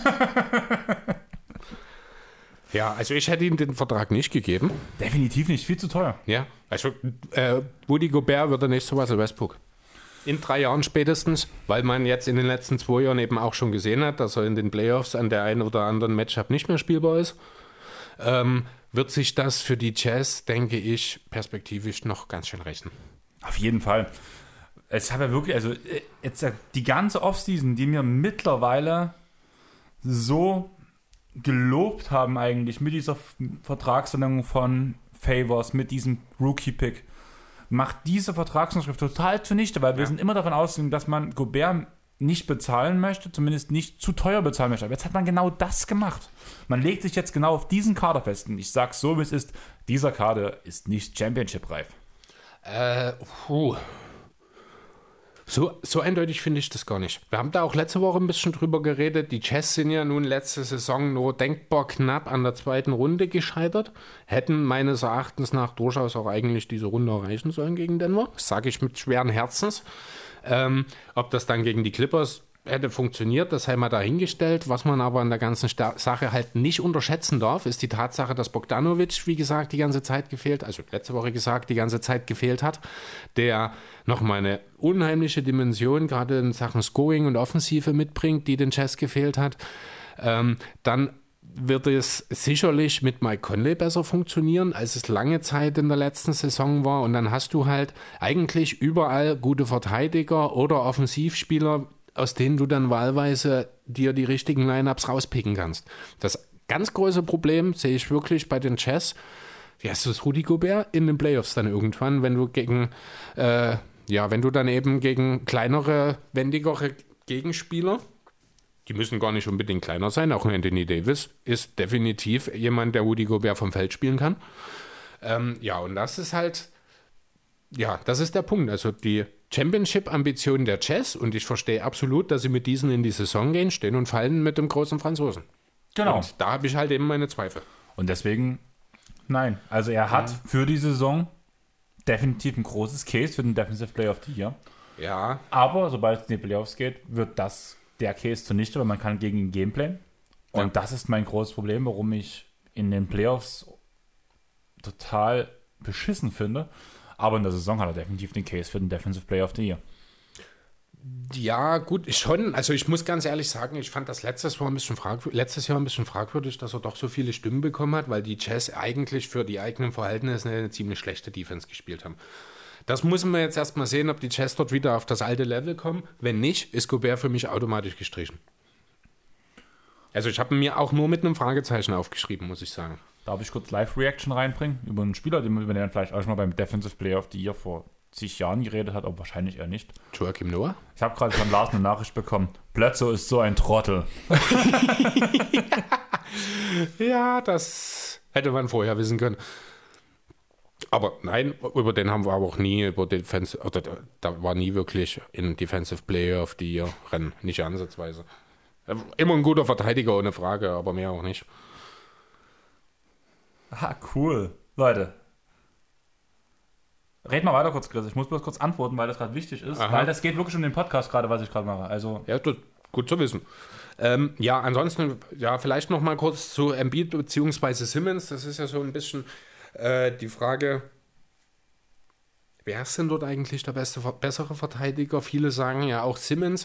Ja, also ich hätte ihm den Vertrag nicht gegeben. Definitiv nicht, viel zu teuer. Ja, also Rudy Gobert wird der nächste Russell Westbrook. In 3 Jahren spätestens, weil man jetzt in den letzten 2 Jahren eben auch schon gesehen hat, dass er in den Playoffs an der einen oder anderen Matchup nicht mehr spielbar ist, wird sich das für die Jazz, denke ich, perspektivisch noch ganz schön rechnen. Auf jeden Fall. Es hat ja wirklich, also jetzt die ganze Offseason, die mir mittlerweile so gelobt haben eigentlich mit dieser Vertragsverlängerung von Favors, mit diesem Rookie-Pick, macht diese Vertragsunterschrift total zunichte, weil wir sind immer davon ausgegangen, dass man Gobert nicht bezahlen möchte, zumindest nicht zu teuer bezahlen möchte. Aber jetzt hat man genau das gemacht. Man legt sich jetzt genau auf diesen Kader fest. Und ich sag's so, wie es ist, dieser Kader ist nicht Championship-reif. So eindeutig finde ich das gar nicht. Wir haben da auch letzte Woche ein bisschen drüber geredet. Die Jazz sind ja nun letzte Saison nur denkbar knapp an der 2. Runde gescheitert. Hätten meines Erachtens nach durchaus auch eigentlich diese Runde erreichen sollen gegen Denver. Das sage ich mit schweren Herzens. Ob das dann gegen die Clippers hätte funktioniert, das sei mal dahingestellt. Was man aber an der ganzen Sache halt nicht unterschätzen darf, ist die Tatsache, dass Bogdanovic, wie gesagt, die ganze Zeit gefehlt, also letzte Woche gesagt, die ganze Zeit gefehlt hat, der nochmal eine unheimliche Dimension, gerade in Sachen Scoring und Offensive mitbringt, die den Jazz gefehlt hat. Dann wird es sicherlich mit Mike Conley besser funktionieren, als es lange Zeit in der letzten Saison war. Und dann hast du halt eigentlich überall gute Verteidiger oder Offensivspieler, aus denen du dann wahlweise dir die richtigen Lineups rauspicken kannst. Das ganz große Problem sehe ich wirklich bei den Jazz. Wie heißt das, Rudy Gobert in den Playoffs dann irgendwann, wenn du wenn du dann eben gegen kleinere, wendigere Gegenspieler, die müssen gar nicht unbedingt kleiner sein, auch Anthony Davis ist definitiv jemand, der Rudy Gobert vom Feld spielen kann. Und das ist halt, das ist der Punkt. Also die Championship-Ambitionen der Jazz, und ich verstehe absolut, dass sie mit diesen in die Saison gehen, stehen und fallen mit dem großen Franzosen. Genau. Und da habe ich halt eben meine Zweifel. Und deswegen, nein. Also er hat für die Saison definitiv ein großes Case für den Defensive Player of the Year. Ja. Aber sobald es in die Playoffs geht, wird das der Case zunichte, weil man kann gegen ihn Gameplay. Und das ist mein großes Problem, warum ich in den Playoffs total beschissen finde. Aber in der Saison hat er definitiv den Case für den Defensive Player of the Year. Ja, gut, schon. Also ich muss ganz ehrlich sagen, ich fand das letztes Jahr ein bisschen fragwürdig, dass er doch so viele Stimmen bekommen hat, weil die Jazz eigentlich für die eigenen Verhältnisse eine ziemlich schlechte Defense gespielt haben. Das müssen wir jetzt erstmal sehen, ob die Jazz dort wieder auf das alte Level kommen. Wenn nicht, ist Gobert für mich automatisch gestrichen. Also ich habe mir auch nur mit einem Fragezeichen aufgeschrieben, muss ich sagen. Darf ich kurz Live-Reaction reinbringen? Über einen Spieler, über den vielleicht auch schon mal beim Defensive Player of the Year vor zig Jahren geredet hat, aber wahrscheinlich eher nicht. Joachim Noah? Ich habe gerade von Lars eine Nachricht bekommen. Bledsoe ist so ein Trottel. Ja, das hätte man vorher wissen können. Aber nein, über den haben wir aber auch nie, über Defense, oder da war nie wirklich in Defensive Player of the Year Rennen, nicht ansatzweise. Immer ein guter Verteidiger, ohne Frage, aber mehr auch nicht. Ah, cool. Leute. Red mal weiter kurz, Chris. Ich muss bloß kurz antworten, weil das gerade wichtig ist. Aha. Weil das geht wirklich um den Podcast gerade, was ich gerade mache. Also ja, gut zu wissen. Ansonsten, vielleicht noch mal kurz zu Embiid bzw. Simmons. Das ist ja so ein bisschen die Frage, wer ist denn dort eigentlich der bessere Verteidiger? Viele sagen ja auch Simmons.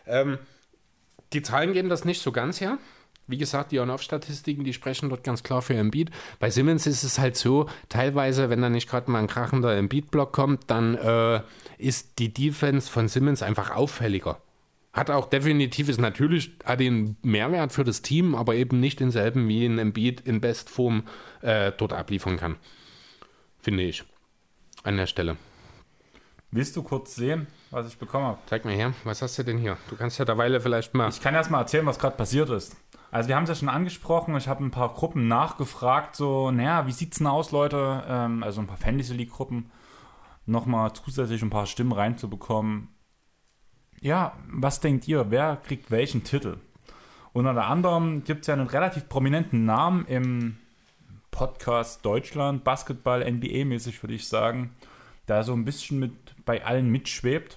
Die Zahlen geben das nicht so ganz her. Wie gesagt, die On-Off-Statistiken, die sprechen dort ganz klar für Embiid. Bei Simmons ist es halt so, teilweise, wenn da nicht gerade mal ein krachender Embiid-Block kommt, dann ist die Defense von Simmons einfach auffälliger. Hat auch definitiv, hat den Mehrwert für das Team, aber eben nicht denselben, wie ein Embiid in Bestform dort abliefern kann. Finde ich. An der Stelle. Willst du kurz sehen, was ich bekommen habe? Zeig mir her, was hast du denn hier? Du kannst ja derweil vielleicht mal... Ich kann erst mal erzählen, was gerade passiert ist. Also wir haben es ja schon angesprochen, ich habe ein paar Gruppen nachgefragt, wie sieht's denn aus, Leute? Also ein paar Fantasy League-Gruppen, nochmal zusätzlich ein paar Stimmen reinzubekommen. Ja, was denkt ihr, wer kriegt welchen Titel? Und unter anderem gibt es ja einen relativ prominenten Namen im Podcast Deutschland, Basketball, NBA-mäßig würde ich sagen, der so ein bisschen bei allen mitschwebt.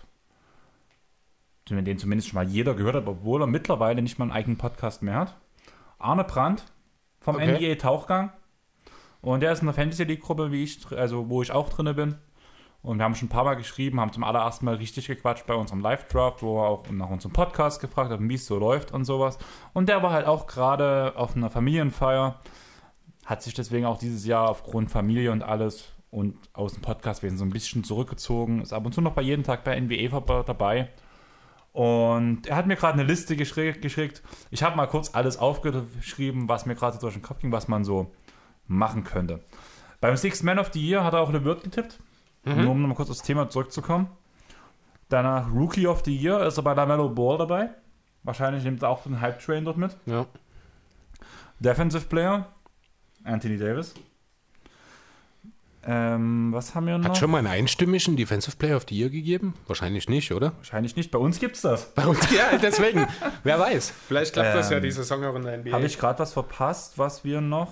Den zumindest schon mal jeder gehört hat, obwohl er mittlerweile nicht mal einen eigenen Podcast mehr hat. Arne Brandt vom NBA Tauchgang. Und der ist in der Fantasy League-Gruppe, wo ich auch drin bin. Und wir haben schon ein paar Mal geschrieben, haben zum allerersten Mal richtig gequatscht bei unserem Live-Draft, wo er auch nach unserem Podcast gefragt hat, wie es so läuft und sowas. Und der war halt auch gerade auf einer Familienfeier, hat sich deswegen auch dieses Jahr aufgrund Familie und alles und aus dem Podcastwesen so ein bisschen zurückgezogen, ist ab und zu noch bei jedem Tag bei NBA dabei. Und er hat mir gerade eine Liste geschickt. Ich habe mal kurz alles aufgeschrieben, was mir gerade durch den Kopf ging, was man so machen könnte. Beim Sixth Man of the Year hat er auch LeVert getippt. Nur um nochmal kurz aufs Thema zurückzukommen. Danach Rookie of the Year ist er bei LaMelo Ball dabei. Wahrscheinlich nimmt er auch den Hype-Train dort mit. Ja. Defensive Player Anthony Davis. Was haben wir noch? Hat schon mal einen einstimmigen Defensive Player of the Year gegeben? Wahrscheinlich nicht, oder? Wahrscheinlich nicht. Bei uns gibt's das. Bei uns, ja, deswegen. Wer weiß. Vielleicht klappt das ja die Saison auch in der NBA. Habe ich gerade was verpasst, was wir noch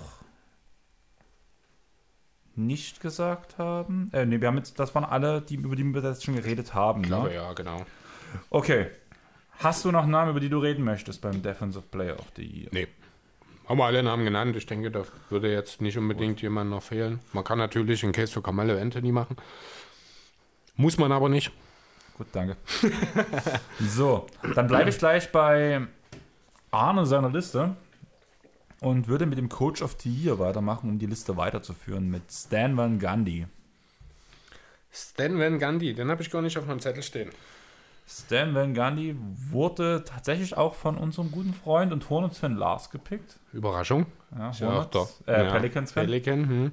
nicht gesagt haben? Wir haben jetzt, das waren alle, über die wir jetzt schon geredet haben. Ich glaube, ne? ja, genau. Okay. Hast du noch Namen, über die du reden möchtest beim Defensive Player of the Year? Nee. Haben wir alle Namen genannt. Ich denke, da würde jetzt nicht unbedingt jemand noch fehlen. Man kann natürlich einen Case für Carmelo Anthony machen. Muss man aber nicht. Gut, danke. So, dann bleibe ich gleich bei Arne seiner Liste. und würde mit dem Coach of the Year weitermachen, um die Liste weiterzuführen, mit Stan Van Gundy. Stan Van Gundy, den habe ich gar nicht auf meinem Zettel stehen. Stan Van Gundy wurde tatsächlich auch von unserem guten Freund und Hornets-Fan Lars gepickt. Überraschung. Ja, Ja, Hornets, doch. Pelicans-Fan. Pelican,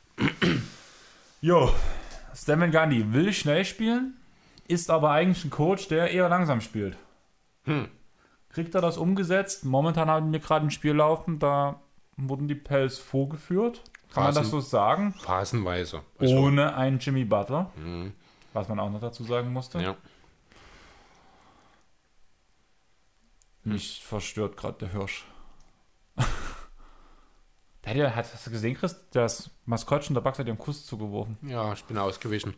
Jo, Stan Van Gundy will schnell spielen, ist aber eigentlich ein Coach, der eher langsam spielt. Kriegt er das umgesetzt? Momentan haben wir gerade ein Spiel laufen, da wurden die Pels vorgeführt. Kann man das so sagen? Phasenweise. Ohne einen Jimmy Butler. Was man auch noch dazu sagen musste. Ja. Mich verstört gerade der Hirsch. Hast du gesehen, Chris? Das Maskottchen der Bucks hat dir einen Kuss zugeworfen. Ja, ich bin ausgewichen.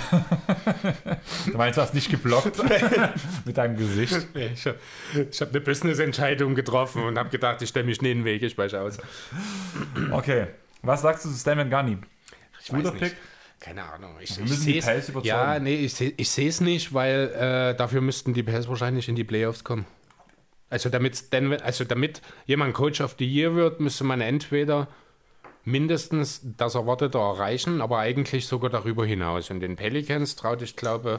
Du meinst, du hast nicht geblockt? Mit deinem Gesicht? Nee, ich hab eine Business-Entscheidung getroffen und habe gedacht, ich stelle mich nicht in den Weg, ich weiche aus. Okay. Was sagst du zu Stan Van Gundy? Ich weiß nicht. Keine Ahnung. Wir müssen die Pels überzeugen. Ja, nee, ich sehe es nicht, weil dafür müssten die Pels wahrscheinlich in die Playoffs kommen. Also damit jemand Coach of the Year wird, müsste man entweder mindestens das Erwartete erreichen, aber eigentlich sogar darüber hinaus. Und den Pelicans traut, ich glaube,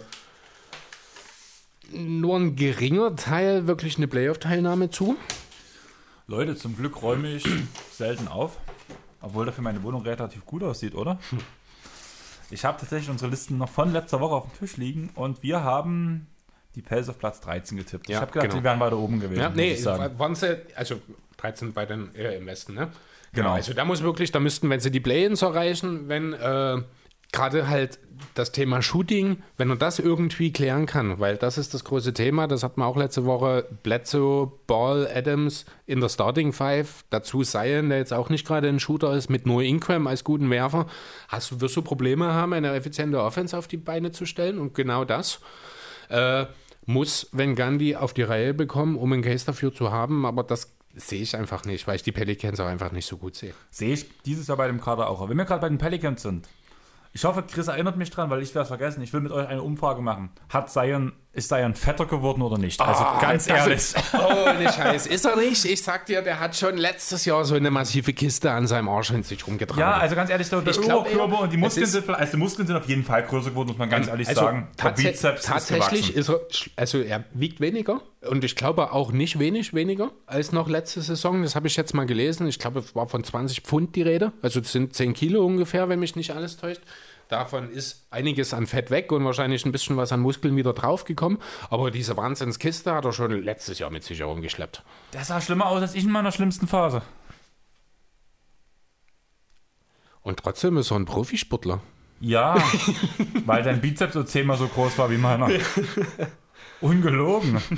nur ein geringer Teil wirklich eine Playoff-Teilnahme zu. Leute, zum Glück räume ich selten auf, obwohl dafür meine Wohnung relativ gut aussieht, oder? Ich habe tatsächlich unsere Listen noch von letzter Woche auf dem Tisch liegen und wir haben die Pels auf Platz 13 getippt. Ja, ich habe gedacht, die wären weiter oben gewesen. Ja, nee, waren sie, also 13 bei den im Westen, ne? Genau. Also da müssten, wenn sie die Play-ins erreichen, wenn gerade halt das Thema Shooting, wenn man das irgendwie klären kann, weil das ist das große Thema, das hatten wir auch letzte Woche, Bledsoe, Ball, Adams in der Starting Five, dazu Zion, der jetzt auch nicht gerade ein Shooter ist, mit Noah Ingram als guten Werfer, wirst du Probleme haben, eine effiziente Offense auf die Beine zu stellen und genau das muss Van Gundy auf die Reihe bekommen, um einen Case dafür zu haben, aber das sehe ich einfach nicht, weil ich die Pelicans auch einfach nicht so gut sehe. Sehe ich dieses Jahr bei dem Kader auch. Wenn wir gerade bei den Pelicans sind, ich hoffe, Chris erinnert mich dran, weil ich werde es vergessen. Ich will mit euch eine Umfrage machen. Ist Zion fetter geworden oder nicht? Also ganz ehrlich. Ohne Scheiß. Ist er nicht? Ich sag dir, der hat schon letztes Jahr so eine massive Kiste an seinem Arsch in sich rumgetragen. Ja, also ganz ehrlich, der Oberkörper und die Muskeln sind auf jeden Fall größer geworden, muss man ganz ehrlich sagen. Der Bizeps tatsächlich ist er wiegt weniger und ich glaube auch nicht weniger als noch letzte Saison. Das habe ich jetzt mal gelesen. Ich glaube, es war von 20 Pfund die Rede. Also das sind 10 Kilo ungefähr, wenn mich nicht alles täuscht. Davon ist einiges an Fett weg und wahrscheinlich ein bisschen was an Muskeln wieder draufgekommen. Aber diese Wahnsinnskiste hat er schon letztes Jahr mit sich herumgeschleppt. Das sah schlimmer aus als ich in meiner schlimmsten Phase. Und trotzdem ist er ein Profisportler. Ja, weil dein Bizeps so 10-mal so groß war wie meiner. Ungelogen.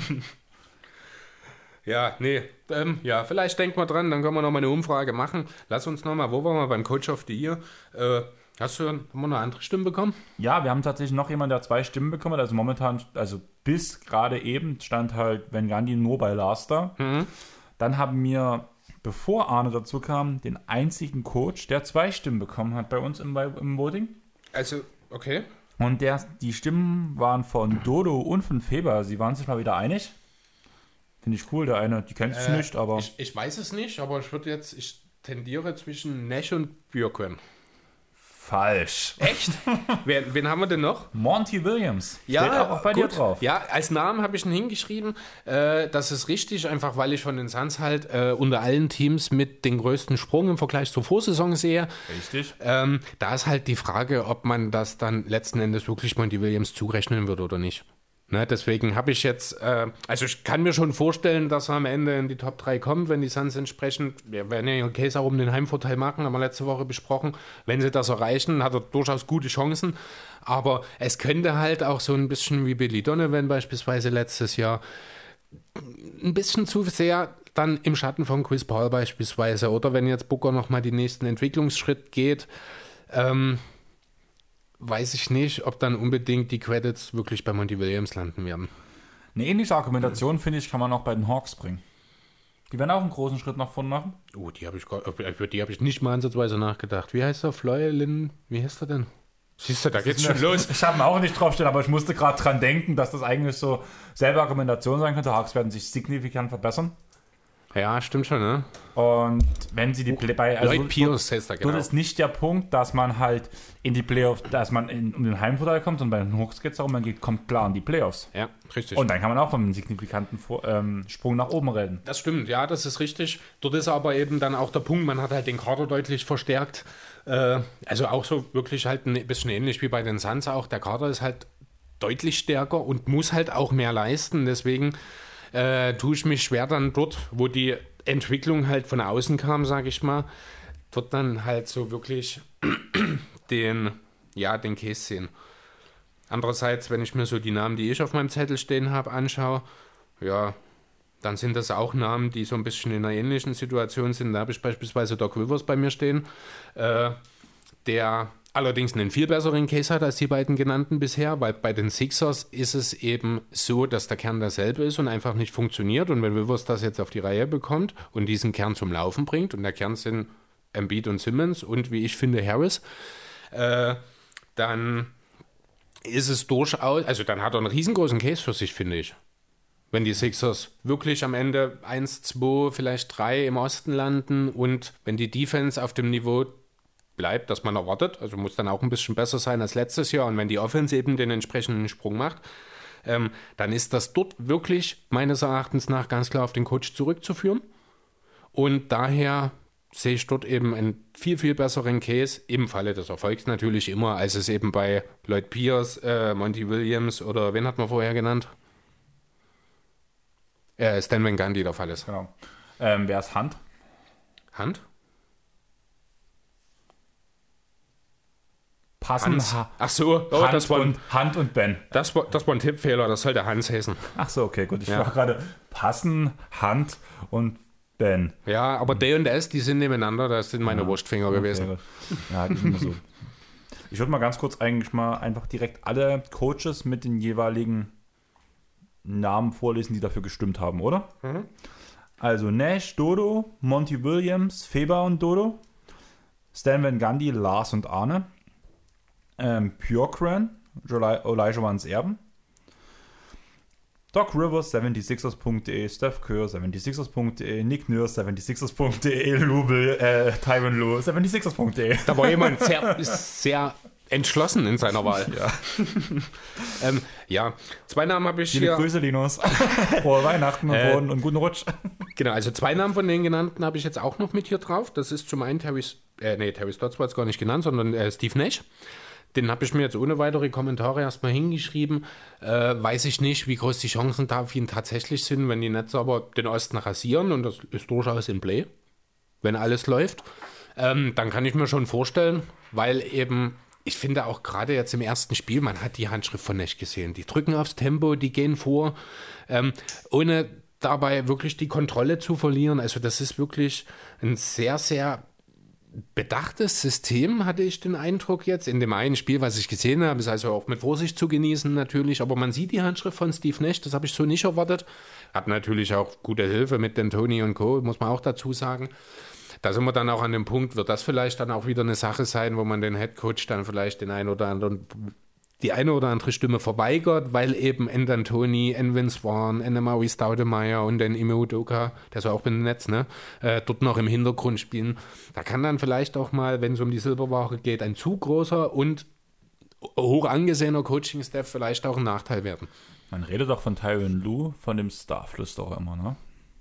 Ja, nee. Vielleicht denkt mal dran, dann können wir noch mal eine Umfrage machen. Lass uns noch mal, wo waren wir beim Coach of the Year? Haben wir noch andere Stimmen bekommen? Ja, wir haben tatsächlich noch jemanden, der 2 Stimmen bekommen hat. Also momentan, also bis gerade eben stand halt Van Gundy nur bei Lars da. Dann haben wir, bevor Arne dazu kam, den einzigen Coach, der 2 Stimmen bekommen hat bei uns im Voting. Also, okay. Und die Stimmen waren von Dodo und von Feber. Sie waren sich mal wieder einig. Finde ich cool. Der eine, die kennt sich nicht, aber... Ich weiß es nicht, aber ich tendiere zwischen Nash und Björkwen. Falsch. Echt? Wen haben wir denn noch? Monty Williams. Ja, steht auch bei dir drauf. Ja, als Namen habe ich ihn hingeschrieben. Das ist richtig, einfach weil ich von den Suns halt unter allen Teams mit den größten Sprung im Vergleich zur Vorsaison sehe. Richtig. Da ist halt die Frage, ob man das dann letzten Endes wirklich Monty Williams zurechnen wird oder nicht. Ne, deswegen habe ich jetzt, also ich kann mir schon vorstellen, dass er am Ende in die Top 3 kommt, wenn die Suns entsprechend, wir werden ja ihren Case auch um den Heimvorteil machen, haben wir letzte Woche besprochen. Wenn sie das erreichen, hat er durchaus gute Chancen. Aber es könnte halt auch so ein bisschen wie Billy Donovan beispielsweise letztes Jahr ein bisschen zu sehr dann im Schatten von Chris Paul beispielsweise. Oder wenn jetzt Booker nochmal den nächsten Entwicklungsschritt geht, weiß ich nicht, ob dann unbedingt die Credits wirklich bei Monty Williams landen werden. Eine ähnliche Argumentation, finde ich, kann man auch bei den Hawks bringen. Die werden auch einen großen Schritt nach vorne machen. Oh, über die habe ich nicht mal ansatzweise nachgedacht. Wie heißt der? Floyd, wie heißt der denn? Siehst du, da geht's schon los. Ich habe ihn auch nicht draufstehen, aber ich musste gerade dran denken, dass das eigentlich so selbe Argumentation sein könnte. Hawks werden sich signifikant verbessern. Ja, stimmt schon, ne? Und wenn sie die Lloyd Pierce heißt er, genau. Das ist nicht der Punkt, dass man halt in die Playoffs, dass man um den Heimvorteil kommt, und bei den Hawks geht es darum, kommt klar in die Playoffs. Ja, richtig. Und dann kann man auch von einem signifikanten Sprung nach oben reden. Das stimmt, ja, das ist richtig. Dort ist aber eben dann auch der Punkt, man hat halt den Kader deutlich verstärkt. Also auch so wirklich halt ein bisschen ähnlich wie bei den Suns auch. Der Kader ist halt deutlich stärker und muss halt auch mehr leisten. Deswegen tue ich mich schwer dann dort, wo die Entwicklung halt von außen kam, sage ich mal, dort dann halt so wirklich den Case sehen. Andererseits, wenn ich mir so die Namen, die ich auf meinem Zettel stehen habe, anschaue, ja, dann sind das auch Namen, die so ein bisschen in einer ähnlichen Situation sind. Da habe ich beispielsweise Doc Rivers bei mir stehen, der allerdings einen viel besseren Case hat als die beiden genannten bisher, weil bei den Sixers ist es eben so, dass der Kern derselbe ist und einfach nicht funktioniert. Und wenn Rivers das jetzt auf die Reihe bekommt und diesen Kern zum Laufen bringt, und der Kern sind Embiid und Simmons und, wie ich finde, Harris, dann ist es durchaus, also dann hat er einen riesengroßen Case für sich, finde ich. Wenn die Sixers wirklich am Ende 1, 2, vielleicht 3 im Osten landen und wenn die Defense auf dem Niveau bleibt, das man erwartet, also muss dann auch ein bisschen besser sein als letztes Jahr, und wenn die Offense eben den entsprechenden Sprung macht, dann ist das dort wirklich meines Erachtens nach ganz klar auf den Coach zurückzuführen, und daher sehe ich dort eben einen viel, viel besseren Case, im Falle des Erfolgs natürlich immer, als es eben bei Lloyd Pierce, Monty Williams oder wen hat man vorher genannt? Stan Van Gundy der Fall ist. Genau. Wer ist Hunt? Hunt? Passen. Ach so, oh, Hunt und Ben. Das war ein Tippfehler, das sollte Hans heißen. Ach so, okay, gut. Ich war gerade Passen, Hunt und Ben. Ja, aber D und S, die sind nebeneinander, das sind meine Wurstfinger gewesen. Ja, das ist immer so. Ich würde mal ganz kurz eigentlich mal einfach direkt alle Coaches mit den jeweiligen Namen vorlesen, die dafür gestimmt haben, oder? Mhm. Also Nash, Dodo, Monty Williams, Feber und Dodo, Stan Van Gundy, Lars und Arne, Bjorkgren, Olajuwons Erben, Doc Rivers, 76ers.de, Steph Kerr, 76ers.de, Nick Nurse, 76ers.de, Tyronn Lue, 76ers.de. Da war jemand sehr entschlossen in seiner Wahl. Ja. 2 Namen habe ich hier. Grüße, Linus. Frohe Weihnachten und guten Rutsch. Genau, also 2 Namen von den genannten habe ich jetzt auch noch mit hier drauf. Das ist zum einen Terry Stotts war jetzt gar nicht genannt, sondern Steve Nash. Den habe ich mir jetzt ohne weitere Kommentare erstmal hingeschrieben. Weiß ich nicht, wie groß die Chancen da auf ihn tatsächlich sind, wenn die Nets aber den Osten rasieren, und das ist durchaus in Play, wenn alles läuft. Dann kann ich mir schon vorstellen, weil eben, ich finde auch gerade jetzt im ersten Spiel, man hat die Handschrift von Nash gesehen. Die drücken aufs Tempo, die gehen vor, ohne dabei wirklich die Kontrolle zu verlieren. Also das ist wirklich ein sehr, sehr bedachtes System, hatte ich den Eindruck jetzt. In dem einen Spiel, was ich gesehen habe, ist also auch mit Vorsicht zu genießen natürlich, aber man sieht die Handschrift von Steve Nash, das habe ich so nicht erwartet. Hat natürlich auch gute Hilfe mit D'Antoni und Co., muss man auch dazu sagen. Da sind wir dann auch an dem Punkt, wird das vielleicht dann auch wieder eine Sache sein, wo man den Headcoach dann vielleicht die eine oder andere Stimme verweigert, weil eben D'Antoni, Vince Vaughn, Maurice Stoudemire und dann Ime Udoka, der ist ja auch im Netz, dort noch im Hintergrund spielen. Da kann dann vielleicht auch mal, wenn es um die Silberware geht, ein zu großer und hoch angesehener Coaching-Staff vielleicht auch ein Nachteil werden. Man redet doch von Tyronn Lue, von dem Starflüsterer immer, ne?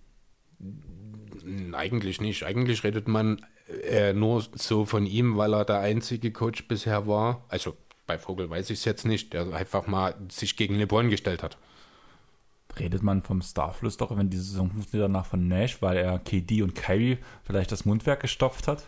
Eigentlich nicht. Eigentlich redet man nur so von ihm, weil er der einzige Coach bisher war. Also bei Vogel weiß ich es jetzt nicht, der einfach mal sich gegen LeBron gestellt hat. Redet man vom Starflüsterer, wenn die Saison funktioniert, danach von Nash, weil er KD und Kyrie vielleicht das Mundwerk gestopft hat?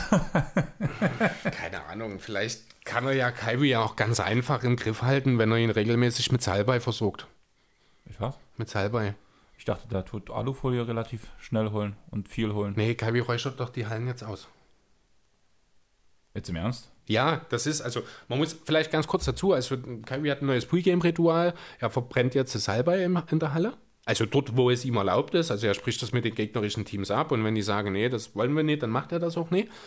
Keine Ahnung, vielleicht kann er ja Kyrie ja auch ganz einfach im Griff halten, wenn er ihn regelmäßig mit Salbei versorgt. Mit was? Mit Salbei. Ich dachte, der tut Alufolie relativ schnell holen und viel holen. Nee, Kyrie räuchert doch die Hallen jetzt aus. Jetzt im Ernst? Ja, das ist, also man muss vielleicht ganz kurz dazu, also Kyrie hat ein neues Pre-Game-Ritual, er verbrennt jetzt das Salbei in der Halle, also dort, wo es ihm erlaubt ist, also er spricht das mit den gegnerischen Teams ab, und wenn die sagen, nee, das wollen wir nicht, dann macht er das auch nicht.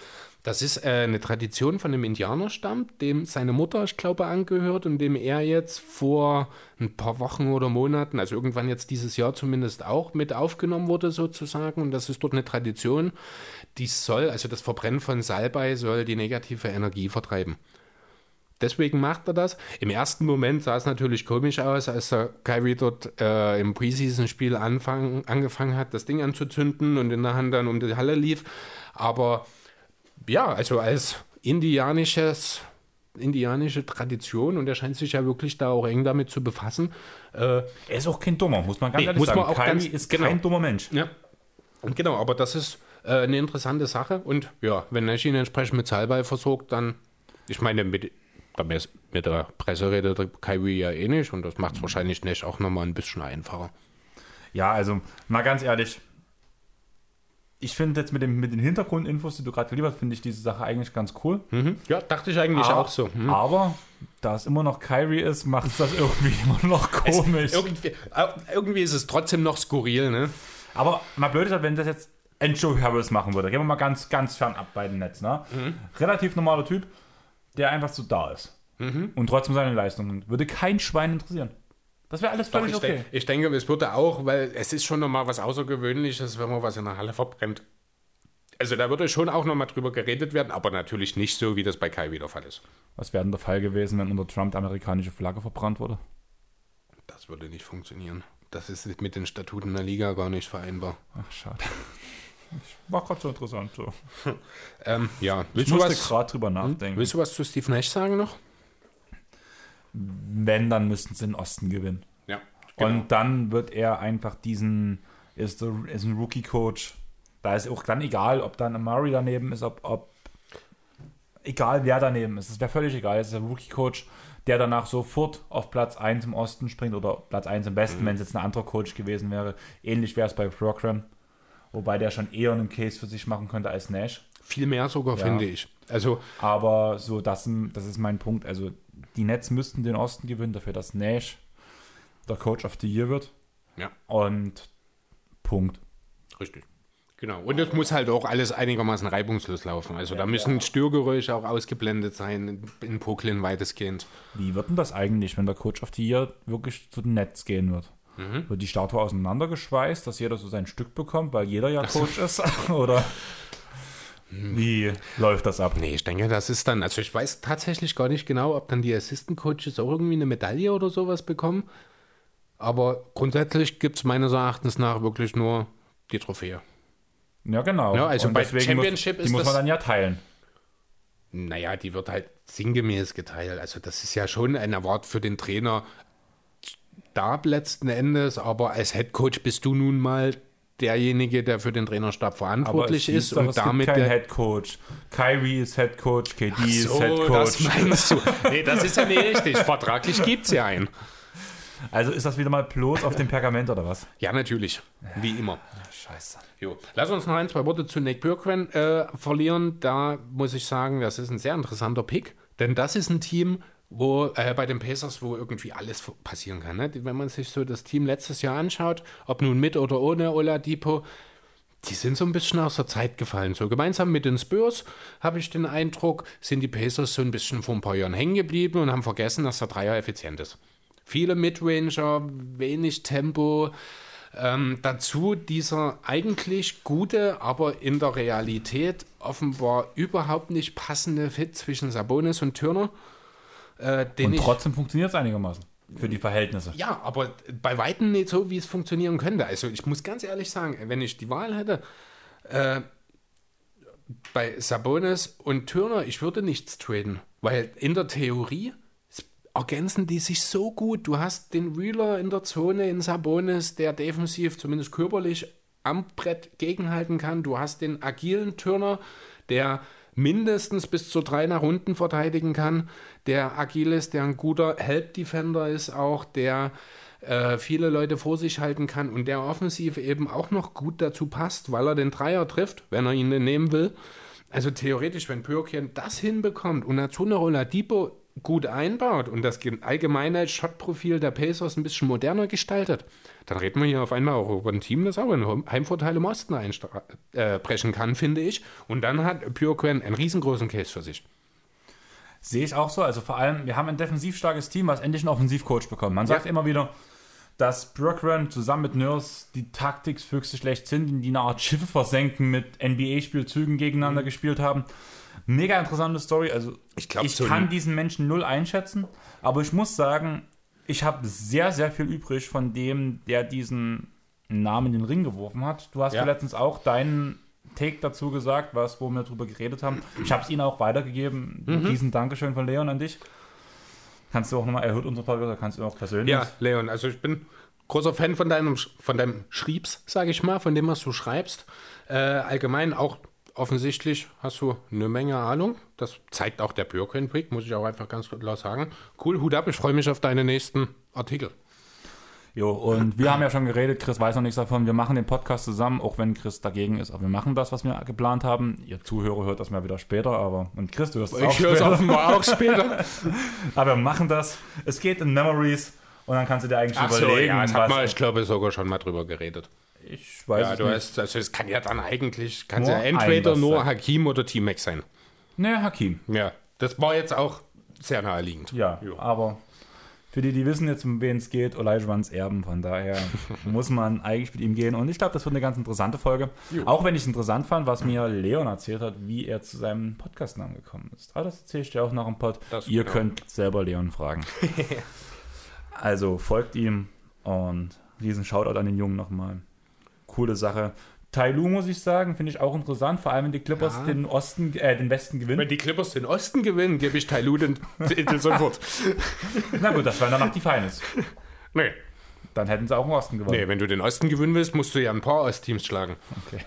Das ist eine Tradition von einem Indianerstamm, dem seine Mutter, ich glaube, angehört und dem er jetzt vor ein paar Wochen oder Monaten, also irgendwann jetzt dieses Jahr zumindest auch mit aufgenommen wurde sozusagen. Und das ist dort eine Tradition, die soll, also das Verbrennen von Salbei soll die negative Energie vertreiben. Deswegen macht er das. Im ersten Moment sah es natürlich komisch aus, als der Kyrie dort im Preseason-Spiel angefangen hat, das Ding anzuzünden und in der Hand dann um die Halle lief. Aber ja, also als indianische Tradition und er scheint sich ja wirklich da auch eng damit zu befassen. Er ist auch kein Dummer, muss man ganz ehrlich sagen. Kyrie ist kein dummer Mensch. Ja, und genau, aber das ist eine interessante Sache und ja, wenn Nash ihn entsprechend mit Salbei versorgt, dann, ich meine, mit der Presse redet Kyrie ja eh nicht und das macht es wahrscheinlich Nash auch nochmal ein bisschen einfacher. Ja, also mal ganz ehrlich, ich finde jetzt mit den Hintergrundinfos, die du gerade geliefert hast, finde ich diese Sache eigentlich ganz cool. Mhm. Ja, dachte ich eigentlich auch so. Aber da es immer noch Kyrie ist, macht es das irgendwie immer noch komisch. Irgendwie ist es trotzdem noch skurril, ne? Aber mal blöd ist, wenn das jetzt Joe Harris machen würde. Gehen wir mal ganz, ganz fern ab bei dem Netz. Ne? Relativ normaler Typ, der einfach so da ist. Und trotzdem seine Leistungen. Würde kein Schwein interessieren. Das wäre alles völlig okay. Ich denke, es würde auch, weil es ist schon nochmal was Außergewöhnliches, wenn man was in der Halle verbrennt. Also da würde schon auch nochmal drüber geredet werden, aber natürlich nicht so, wie das bei Kyrie der Fall ist. Was wäre denn der Fall gewesen, wenn unter Trump die amerikanische Flagge verbrannt wurde? Das würde nicht funktionieren. Das ist mit den Statuten der Liga gar nicht vereinbar. Ach, schade. War gerade so interessant. So. Ja, ich musste gerade drüber nachdenken. Willst du was zu Steve Nash sagen noch? Wenn, dann müssten sie den Osten gewinnen. Ja, genau. Und dann wird er einfach ist ein Rookie-Coach. Da ist auch dann egal, ob dann Amari daneben ist, egal wer daneben ist. Es wäre völlig egal. Es ist ein Rookie-Coach, der danach sofort auf Platz 1 im Osten springt oder Platz 1 im Westen, wenn es jetzt ein anderer Coach gewesen wäre. Ähnlich wäre es bei Program, wobei der schon eher einen Case für sich machen könnte als Nash. Viel mehr sogar, finde ich. Also, aber so, das ist mein Punkt. Also die Nets müssten den Osten gewinnen, dafür, dass Nash der Coach of the Year wird. Ja. Und Punkt. Richtig. Genau. Und es muss halt auch alles einigermaßen reibungslos laufen. Also da müssen Störgeräusche auch ausgeblendet sein, in Brooklyn weitestgehend. Wie wird denn das eigentlich, wenn der Coach of the Year wirklich zu den Nets gehen wird? Wird die Statue auseinandergeschweißt, dass jeder so sein Stück bekommt, weil jeder ja Coach ist? Oder wie läuft das ab? Nee, ich denke, das ist dann, also ich weiß tatsächlich gar nicht genau, ob dann die Assistant Coaches auch irgendwie eine Medaille oder sowas bekommen. Aber grundsätzlich gibt es meines Erachtens nach wirklich nur die Trophäe. Ja, genau. Ja, also bei Championship die muss man dann ja teilen. Naja, die wird halt sinngemäß geteilt. Also das ist ja schon ein Award für den Trainer da letzten Endes, aber als Headcoach bist du nun mal derjenige, der für den Trainerstab verantwortlich ist. Und damit kein Headcoach. Kyrie ist Headcoach, KD ist Headcoach. Das meinst du. Nee, das ist ja nicht richtig. Vertraglich gibt es ja einen. Also ist das wieder mal bloß auf dem Pergament oder was? Ja, natürlich. Wie immer. Scheiße. Jo. Lass uns noch ein, zwei Worte zu Nate Bjorkgren verlieren. Da muss ich sagen, das ist ein sehr interessanter Pick. Denn das ist ein Team, wo bei den Pacers, wo irgendwie alles passieren kann. Ne? Wenn man sich so das Team letztes Jahr anschaut, ob nun mit oder ohne Oladipo, die sind so ein bisschen aus der Zeit gefallen. So gemeinsam mit den Spurs, habe ich den Eindruck, sind die Pacers so ein bisschen vor ein paar Jahren hängen geblieben und haben vergessen, dass der Dreier effizient ist. Viele Midranger, wenig Tempo. Dazu dieser eigentlich gute, aber in der Realität offenbar überhaupt nicht passende Fit zwischen Sabonis und Turner. Und trotzdem funktioniert es einigermaßen für die Verhältnisse. Ja, aber bei Weitem nicht so, wie es funktionieren könnte. Also ich muss ganz ehrlich sagen, wenn ich die Wahl hätte, bei Sabonis und Turner, ich würde nichts traden. Weil in der Theorie ergänzen die sich so gut. Du hast den Wheeler in der Zone in Sabonis, der defensiv, zumindest körperlich, am Brett gegenhalten kann. Du hast den agilen Turner, der mindestens bis zu 3 nach unten verteidigen kann, der agil ist, der ein guter Help-Defender ist auch, der viele Leute vor sich halten kann und der offensiv eben auch noch gut dazu passt, weil er den Dreier trifft, wenn er ihn nehmen will. Also theoretisch, wenn Bjorkgren das hinbekommt und dazu noch Oladipo gut einbaut und das allgemeine Shot-Profil der Pacers ein bisschen moderner gestaltet, dann reden wir hier auf einmal auch über ein Team, das auch einen Heimvorteil im Osten brechen kann, finde ich. Und dann hat Björkgren einen riesengroßen Case für sich. Sehe ich auch so. Also vor allem, wir haben ein defensiv starkes Team, was endlich einen Offensivcoach bekommt. Man sagt immer wieder, dass Björkgren zusammen mit Nurse die Taktikfüchse schlecht sind, die eine Art Schiffe versenken mit NBA-Spielzügen gegeneinander gespielt haben. Mega interessante Story. Also ich kann diesen Menschen null einschätzen, aber ich muss sagen, ich habe sehr, sehr viel übrig von dem, der diesen Namen in den Ring geworfen hat. Du hast ja letztens auch deinen Take dazu gesagt, wo wir drüber geredet haben. Ich habe es Ihnen auch weitergegeben. Diesen Dankeschön von Leon an dich. Kannst du auch nochmal, er hört unsere Podcast, kannst du auch persönlich. Ja, Leon, also ich bin großer Fan von deinem Schriebs, sage ich mal, von dem, was du schreibst. Allgemein auch offensichtlich hast du eine Menge Ahnung. Das zeigt auch der Björkgren-Pick, muss ich auch einfach ganz klar sagen. Cool, Hut ab, ich freue mich auf deine nächsten Artikel. Jo, und wir haben ja schon geredet, Chris weiß noch nichts davon, wir machen den Podcast zusammen, auch wenn Chris dagegen ist, aber wir machen das, was wir geplant haben. Ihr Zuhörer hört das mal wieder später, und Chris, du hörst es auch später. Ich höre es offenbar auch später. Aber wir machen das. Es geht in Memories und dann kannst du dir eigentlich überlegen. Ja, das hat man, ich glaube, sogar schon mal drüber geredet. Ich weiß es nicht. Es kann ja dann eigentlich, kann ja entweder nur Hakim oder T-Max sein. Ne, Hakim. Ja, das war jetzt auch sehr naheliegend. Ja, aber für die wissen jetzt, um wen es geht, Olajuwons Erben. Von daher muss man eigentlich mit ihm gehen. Und ich glaube, das wird eine ganz interessante Folge. Jo. Auch wenn ich es interessant fand, was mir Leon erzählt hat, wie er zu seinem Podcastnamen gekommen ist. Aber das erzähle ich dir auch nach dem Pod. Ihr könnt selber Leon fragen. Also folgt ihm und riesen Shoutout an den Jungen nochmal. Coole Sache. Ty Lue, muss ich sagen, finde ich auch interessant, vor allem wenn die Clippers den Westen gewinnen. Wenn die Clippers den Osten gewinnen, gebe ich Ty Lue den Titel sofort. Na gut, das wären danach die Finals. Nee. Dann hätten sie auch im Osten gewonnen. Nee, wenn du den Osten gewinnen willst, musst du ja ein paar Ostteams schlagen. Okay.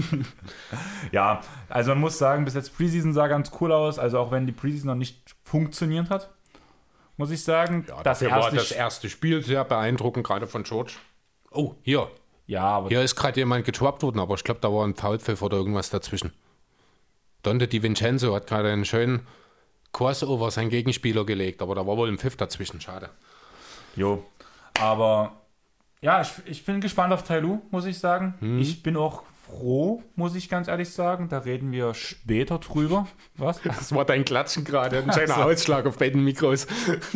Ja, also man muss sagen, bis jetzt Preseason sah ganz cool aus, also auch wenn die Preseason noch nicht funktioniert hat, muss ich sagen. Ja, dafür war das erste Spiel sehr beeindruckend, gerade von George. Oh, hier. Ja, aber hier ist gerade jemand getroppt worden, aber ich glaube, da war ein Foulpfiff oder irgendwas dazwischen. Dante DiVincenzo hat gerade einen schönen Crossover seinen Gegenspieler gelegt, aber da war wohl ein Pfiff dazwischen, schade. Jo, aber ja, ich bin gespannt auf Ty Lue, muss ich sagen. Ich bin auch froh, muss ich ganz ehrlich sagen. Da reden wir später drüber. Was? Das war dein Klatschen gerade, ein schöner Ausschlag auf beiden Mikros.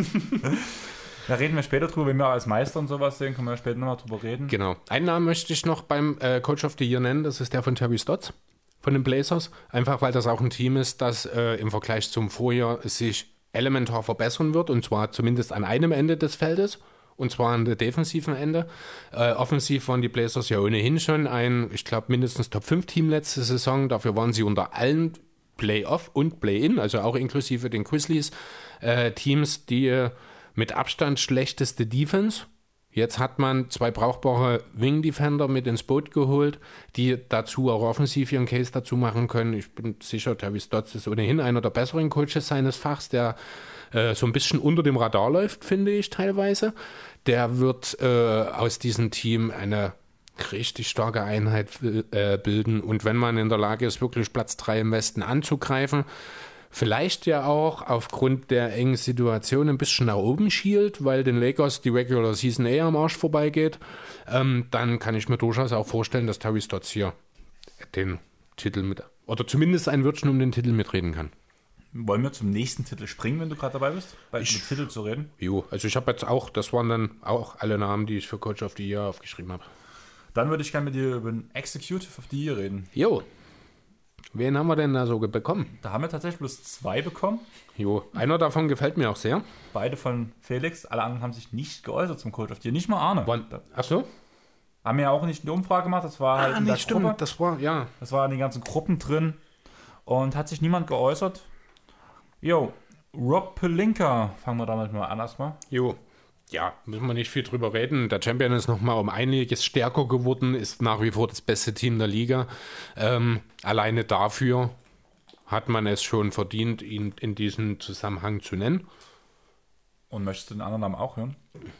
Da reden wir später drüber, wenn wir als Meister und sowas sehen, können wir später nochmal drüber reden. Genau. Einen Namen möchte ich noch beim Coach of the Year nennen, das ist der von Terry Stotts von den Blazers. Einfach, weil das auch ein Team ist, das im Vergleich zum Vorjahr sich elementar verbessern wird, und zwar zumindest an einem Ende des Feldes, und zwar an der defensiven Ende. Offensiv waren die Blazers ja ohnehin schon ein, ich glaube, mindestens Top-5-Team letzte Saison. Dafür waren sie unter allen Play-Off und Play-In, also auch inklusive den Grizzlies, Teams, die mit Abstand schlechteste Defense. Jetzt hat man 2 brauchbare Wing-Defender mit ins Boot geholt, die dazu auch offensiv ihren Case dazu machen können. Ich bin sicher, Terry Stotts ist ohnehin einer der besseren Coaches seines Fachs, der so ein bisschen unter dem Radar läuft, finde ich teilweise. Der wird aus diesem Team eine richtig starke Einheit bilden. Und wenn man in der Lage ist, wirklich Platz 3 im Westen anzugreifen, vielleicht ja auch aufgrund der engen Situation ein bisschen nach oben schielt, weil den Lakers die Regular Season eher am Arsch vorbeigeht, dann kann ich mir durchaus auch vorstellen, dass Terry Stotts hier den Titel oder zumindest ein Wörtchen um den Titel mitreden kann. Wollen wir zum nächsten Titel springen, wenn du gerade dabei bist, mit Titel zu reden? Jo, also ich habe jetzt auch, das waren dann auch alle Namen, die ich für Coach of the Year aufgeschrieben habe. Dann würde ich gerne mit dir über den Executive of the Year reden. Jo. Wen haben wir denn da so bekommen? Da haben wir tatsächlich bloß 2 bekommen. Jo, einer davon gefällt mir auch sehr. Beide von Felix. Alle anderen haben sich nicht geäußert zum Coach of the Year. Nicht mal Arne. Ach so? Haben wir ja auch nicht eine Umfrage gemacht. Das war halt in der stimmt. Gruppe. Das war in den ganzen Gruppen drin. Und hat sich niemand geäußert. Jo, Rob Pelinka. Fangen wir damit mal an erstmal. Jo. Ja, müssen wir nicht viel drüber reden. Der Champion ist nochmal um einiges stärker geworden, ist nach wie vor das beste Team der Liga. Alleine dafür hat man es schon verdient, ihn in diesem Zusammenhang zu nennen. Und möchtest du den anderen Namen auch hören?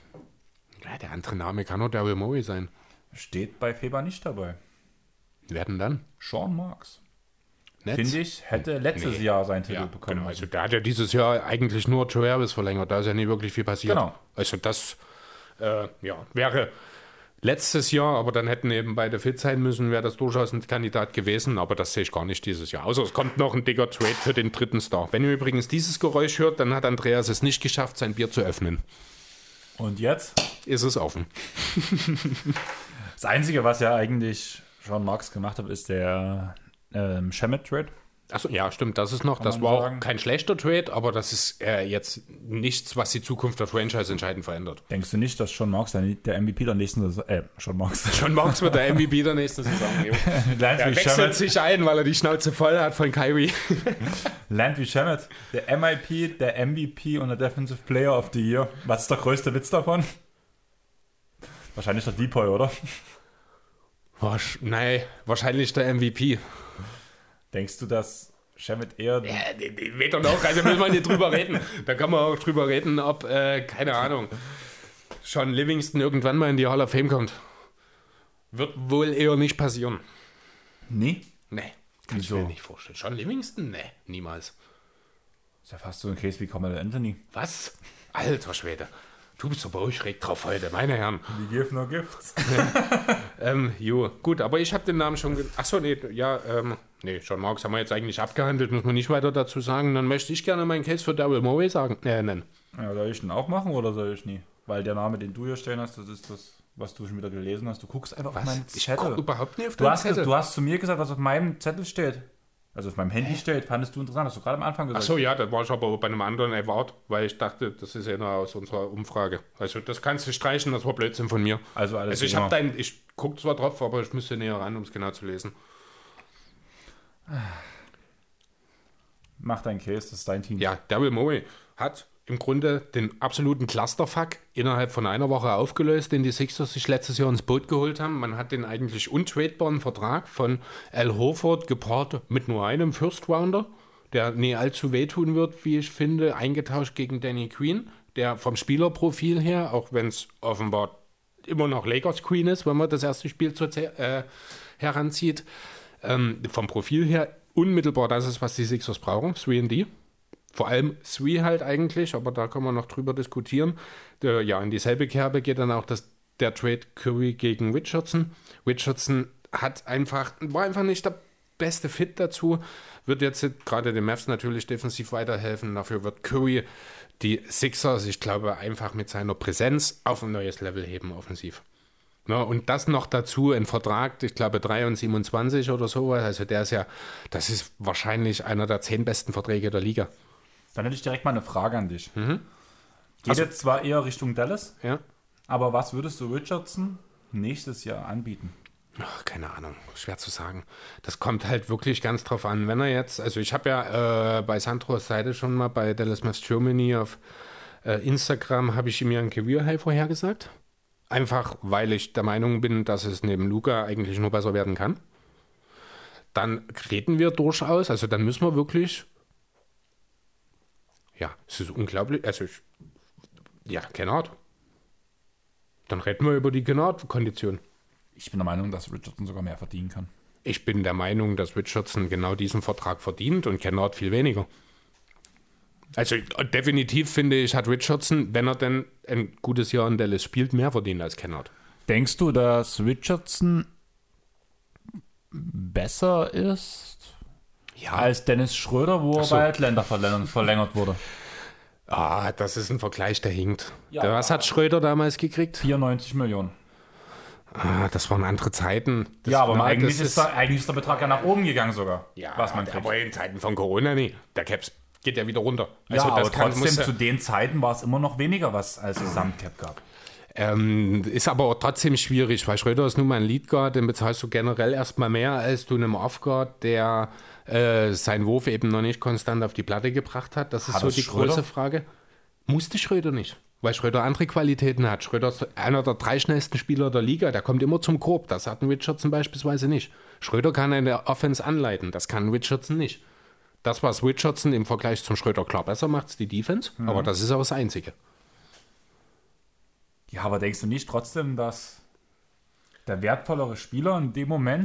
Ja, der andere Name kann nur Daryl Morey sein. Steht bei Feber nicht dabei. Wer denn dann? Sean Marks. finde ich, hätte letztes Jahr seinen Titel bekommen. Genau. Also der hat ja dieses Jahr eigentlich nur Joe Harris verlängert, da ist ja nie wirklich viel passiert. Genau. Also das wäre letztes Jahr, aber dann hätten eben beide fit sein müssen, wäre das durchaus ein Kandidat gewesen, aber das sehe ich gar nicht dieses Jahr. Außer es kommt noch ein dicker Trade für den dritten Star. Wenn ihr übrigens dieses Geräusch hört, dann hat Andreas es nicht geschafft, sein Bier zu öffnen. Und jetzt? Ist es offen. Das Einzige, was ja eigentlich Sean Marks gemacht hat, ist der Shamet-Trade. Achso, ja, stimmt, das ist noch. Das war auch kein schlechter Trade, aber das ist jetzt nichts, was die Zukunft der Franchise entscheidend verändert. Denkst du nicht, dass Sean Marks der MVP der nächsten Saison, Sean Marks wird der MVP der nächsten Saison. Er wechselt sich ein, weil er die Schnauze voll hat von Kyrie. Landry Shamet, der MIP, der MVP und der Defensive Player of the Year. Was ist der größte Witz davon? Wahrscheinlich der Depoy, oder? Nein, wahrscheinlich der MVP. Denkst du, dass Shamet eher... Ja, weder noch, also müssen wir nicht drüber reden. Da kann man auch drüber reden, ob, keine Ahnung, Sean Livingston irgendwann mal in die Hall of Fame kommt. Wird wohl eher nicht passieren. Nee? Nee, kann ich mir nicht vorstellen. Sean Livingston? Nee, niemals. Ist ja fast so ein Case wie Carmelo Anthony. Was? Alter Schwede. Du bist aber auch schräg drauf heute, meine Herren. Die give no gifts. Gut, aber ich habe den Namen schon... Achso, nee, Sean Marks haben wir jetzt eigentlich abgehandelt, muss man nicht weiter dazu sagen. Dann möchte ich gerne meinen Case für Daryl Morey nennen. Ja, soll ich den auch machen oder soll ich nie? Weil der Name, den du hier stehen hast, das ist das, was du schon wieder gelesen hast. Du guckst einfach auf meinen Zettel. Ich guck überhaupt nicht auf deinen Zettel. Du hast zu mir gesagt, was auf meinem Zettel steht. Also auf meinem Handy steht, fandest du interessant, hast du gerade am Anfang gesagt. Achso, ja, da war ich aber bei einem anderen Award, weil ich dachte, das ist ja noch aus unserer Umfrage. Also das kannst du streichen, das war Blödsinn von mir. Also alles ich gucke zwar drauf, aber ich müsste näher ran, um es genau zu lesen. Mach dein Case, das ist dein Team. Ja, Daryl Morey hat im Grunde den absoluten Clusterfuck innerhalb von einer Woche aufgelöst, den die Sixers sich letztes Jahr ins Boot geholt haben. Man hat den eigentlich untradebaren Vertrag von Al Horford gepaart mit nur einem First Rounder, der nie allzu wehtun wird, wie ich finde, eingetauscht gegen Danny Green, der vom Spielerprofil her, auch wenn es offenbar immer noch Lakers Queen ist, wenn man das erste Spiel heranzieht, vom Profil her unmittelbar das ist, was die Sixers brauchen, 3&D. Vor allem 3 halt eigentlich, aber da können wir noch drüber diskutieren. In dieselbe Kerbe geht dann auch der Trade Curry gegen Richardson. Richardson war einfach nicht der beste Fit dazu. Wird jetzt gerade den Mavs natürlich defensiv weiterhelfen. Dafür wird Curry die Sixers, ich glaube, einfach mit seiner Präsenz auf ein neues Level heben offensiv. Ja, und das noch dazu, ein Vertrag, ich glaube 3 und 27 oder sowas. Also das ist wahrscheinlich einer der 10 besten Verträge der Liga. Dann hätte ich direkt mal eine Frage an dich. Geht jetzt zwar eher Richtung Dallas, aber was würdest du Richardson nächstes Jahr anbieten? Ach, keine Ahnung, schwer zu sagen. Das kommt halt wirklich ganz drauf an. Wenn er jetzt, also ich habe ja bei Sandros Seite schon mal bei Dallas Mavs Germany auf Instagram habe ich ihm ja ein Career High vorhergesagt. Einfach, weil ich der Meinung bin, dass es neben Luka eigentlich nur besser werden kann. Dann reden wir durchaus, also dann müssen wir wirklich... Ja, es ist unglaublich. Also, Kennard. Dann reden wir über die Kennard-Kondition. Ich bin der Meinung, dass Richardson sogar mehr verdienen kann. Ich bin der Meinung, dass Richardson genau diesen Vertrag verdient und Kennard viel weniger. Also, definitiv finde ich, hat Richardson, wenn er denn ein gutes Jahr in Dallas spielt, mehr verdient als Kennard. Denkst du, dass Richardson besser ist? Ja. Als Dennis Schröder, wo er bei Atlanta verlängert wurde. Das ist ein Vergleich, der hinkt. Ja, was hat Schröder damals gekriegt? 94 Millionen. Das waren andere Zeiten. Aber eigentlich ist der Betrag ja nach oben gegangen sogar. Ja, aber in Zeiten von Corona nie. Der Caps geht ja wieder runter. Also aber trotzdem zu den Zeiten war es immer noch weniger, was als Gesamtcap gab. Ist aber auch trotzdem schwierig, weil Schröder ist nun mal ein Leadguard, den bezahlst du generell erstmal mehr als du einem Offguard, der seinen Wurf eben noch nicht konstant auf die Platte gebracht hat. Das ist so die große Frage. Musste Schröder nicht, weil Schröder andere Qualitäten hat. Schröder ist einer der 3 schnellsten Spieler der Liga, der kommt immer zum Korb. Das hat ein Richardson beispielsweise nicht. Schröder kann eine Offense anleiten, das kann Richardson nicht. Das, was Richardson im Vergleich zum Schröder klar besser macht, ist die Defense, aber das ist auch das Einzige. Ja, aber denkst du nicht trotzdem, dass der wertvollere Spieler in dem Moment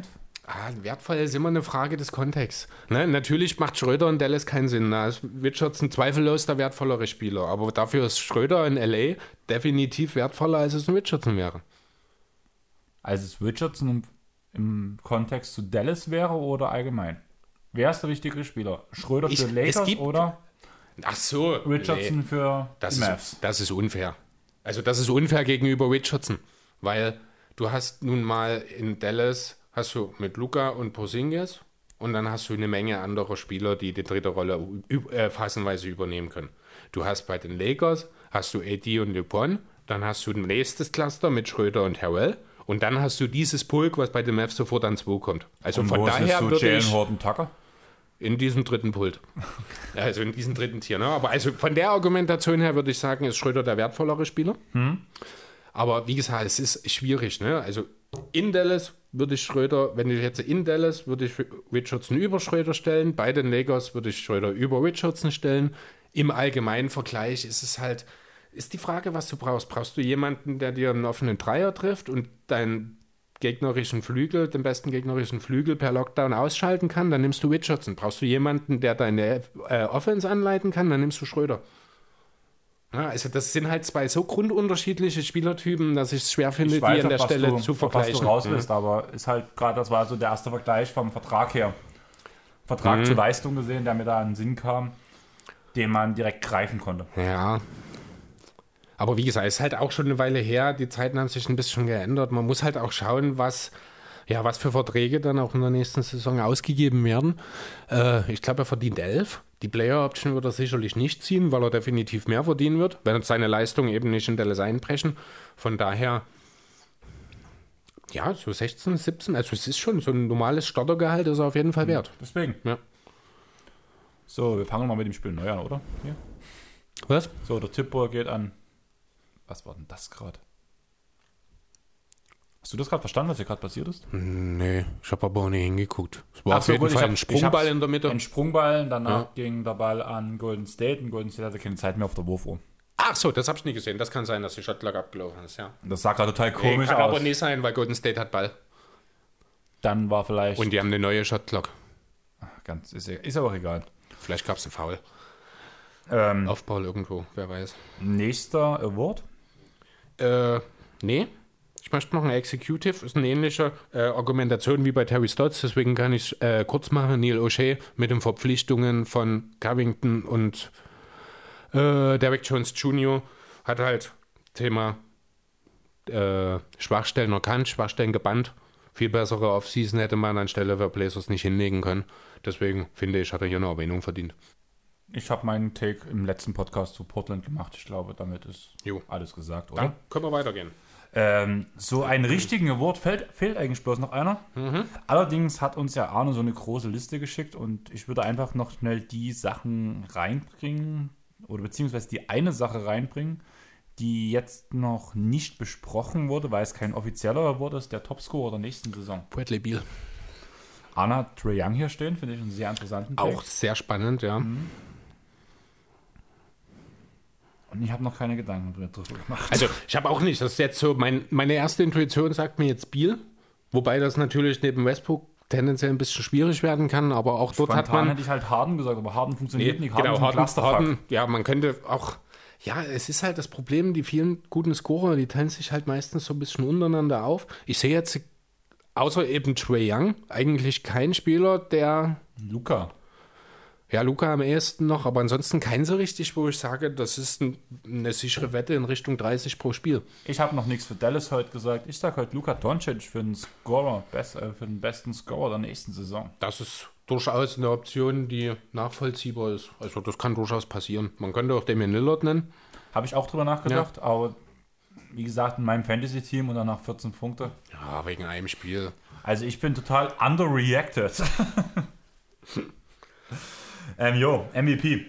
Wertvoll ist immer eine Frage des Kontexts. Ne? Natürlich macht Schröder in Dallas keinen Sinn. Da ist Richardson zweifellos der wertvollere Spieler. Aber dafür ist Schröder in L.A. definitiv wertvoller, als es ein Richardson wäre. Als es Richardson im Kontext zu Dallas wäre oder allgemein? Wer ist der wichtigere Spieler? Schröder für Lakers oder Ach so, Richardson für die Mavs? Das ist unfair. Also das ist unfair gegenüber Richardson. Weil du hast nun mal in Dallas... hast du mit Luka und Porzingis und dann hast du eine Menge anderer Spieler, die die dritte Rolle phasenweise übernehmen können. Du hast bei den Lakers, hast du AD und LeBron, dann hast du ein nächstes Cluster mit Schröder und Harrell und dann hast du dieses Pulk, was bei den Mavs sofort an 2 kommt. Also und von daher würde ich... Horton Tucker? In diesem dritten Pult. Also in diesem dritten Tier. Ne? Aber also von der Argumentation her würde ich sagen, ist Schröder der wertvollere Spieler. Aber wie gesagt, es ist schwierig. Ne? Also in Dallas würde ich Schröder, wenn ich jetzt in Dallas, würde ich Richardson über Schröder stellen. Bei den Lakers würde ich Schröder über Richardson stellen. Im allgemeinen Vergleich ist die Frage, was du brauchst. Brauchst du jemanden, der dir einen offenen Dreier trifft und deinen gegnerischen Flügel, den besten gegnerischen Flügel per Lockdown ausschalten kann? Dann nimmst du Richardson. Brauchst du jemanden, der deine Offense anleiten kann? Dann nimmst du Schröder. Ja, also das sind halt 2 so grundunterschiedliche Spielertypen, dass ich es schwer finde, die an der Stelle zu vergleichen. Was du raus willst, aber ist halt gerade, das war so der erste Vergleich vom Vertrag her. Vertrag zur Leistung gesehen, der mir da in den Sinn kam, den man direkt greifen konnte. Ja. Aber wie gesagt, es ist halt auch schon eine Weile her, die Zeiten haben sich ein bisschen geändert. Man muss halt auch schauen, was für Verträge dann auch in der nächsten Saison ausgegeben werden. Ich glaube, er verdient 11. Die Player-Option wird er sicherlich nicht ziehen, weil er definitiv mehr verdienen wird, wenn seine Leistungen eben nicht in Dallas einbrechen. Von daher, ja, so 16, 17, also es ist schon so ein normales Startergehalt, ist er auf jeden Fall wert. Deswegen. Ja. So, wir fangen mal mit dem Spiel neu an, oder? Hier. Was? So, der Tippball geht an. Was war denn das gerade? Hast du das gerade verstanden, was hier gerade passiert ist? Nee, ich habe aber auch nicht hingeguckt. Es war auf jeden Fall ein Sprungball in der Mitte. Ein Sprungball, danach ging der Ball an Golden State und Golden State hatte keine Zeit mehr auf der Wurfuhr. Ach so, das habe ich nicht gesehen. Das kann sein, dass die Shotclock abgelaufen ist, ja. Das sah gerade total komisch kann aus. aber nicht sein, weil Golden State hat Ball. Dann war vielleicht... Und die haben eine neue Shotclock. Ist aber auch egal. Vielleicht gab es einen Foul. Auf Ball irgendwo, wer weiß. Nächster Award? Nee. Ich möchte noch ein Executive, ist eine ähnliche Argumentation wie bei Terry Stotts, deswegen kann ich kurz machen. Neil O'Shea mit den Verpflichtungen von Covington und Derrick Jones Jr. hat halt Thema Schwachstellen erkannt, Schwachstellen gebannt. Viel bessere Offseason hätte man anstelle der Blazers nicht hinlegen können. Deswegen finde ich, hat er hier eine Erwähnung verdient. Ich habe meinen Take im letzten Podcast zu Portland gemacht. Ich glaube, damit ist alles gesagt, oder? Dann können wir weitergehen. So einen richtigen Award fehlt eigentlich bloß noch einer. Allerdings hat uns ja Arne so eine große Liste geschickt und ich würde einfach noch schnell die Sachen reinbringen oder beziehungsweise die eine Sache reinbringen, die jetzt noch nicht besprochen wurde, weil es kein offizieller Award ist, der Topscorer der nächsten Saison. Bradley Beal. Arne hat Trae Young hier stehen, finde ich einen sehr interessanten Take. Auch sehr spannend, ja. Und ich habe noch keine Gedanken drüber gemacht. Also ich habe auch nicht, das ist jetzt so, meine erste Intuition sagt mir jetzt Beal, wobei das natürlich neben Westbrook tendenziell ein bisschen schwierig werden kann, aber auch dort Spontan hat man... hätte ich halt Harden gesagt, aber Harden funktioniert nicht. Genau, Harden, ja, man könnte auch... Ja, es ist halt das Problem, die vielen guten Scorer, die teilen sich halt meistens so ein bisschen untereinander auf. Ich sehe jetzt, außer eben Trae Young, eigentlich keinen Spieler, der... Luka am ehesten noch, aber ansonsten kein so richtig, wo ich sage, das ist eine sichere Wette in Richtung 30 pro Spiel. Ich habe noch nichts für Dallas heute gesagt. Ich sage heute Luka Doncic für den für den besten Scorer der nächsten Saison. Das ist durchaus eine Option, die nachvollziehbar ist. Also das kann durchaus passieren. Man könnte auch Damian Lillard nennen. Habe ich auch drüber nachgedacht, aber wie gesagt, in meinem Fantasy-Team und danach 14 Punkte. Ja, wegen einem Spiel. Also ich bin total underreacted. MVP.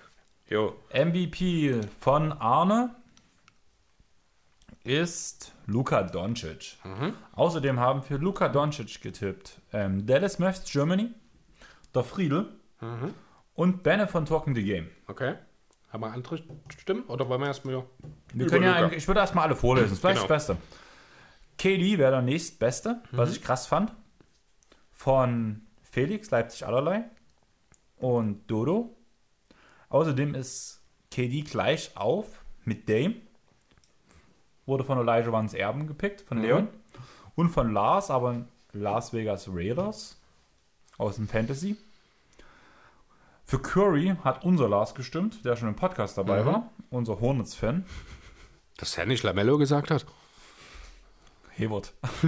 MVP von Arne ist Luka Doncic. Außerdem haben für Luka Doncic getippt Dallas Mavs Germany, der Friedel und Benne von Talking the Game. Okay. Haben wir andere Stimmen oder wollen wir erstmal... Wir können ja ich würde erstmal alle vorlesen, das ist vielleicht das Beste. KD wäre der nächstbeste, was ich krass fand. von Felix, Leipzig allerlei und Dodo. Außerdem ist KD gleich auf mit Dame. Wurde von Elijah Vans Erben gepickt, von Leon. Und von Lars, aber Las Vegas Raiders aus dem Fantasy. Für Curry hat unser Lars gestimmt, der schon im Podcast dabei war. Unser Hornets-Fan. Dass er nicht Lamello gesagt hat. Hayward.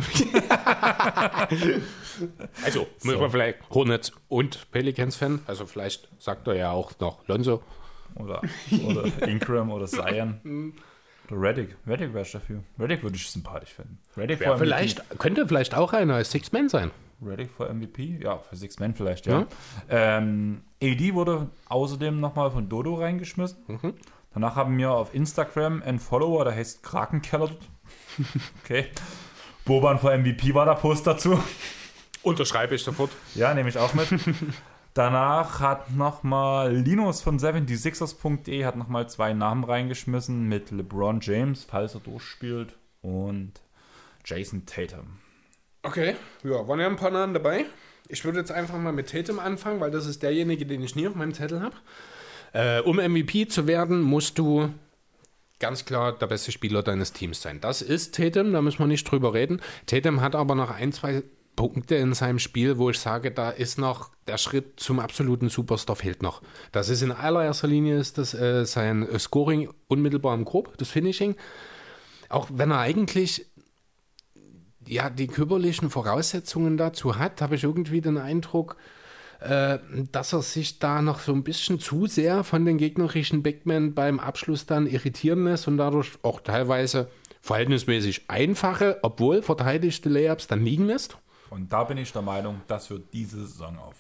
Also, müssen wir vielleicht Hornets und Pelicans-Fan. Also vielleicht sagt er ja auch noch Lonzo. Oder Ingram oder Zion. Oder Reddick. Reddick wäre ich dafür. Reddick würde ich sympathisch finden. Reddick Ja, könnte vielleicht auch einer als Six-Man sein. Reddick für MVP? Ja, für Six Men vielleicht, ja. AD wurde außerdem nochmal von Dodo reingeschmissen. Danach haben wir auf Instagram einen Follower, der heißt Krakenkeller. Okay. Boban für MVP war der Post dazu. Unterschreibe ich sofort. Ja, nehme ich auch mit. Danach hat nochmal Linus von 76ers.de hat nochmal 2 Namen reingeschmissen mit LeBron James, falls er durchspielt, und Jason Tatum. Okay, ja, waren ja ein paar Namen dabei. Ich würde jetzt einfach mal mit Tatum anfangen, weil das ist derjenige, den ich nie auf meinem Zettel habe. Um MVP zu werden, musst du ganz klar der beste Spieler deines Teams sein. Das ist Tatum, da müssen wir nicht drüber reden. Tatum hat aber noch 1, 2 Punkte in seinem Spiel, wo ich sage, da ist noch der Schritt zum absoluten Superstar fehlt noch. Das ist in allererster Linie ist das sein Scoring unmittelbar im Korb, das Finishing. Auch wenn er eigentlich ja die körperlichen Voraussetzungen dazu hat, habe ich irgendwie den Eindruck, dass er sich da noch so ein bisschen zu sehr von den gegnerischen Backmen beim Abschluss dann irritieren lässt und dadurch auch teilweise verhältnismäßig einfache, obwohl verteidigte Layups dann liegen lässt. Und da bin ich der Meinung, das hört diese Saison auf.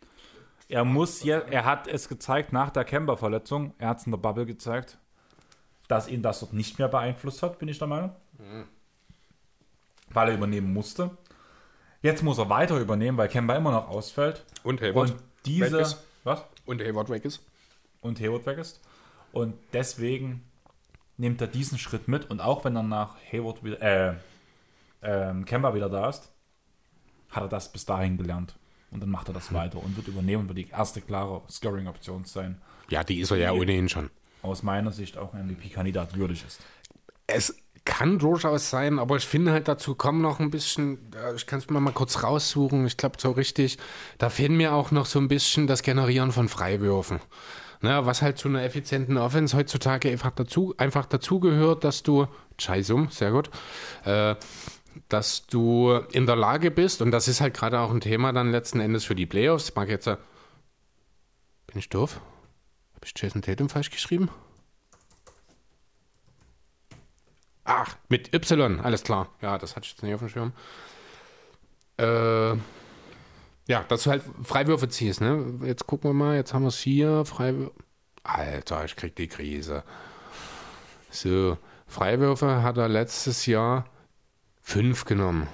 Er hat es gezeigt nach der Kemba-Verletzung, er hat es in der Bubble gezeigt, dass ihn das dort nicht mehr beeinflusst hat, bin ich der Meinung. Weil er übernehmen musste. Jetzt muss er weiter übernehmen, weil Kemba immer noch ausfällt. Und Hayward weg ist. Was? Und Hayward weg ist. Und Hayward weg ist. Und deswegen nimmt er diesen Schritt mit. Und auch wenn er nach Hayward wieder, Kemba wieder da ist, hat er das bis dahin gelernt. Und dann macht er das weiter und wird übernehmen und wird die erste klare Scoring-Option sein. Ja, die ist er ja ohnehin schon. Aus meiner Sicht auch ein MVP-Kandidat würdig ist. Es kann durchaus sein, aber ich finde halt, dazu kommen noch ein bisschen, ich kann es mir mal kurz raussuchen, ich glaube so richtig, da fehlt mir auch noch so ein bisschen das Generieren von Freiwürfen. Na, was halt zu einer effizienten Offense heutzutage einfach dazu gehört, dass du, sehr gut, dass du in der Lage bist, und das ist halt gerade auch ein Thema dann letzten Endes für die Playoffs. Ich mag jetzt, bin ich doof? Habe ich Jason Tatum falsch geschrieben? Ach, mit Y, alles klar. Ja, das hatte ich jetzt nicht auf dem Schirm. Ja, dass du halt Freiwürfe ziehst, ne? Jetzt gucken wir mal, jetzt haben wir es hier, Freiwürfe. Alter, ich krieg die Krise. So, Freiwürfe hat er letztes Jahr 5 genommen.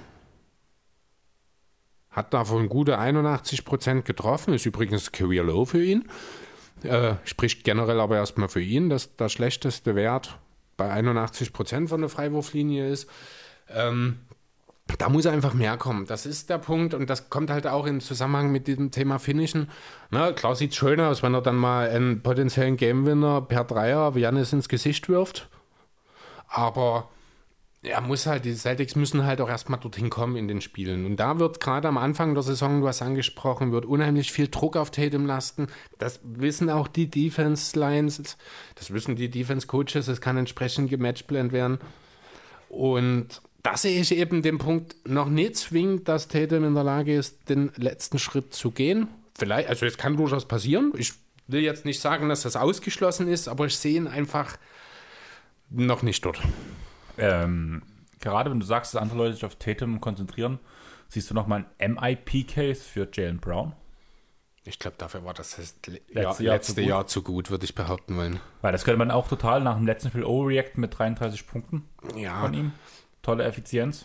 Hat davon gute 81% getroffen, ist übrigens Career Low für ihn. Spricht generell aber erstmal für ihn, dass der schlechteste Wert bei 81% von der Freiwurflinie ist. Da muss einfach mehr kommen. Das ist der Punkt und das kommt halt auch im Zusammenhang mit diesem Thema Finishen. Na, klar sieht es schön aus, wenn er dann mal einen potenziellen Game-Winner per Dreier Giannis ins Gesicht wirft. Aber er muss halt, die Celtics müssen halt auch erstmal dorthin kommen in den Spielen. Und da wird gerade am Anfang der Saison, du hast angesprochen, wird unheimlich viel Druck auf Tatum lasten. Das wissen auch die Defense-Lines, das wissen die Defense-Coaches, es kann entsprechend gematchplant werden. Und da sehe ich eben den Punkt noch nicht zwingend, dass Tatum in der Lage ist, den letzten Schritt zu gehen. Vielleicht, also es kann durchaus passieren. Ich will jetzt nicht sagen, dass das ausgeschlossen ist, aber ich sehe ihn einfach noch nicht dort. Gerade wenn du sagst, dass andere Leute sich auf Tatum konzentrieren, siehst du nochmal einen MIP-Case für Jaylen Brown? Ich glaube, dafür war das letzte Jahr zu gut, würde ich behaupten wollen. Weil das könnte man auch total nach dem letzten Spiel overreacten mit 33 Punkten von ihm. Tolle Effizienz.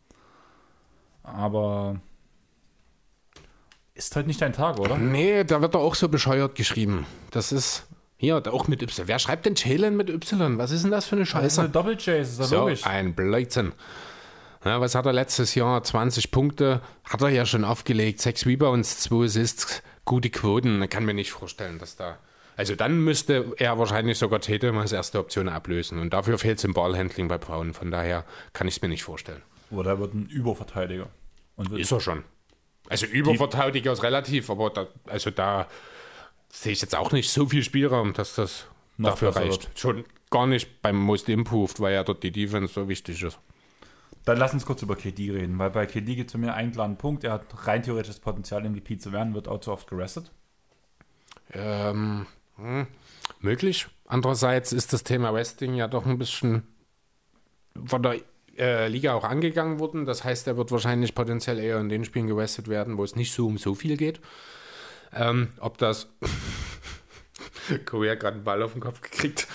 Aber ist halt nicht dein Tag, oder? Nee, da wird er auch so bescheuert geschrieben. Das ist hier, auch mit Y. Wer schreibt denn Jalen mit Y? Was ist denn das für eine Scheiße? Das ist eine Doppel-J, ist ja so logisch. Ein Blödsinn. Ja, was hat er letztes Jahr? 20 Punkte hat er ja schon aufgelegt, 6 Rebounds, 2 Assists, gute Quoten. Ich kann mir nicht vorstellen, dass da... Also dann müsste er wahrscheinlich sogar Tatum als erste Option ablösen. Und dafür fehlt es im Ballhandling bei Brown. Von daher kann ich es mir nicht vorstellen. Oder er wird ein Überverteidiger. Und Ist er schon. Also Überverteidiger ist relativ, aber da sehe ich jetzt auch nicht so viel Spielraum, dass das Noch dafür besser reicht. Schon gar nicht beim Most Improved, weil ja dort die Defense so wichtig ist. Dann lass uns kurz über KD reden, weil bei KD gibt es mir einen klaren Punkt. Er hat rein theoretisch das Potenzial, MVP zu werden, wird auch zu oft gerestet. Möglich. Andererseits ist das Thema Resting ja doch ein bisschen von der Liga auch angegangen worden. Das heißt, er wird wahrscheinlich potenziell eher in den Spielen gerestet werden, wo es nicht so um so viel geht. Ob das... Korea hat gerade einen Ball auf den Kopf gekriegt.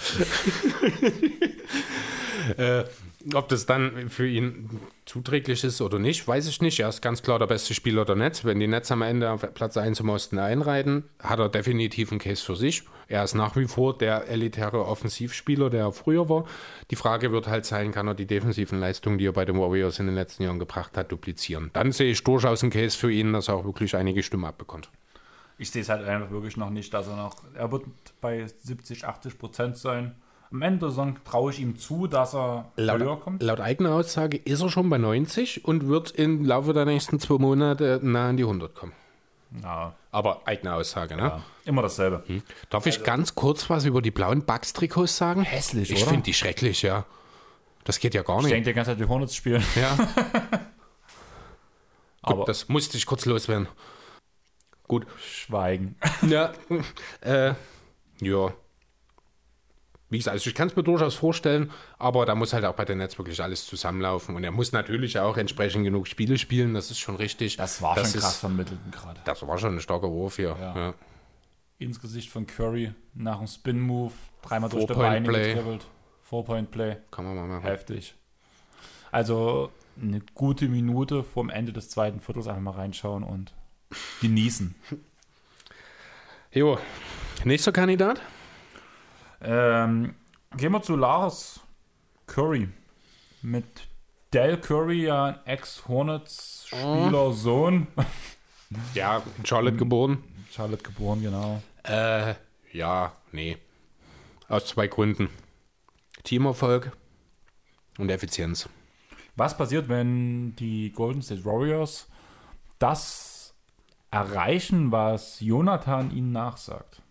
Ob das dann für ihn zuträglich ist oder nicht, weiß ich nicht. Er ist ganz klar der beste Spieler der Nets. Wenn die Nets am Ende auf Platz 1 im Osten einreiten, hat er definitiv einen Case für sich. Er ist nach wie vor der elitäre Offensivspieler, der er früher war. Die Frage wird halt sein, kann er die defensiven Leistungen, die er bei den Warriors in den letzten Jahren gebracht hat, duplizieren. Dann sehe ich durchaus einen Case für ihn, dass er auch wirklich einige Stimmen abbekommt. Ich sehe es halt einfach wirklich noch nicht, dass er wird bei 70-80% sein. Am Ende der Saison traue ich ihm zu, dass er höher kommt. Laut eigener Aussage ist er schon bei 90 und wird im Laufe der nächsten 2 Monate nah an die 100 kommen. Ja. Aber eigene Aussage, ne? Ja, immer dasselbe. Darf ich ganz kurz was über die blauen Bucks-Trikots sagen? Hässlich, Ich finde die schrecklich, ja. Das geht ja gar Ich nicht. denke die ganze Zeit, die Hornets spielen. Ja. Aber Gut, das musste ich kurz loswerden. Gut. Schweigen. Ja. Ja. Wie gesagt, also ich kann es mir durchaus vorstellen, aber da muss halt auch bei den Nets wirklich alles zusammenlaufen. Und er muss natürlich auch entsprechend genug Spiele spielen, das ist schon richtig. Das war schon krass vermittelt gerade. Das war schon ein starker Wurf hier. Ja. Ins Gesicht von Curry, nach dem Spin-Move, 3-mal durch die Beine getribbelt. 4-Point-Play. Kann man mal machen. Heftig. Also eine gute Minute vorm Ende des zweiten Viertels einfach mal reinschauen und genießen. Jo, nächster Kandidat? Gehen wir zu Lars Curry. Mit Del Curry, ja ein Ex-Hornets-Spieler, Sohn. Ja, in Charlotte geboren. Charlotte geboren, genau. Ja, nee. Aus 2 Gründen. Teamerfolg und Effizienz. Was passiert, wenn die Golden State Warriors das erreichen, was Jonathan ihnen nachsagt?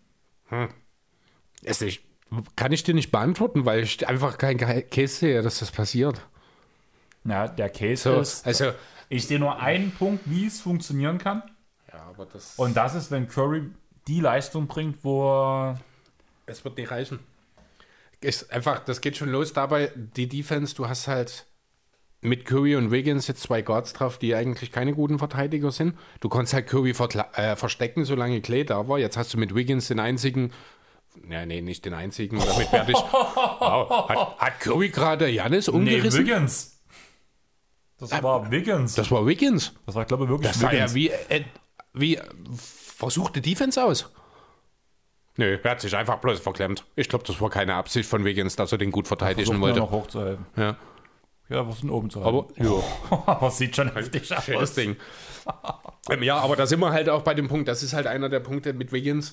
Kann ich dir nicht beantworten, weil ich einfach keinen Case sehe, dass das passiert. Ja, der Case ist, also, ich sehe nur einen Punkt, wie es funktionieren kann. ja, aber das... Und das ist, wenn Curry die Leistung bringt, wo er... Es wird nicht reichen. Ist einfach, das geht schon los dabei, die Defense, du hast halt mit Curry und Wiggins jetzt 2 Guards drauf, die eigentlich keine guten Verteidiger sind. Du konntest halt Curry verstecken, solange Clay da war. Jetzt hast du mit Wiggins den einzigen... Ja, nee, nicht den einzigen. Damit werde ich... Wow. Hat Curry gerade Giannis umgerissen? Nee, Wiggins. Das war Wiggins. Das war Wiggins. Das war, glaube ich, wirklich Das sah Wiggins. ja wie versuchte Defense aus. Nö, er hat sich einfach bloß verklemmt. Ich glaube, das war keine Absicht von Wiggins, dass er den gut verteidigen Versucht wollte. noch hochzuhelfen. Ja. Ja, was denn oben zu halten. Aber, ja. Aber sieht schon heftig aus. Schönes Ding. Ja, aber da sind wir halt auch bei dem Punkt, das ist halt einer der Punkte mit Wiggins.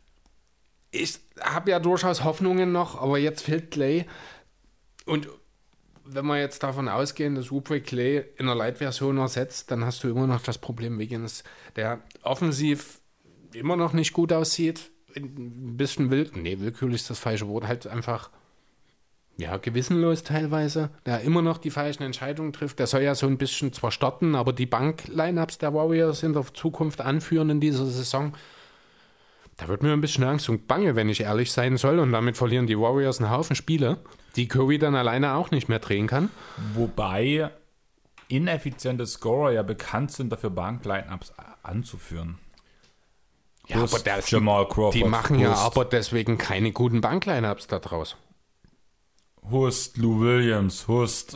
Ich habe ja durchaus Hoffnungen noch, aber jetzt fehlt Clay. Und wenn wir jetzt davon ausgehen, dass Oubre Clay in der Light-Version ersetzt, dann hast du immer noch das Problem Wiggins, der offensiv immer noch nicht gut aussieht. Ein bisschen willkürlich ist das falsche Wort, halt einfach ja, gewissenlos teilweise, der immer noch die falschen Entscheidungen trifft. Der soll ja so ein bisschen zwar starten, aber die Bank-Lineups der Warriors in der Zukunft anführen in dieser Saison. Da wird mir ein bisschen Angst und Bange, wenn ich ehrlich sein soll. Und damit verlieren die Warriors einen Haufen Spiele, die Curry dann alleine auch nicht mehr drehen kann. Wobei ineffiziente Scorer ja bekannt sind, dafür Bank-Lineups anzuführen. Ja, Hust, aber Jamal Crawford, die machen ja Hust. aber deswegen keine guten Bank-Lineups da draus. Hust, Lou Williams, Hust.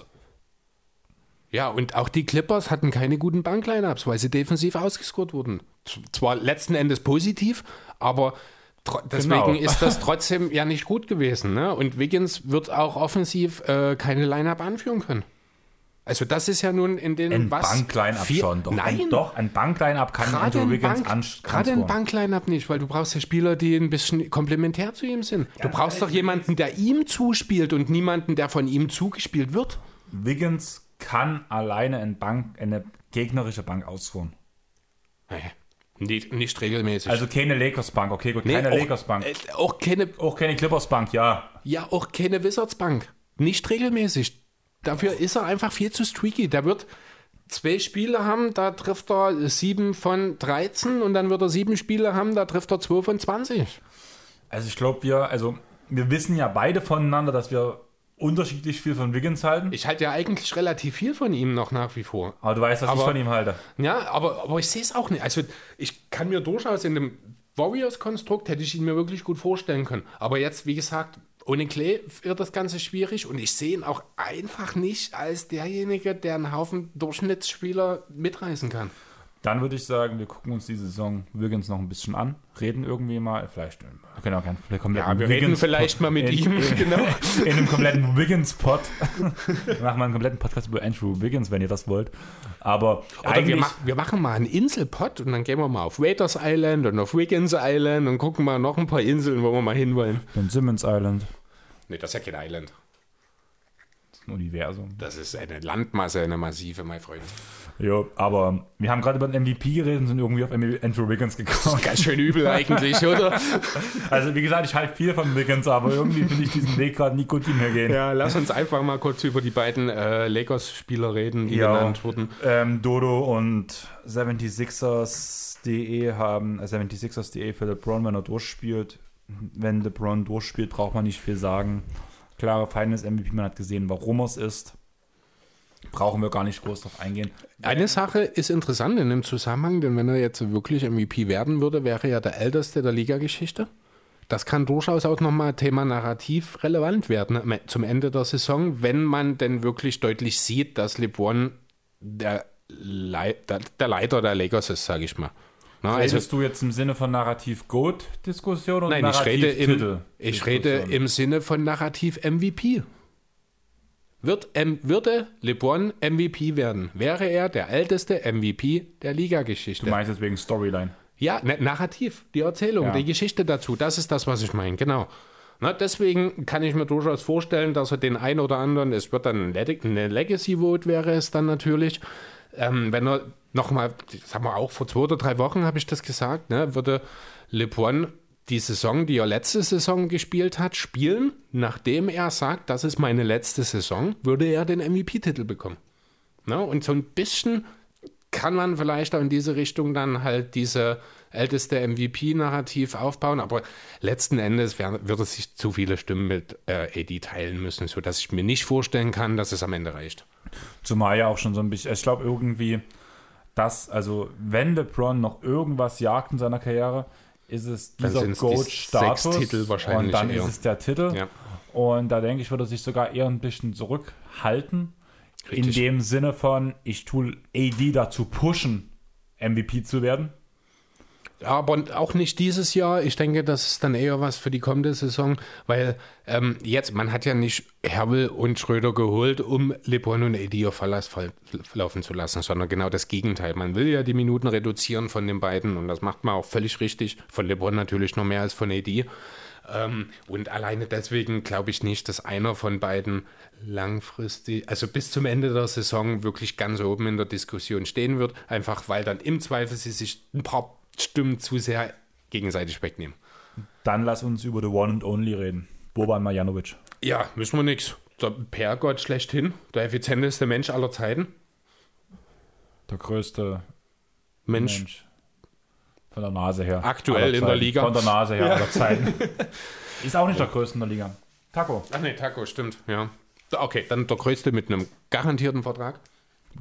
Ja, und auch die Clippers hatten keine guten Bank-Lineups, weil sie defensiv ausgescored wurden. Zwar letzten Endes positiv, aber deswegen ist das trotzdem ja nicht gut gewesen. Ne? Und Wiggins wird auch offensiv keine Line-Up anführen können. Also das ist ja nun in den Ein Bankline-Up schon. Doch, Nein, ein Bankline-Up kann Andrew Wiggins gerade ein Bankline-Up nicht, weil du brauchst ja Spieler, die ein bisschen komplementär zu ihm sind. Du brauchst doch jemanden, der ihm zuspielt und niemanden, der von ihm zugespielt wird. Wiggins kann alleine eine gegnerische Bank ausführen. Nicht regelmäßig. Also keine Lakers-Bank, okay, gut, keine Lakers-Bank. Auch keine Clippers-Bank, ja. Ja, auch keine Wizards-Bank. Nicht regelmäßig. Dafür ist er einfach viel zu streaky. Der wird 2 Spiele haben, da trifft er 7 von 13 und dann wird er 7 Spiele haben, da trifft er 2 von 20. Also ich glaube, wir wissen ja beide voneinander, dass wir unterschiedlich viel von Wiggins halten. Ich halte ja eigentlich relativ viel von ihm noch nach wie vor. Aber du weißt, was ich von ihm halte. Ja, aber ich sehe es auch nicht. Also ich kann mir durchaus in dem Warriors-Konstrukt hätte ich ihn mir wirklich gut vorstellen können. Aber jetzt, wie gesagt, ohne Clay wird das Ganze schwierig und ich sehe ihn auch einfach nicht als derjenige, der einen Haufen Durchschnittsspieler mitreißen kann. Dann würde ich sagen, wir gucken uns diese Saison Wiggins noch ein bisschen an, reden irgendwie mal, vielleicht können auch keinen kompletten wir reden vielleicht mal mit ihm, genau. In einem kompletten Wiggins-Pod. Wir machen mal einen kompletten Podcast über Andrew Wiggins, wenn ihr das wollt. Aber wir machen mal einen Inselpod und dann gehen wir mal auf Waiters Island und auf Wiggins Island und gucken mal noch ein paar Inseln, wo wir mal hinwollen. Den Simmons Island. Nee, das ist ja kein Island. Das ist ein Universum. Das ist eine Landmasse, eine massive, mein Freund. Ja, aber wir haben gerade über den MVP geredet und sind irgendwie auf Andrew Wiggins gekommen. Das ist ganz schön übel eigentlich, oder? Also wie gesagt, ich halte viel von Wiggins, aber irgendwie finde ich diesen Weg gerade nie gut hintergehen. Ja, lass uns einfach mal kurz über die beiden Lakers-Spieler reden, die genannt wurden. Dodo und 76ers.de haben 76ers.de für LeBron, wenn er durchspielt. Wenn LeBron durchspielt, braucht man nicht viel sagen. Klare Finals-MVP, man hat gesehen, warum er es ist. Brauchen wir gar nicht groß drauf eingehen. Eine Sache ist interessant in dem Zusammenhang, denn wenn er jetzt wirklich MVP werden würde, wäre er der Älteste der Liga-Geschichte. Das kann durchaus auch nochmal Thema Narrativ relevant werden zum Ende der Saison, wenn man denn wirklich deutlich sieht, dass LeBron der Leiter der Lakers ist, sage ich mal. Redest du jetzt im Sinne von Narrativ-GOAT-Diskussion oder Narrativ-Titel? Ich rede im Sinne von Narrativ-MVP. Würde LeBron MVP werden, wäre er der älteste MVP der Liga-Geschichte. Du meinst deswegen Storyline? Ja, Narrativ, die Erzählung, die Geschichte dazu, das ist das, was ich meine, genau. Deswegen kann ich mir durchaus vorstellen, dass er den einen oder anderen, es wird dann eine Legacy-Vote, wäre es dann natürlich, wenn er nochmal, das haben wir auch vor 2 oder 3 Wochen, habe ich das gesagt, würde LeBron die Saison, die er letzte Saison gespielt hat, spielen, nachdem er sagt, das ist meine letzte Saison, würde er den MVP-Titel bekommen. Und so ein bisschen kann man vielleicht auch in diese Richtung dann halt diese älteste MVP-Narrativ aufbauen, aber letzten Endes würde sich zu viele Stimmen mit AD teilen müssen, sodass ich mir nicht vorstellen kann, dass es am Ende reicht. Zumal ja auch schon so ein bisschen, ich glaube irgendwie, dass, also wenn LeBron noch irgendwas jagt in seiner Karriere, ist es dieser GOAT-Status 6 Titel wahrscheinlich und dann eher. ist es der Titel. Ja. Und da denke ich, würde er sich sogar eher ein bisschen zurückhalten. Richtig. In dem Sinne von, ich tue AD dazu pushen, MVP zu werden. Aber auch nicht dieses Jahr. Ich denke, das ist dann eher was für die kommende Saison, weil jetzt, man hat ja nicht Hervel und Schröder geholt, um LeBron und AD auf Verlass laufen zu lassen, sondern genau das Gegenteil. Man will ja die Minuten reduzieren von den beiden und das macht man auch völlig richtig. Von LeBron natürlich noch mehr als von AD. Und alleine deswegen glaube ich nicht, dass einer von beiden langfristig, also bis zum Ende der Saison wirklich ganz oben in der Diskussion stehen wird, einfach weil dann im Zweifel sie sich ein paar Stimmen zu sehr gegenseitig wegnehmen. Dann lass uns über The One and Only reden. Boban Marjanovic. Ja, müssen wir nichts. Der PR-Gott schlechthin, der effizienteste Mensch aller Zeiten. Der größte Mensch. Von der Nase her. Aktuell in der Liga. Von der Nase her aller Zeiten. Ist auch nicht der größte in der Liga. Taco. Ach nee, Taco, stimmt. Ja. Okay, dann der größte mit einem garantierten Vertrag. Gut.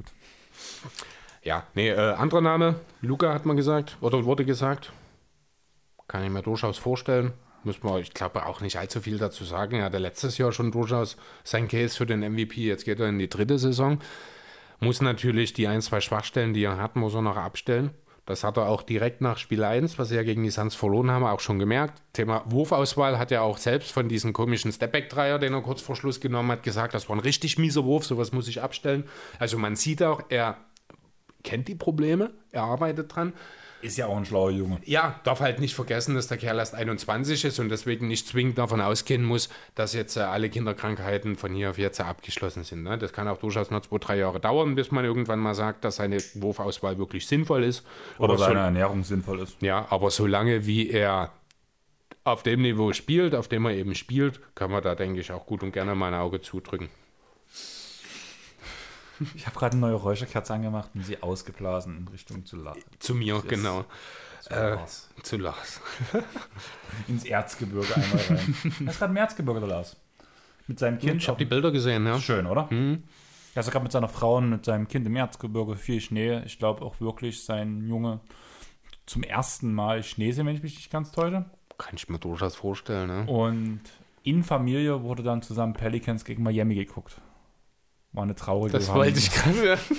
Ja, anderer Name, Luka hat man gesagt, oder wurde gesagt. Kann ich mir durchaus vorstellen. Muss man, ich glaube, auch nicht allzu viel dazu sagen. Er hatte letztes Jahr schon durchaus sein Case für den MVP. Jetzt geht er in die 3. Saison. Muss natürlich die 1, 2 Schwachstellen, die er hat, muss er noch abstellen. Das hat er auch direkt nach Spiel 1, was sie ja gegen die Suns verloren haben, auch schon gemerkt. Thema Wurfauswahl hat er auch selbst von diesem komischen Stepback-Dreier, den er kurz vor Schluss genommen hat, gesagt, das war ein richtig mieser Wurf, sowas muss ich abstellen. Also man sieht auch, er kennt die Probleme, er arbeitet dran. Ist ja auch ein schlauer Junge. Ja, darf halt nicht vergessen, dass der Kerl erst 21 ist und deswegen nicht zwingend davon ausgehen muss, dass jetzt alle Kinderkrankheiten von hier auf jetzt abgeschlossen sind. Ne? Das kann auch durchaus noch 2-3 Jahre dauern, bis man irgendwann mal sagt, dass seine Wurfauswahl wirklich sinnvoll ist. Oder seine Ernährung sinnvoll ist. Ja, aber solange wie er auf dem Niveau spielt, auf dem er eben spielt, kann man da, denke ich, auch gut und gerne mal ein Auge zudrücken. Ich habe gerade eine neue Räucherkerze angemacht und sie ausgeblasen in Richtung zu mir, genau. Zu Lars. Ins Erzgebirge einmal rein. Er ist gerade im Erzgebirge, der Lars. Mit seinem Kind. Ich habe die Bilder gesehen, ja. Schön, oder? Er ist gerade mit seiner Frau und mit seinem Kind im Erzgebirge, viel Schnee. Ich glaube auch wirklich, sein Junge zum ersten Mal Schnee sehen, wenn ich mich nicht ganz täusche. Kann ich mir durchaus vorstellen, ne? Und in Familie wurde dann zusammen Pelicans gegen Miami geguckt. War eine traurige Das wollte ich gerade. Hat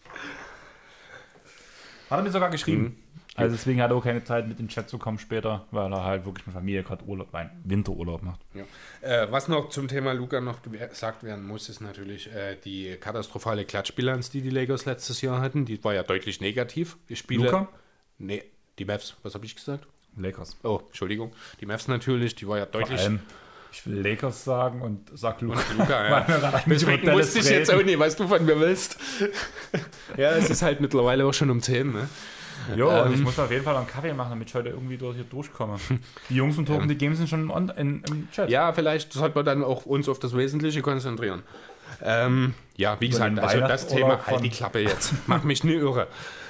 er mir sogar geschrieben. Also deswegen hat er auch keine Zeit, mit in den Chat zu kommen später, weil er halt wirklich mit Familie gerade Winterurlaub macht. Ja. Was noch zum Thema Luka noch gesagt werden muss, ist natürlich die katastrophale Klatschbilanz, die Lakers letztes Jahr hatten. Die war ja deutlich negativ. Luka? Nee, die Mavs. Was habe ich gesagt? Lakers. Oh, Entschuldigung. Die Mavs natürlich, die war ja deutlich... Vor allem, ich will Lakers sagen und sag Luka. Ja. Deswegen wusste ich jetzt auch nicht, was du von mir willst. Ja, es ist halt mittlerweile auch schon um 10, ne? Jo, und ich muss auf jeden Fall noch einen Kaffee machen, damit ich heute irgendwie hier durchkomme. Die Jungs und Toben, die Games sind schon im Chat. Ja, vielleicht sollte man dann auch uns auf das Wesentliche konzentrieren. Ja, wie gesagt, also das Thema, halt die Klappe jetzt, mach mich nie irre.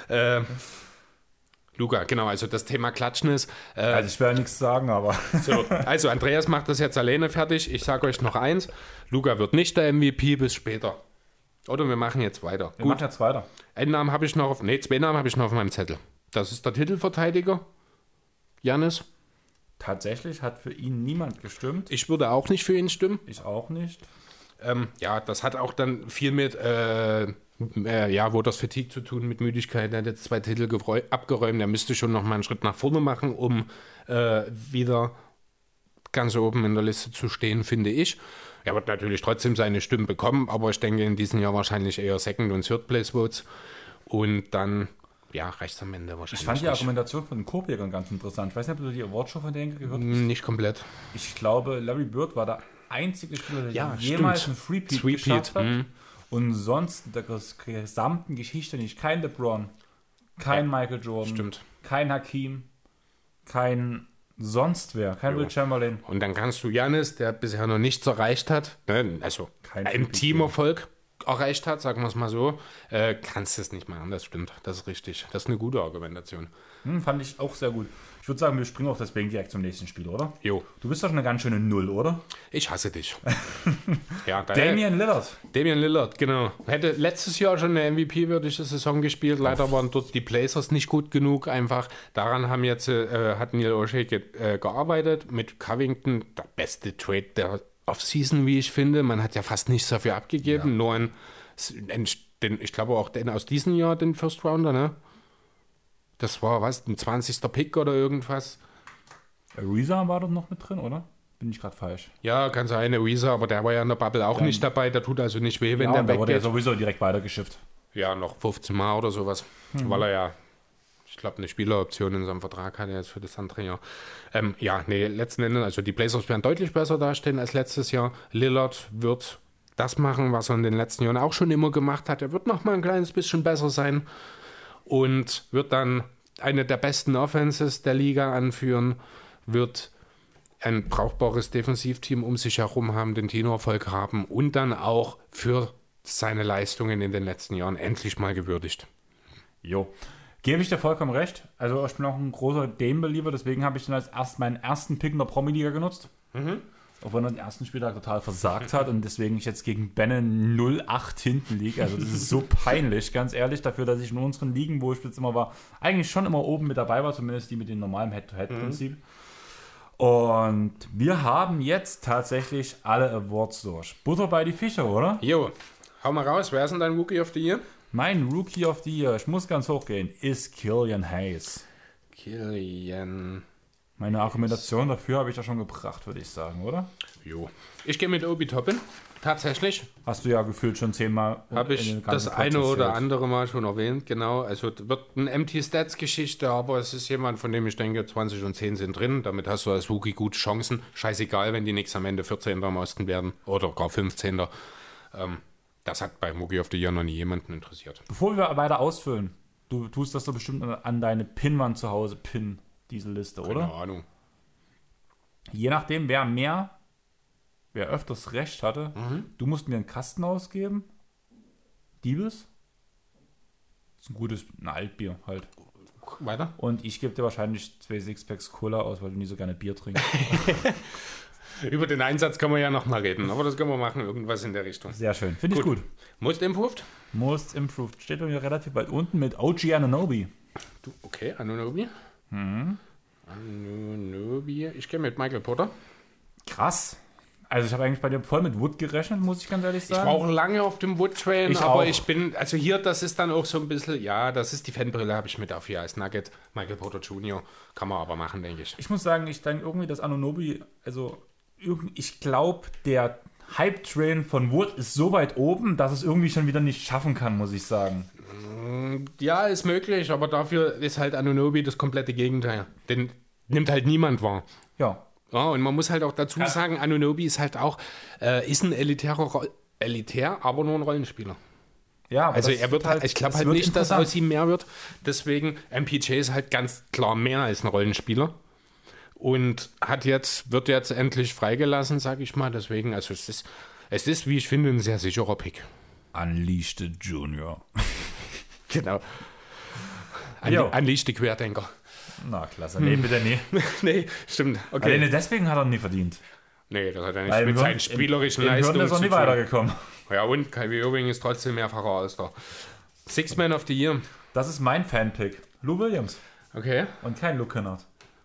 Luca, genau, also das Thema Klatschen ist... also ich will ja nichts sagen, aber... So, also Andreas macht das jetzt alleine fertig. Ich sage euch noch eins, Luca wird nicht der MVP bis später. Oder wir machen jetzt weiter. Wir machen jetzt weiter. Zwei Namen habe ich noch auf meinem Zettel. Das ist der Titelverteidiger, Giannis. Tatsächlich hat für ihn niemand gestimmt. Ich würde auch nicht für ihn stimmen. Ich auch nicht. Ja, das hat auch dann viel mit... wo das Fatigue zu tun, mit Müdigkeit. Er hat jetzt 2 Titel abgeräumt. Er müsste schon noch mal einen Schritt nach vorne machen, um wieder ganz oben in der Liste zu stehen, finde ich. Er wird natürlich trotzdem seine Stimmen bekommen, aber ich denke in diesem Jahr wahrscheinlich eher Second- und Third-Place-Votes. Und dann, ja, rechts am Ende wahrscheinlich. Ich fand die Argumentation von den Korbjägern ganz interessant. Ich weiß nicht, ob du die Awardshow von denen gehört hast. Nicht komplett. Ich glaube, Larry Bird war der einzige Spieler, der jemals einen Three-Peat geschafft hat. Und sonst in der gesamten Geschichte nicht. Kein LeBron, kein Michael Jordan, kein Hakim, kein sonst wer, kein Will Chamberlain. Und dann kannst du Giannis, der bisher noch nichts erreicht hat, ne, also einen Teamerfolg erreicht hat, sagen wir es mal so, kannst du es nicht machen, das stimmt, das ist richtig. Das ist eine gute Argumentation. Fand ich auch sehr gut. Ich würde sagen, wir springen auch deswegen direkt zum nächsten Spiel, oder? Jo. Du bist doch schon eine ganz schöne Null, oder? Ich hasse dich. Ja, Damian Lillard, genau. Hätte letztes Jahr schon eine MVP-würdige Saison gespielt. Leider waren dort die Blazers nicht gut genug. Einfach daran haben jetzt, hat Neil O'Shea gearbeitet. Mit Covington, der beste Trade der Offseason, wie ich finde. Man hat ja fast nichts dafür abgegeben. Nur ich glaube auch aus diesem Jahr den First Rounder, ne? Das war ein 20. Pick oder irgendwas. Ariza war dort noch mit drin, oder? Bin ich gerade falsch? Ja, kann sein, Ariza, aber der war ja in der Bubble auch nicht dabei. Der tut also nicht weh, wenn der weggeht. wurde ja sowieso direkt weitergeschifft. Ja, noch 15 Mal oder sowas. Weil er ja, ich glaube, eine Spieleroption in seinem Vertrag hat er jetzt für das andere Jahr. Letzten Endes, also die Blazers werden deutlich besser dastehen als letztes Jahr. Lillard wird das machen, was er in den letzten Jahren auch schon immer gemacht hat. Er wird noch mal ein kleines bisschen besser sein. Und wird dann eine der besten Offenses der Liga anführen, wird ein brauchbares Defensivteam um sich herum haben, den Teamerfolg haben und dann auch für seine Leistungen in den letzten Jahren endlich mal gewürdigt. Jo, gebe ich dir vollkommen recht. Also ich bin auch ein großer Dame-Believer, deswegen habe ich dann meinen ersten Pick in der Promi-Liga genutzt. Auch wenn er den ersten Spieltag total versagt hat und deswegen ich jetzt gegen Benne 0-8 hinten liege. Also das ist so peinlich, ganz ehrlich, dafür, dass ich in unseren Ligen, wo ich jetzt immer war, eigentlich schon immer oben mit dabei war, zumindest die mit dem normalen Head-to-Head-Prinzip. Und wir haben jetzt tatsächlich alle Awards durch. Butter bei die Fische, oder? Jo, hau mal raus, wer ist denn dein Rookie of the Year? Mein Rookie of the Year, ich muss ganz hoch gehen, ist Killian Hayes. Killian. Meine Argumentation dafür habe ich ja schon gebracht, würde ich sagen, oder? Jo. Ich gehe mit Obi Toppin. Tatsächlich. Hast du ja gefühlt schon 10-mal. Habe ich das eine oder andere Mal schon erwähnt, genau. Also wird eine Empty Stats Geschichte, aber es ist jemand, von dem ich denke, 20 und 10 sind drin. Damit hast du als Rookie gut Chancen. Scheißegal, wenn die Knicks am Ende 14. am Osten werden oder gar 15. Das hat bei Rookie of the Year noch nie jemanden interessiert. Bevor wir weiter ausfüllen, du tust das so bestimmt an deine Pinwand zu Hause diese Liste, oder? Keine Ahnung. Je nachdem, wer öfters recht hatte, du musst mir einen Kasten ausgeben. Diebes. Das ist ein Altbier halt. Weiter? Und ich gebe dir wahrscheinlich 2 Sixpacks Cola aus, weil du nie so gerne Bier trinkst. Über den Einsatz können wir ja nochmal reden, aber das können wir machen, irgendwas in der Richtung. Sehr schön, finde ich gut. Most Improved? Most Improved. Steht bei mir relativ weit unten mit OG Anunoby. Okay, Anunoby. Anunoby. Ich gehe mit Michael Porter. Krass. Also ich habe eigentlich bei dir voll mit Wood gerechnet, muss ich ganz ehrlich sagen. Ich war auch lange auf dem Wood-Train, aber ich bin, also hier, das ist dann auch so ein bisschen, ja, das ist die Fanbrille, habe ich mit auf hier als Nugget. Michael Porter Jr. kann man aber machen, denke ich. Ich muss sagen, ich denke irgendwie, dass Anunoby, also ich glaube, der Hype-Train von Wood ist so weit oben, dass es irgendwie schon wieder nicht schaffen kann, muss ich sagen. Ja, ist möglich, aber dafür ist halt Anunoby das komplette Gegenteil. Den nimmt halt niemand wahr. Ja. Ja, und man muss halt auch dazu sagen, Anunoby ist halt auch, ist ein elitär, aber nur ein Rollenspieler. Ja, aber also er wird halt, ich glaube halt nicht, dass aus ihm mehr wird. Deswegen, MPJ ist halt ganz klar mehr als ein Rollenspieler. Und wird jetzt endlich freigelassen, sage ich mal. Deswegen, also es ist, wie ich finde, ein sehr sicherer Pick. Unleashed Junior. Genau. Unleashed Querdenker. Na, klasse. Nee, bitte nee. Nee, stimmt. Okay. Alleine deswegen hat er nie verdient. Nee, das hat er nicht mit seinen spielerischen Leistungen zu tun. Ist er nie weitergekommen. Ja, und Kyrie Irving ist trotzdem mehrfacher All-Star. Sixth Man of the Year. Das ist mein Fanpick. Lou Williams. Okay. Und kein Luke Kennard.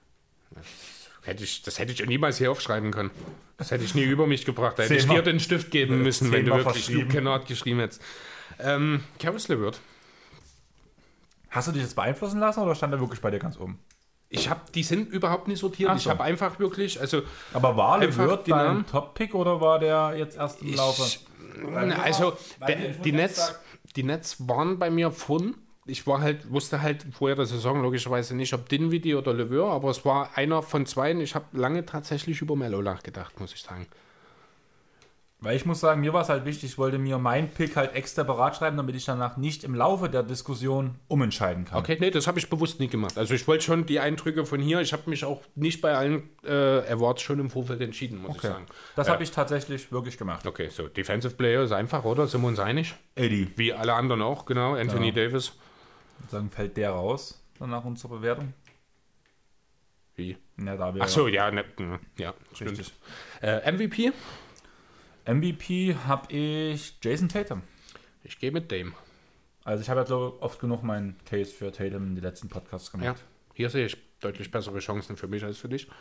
Das hätte ich niemals hier aufschreiben können. Das hätte ich nie über mich gebracht. Da hätte ich dir den Stift geben müssen, wenn du wirklich Luke Kennard geschrieben hättest. Caris LeVert. Hast du dich jetzt beeinflussen lassen oder stand er wirklich bei dir ganz oben? Die sind überhaupt nicht sortiert. So. Ich habe einfach wirklich, Aber war LeVert dein Top-Pick oder war der jetzt erst im Laufe? Die Nets waren bei mir von. Ich wusste halt vorher der Saison logischerweise nicht, ob Dinwiddie oder LeVert, aber es war einer von zwei. Ich habe lange tatsächlich über Melo nachgedacht, muss ich sagen. Weil ich muss sagen, mir war es halt wichtig, ich wollte mir meinen Pick halt extra parat schreiben, damit ich danach nicht im Laufe der Diskussion umentscheiden kann. Okay, nee, das habe ich bewusst nie gemacht. Also ich wollte schon die Eindrücke von hier, ich habe mich auch nicht bei allen Awards schon im Vorfeld entschieden, muss ich sagen. Das habe ich tatsächlich wirklich gemacht. Okay, so Defensive Player ist einfach, oder? Sind wir uns einig? Eddie. Wie alle anderen auch, genau. Anthony Davis. Sagen, fällt der raus, dann nach unserer Bewertung? Wie? Ja, da ach so, ja, richtig. MVP? MVP habe ich Jason Tatum. Ich gehe mit Dame. Also ich habe ja oft genug meinen Case für Tatum in den letzten Podcasts gemacht. Ja, hier sehe ich deutlich bessere Chancen für mich als für dich.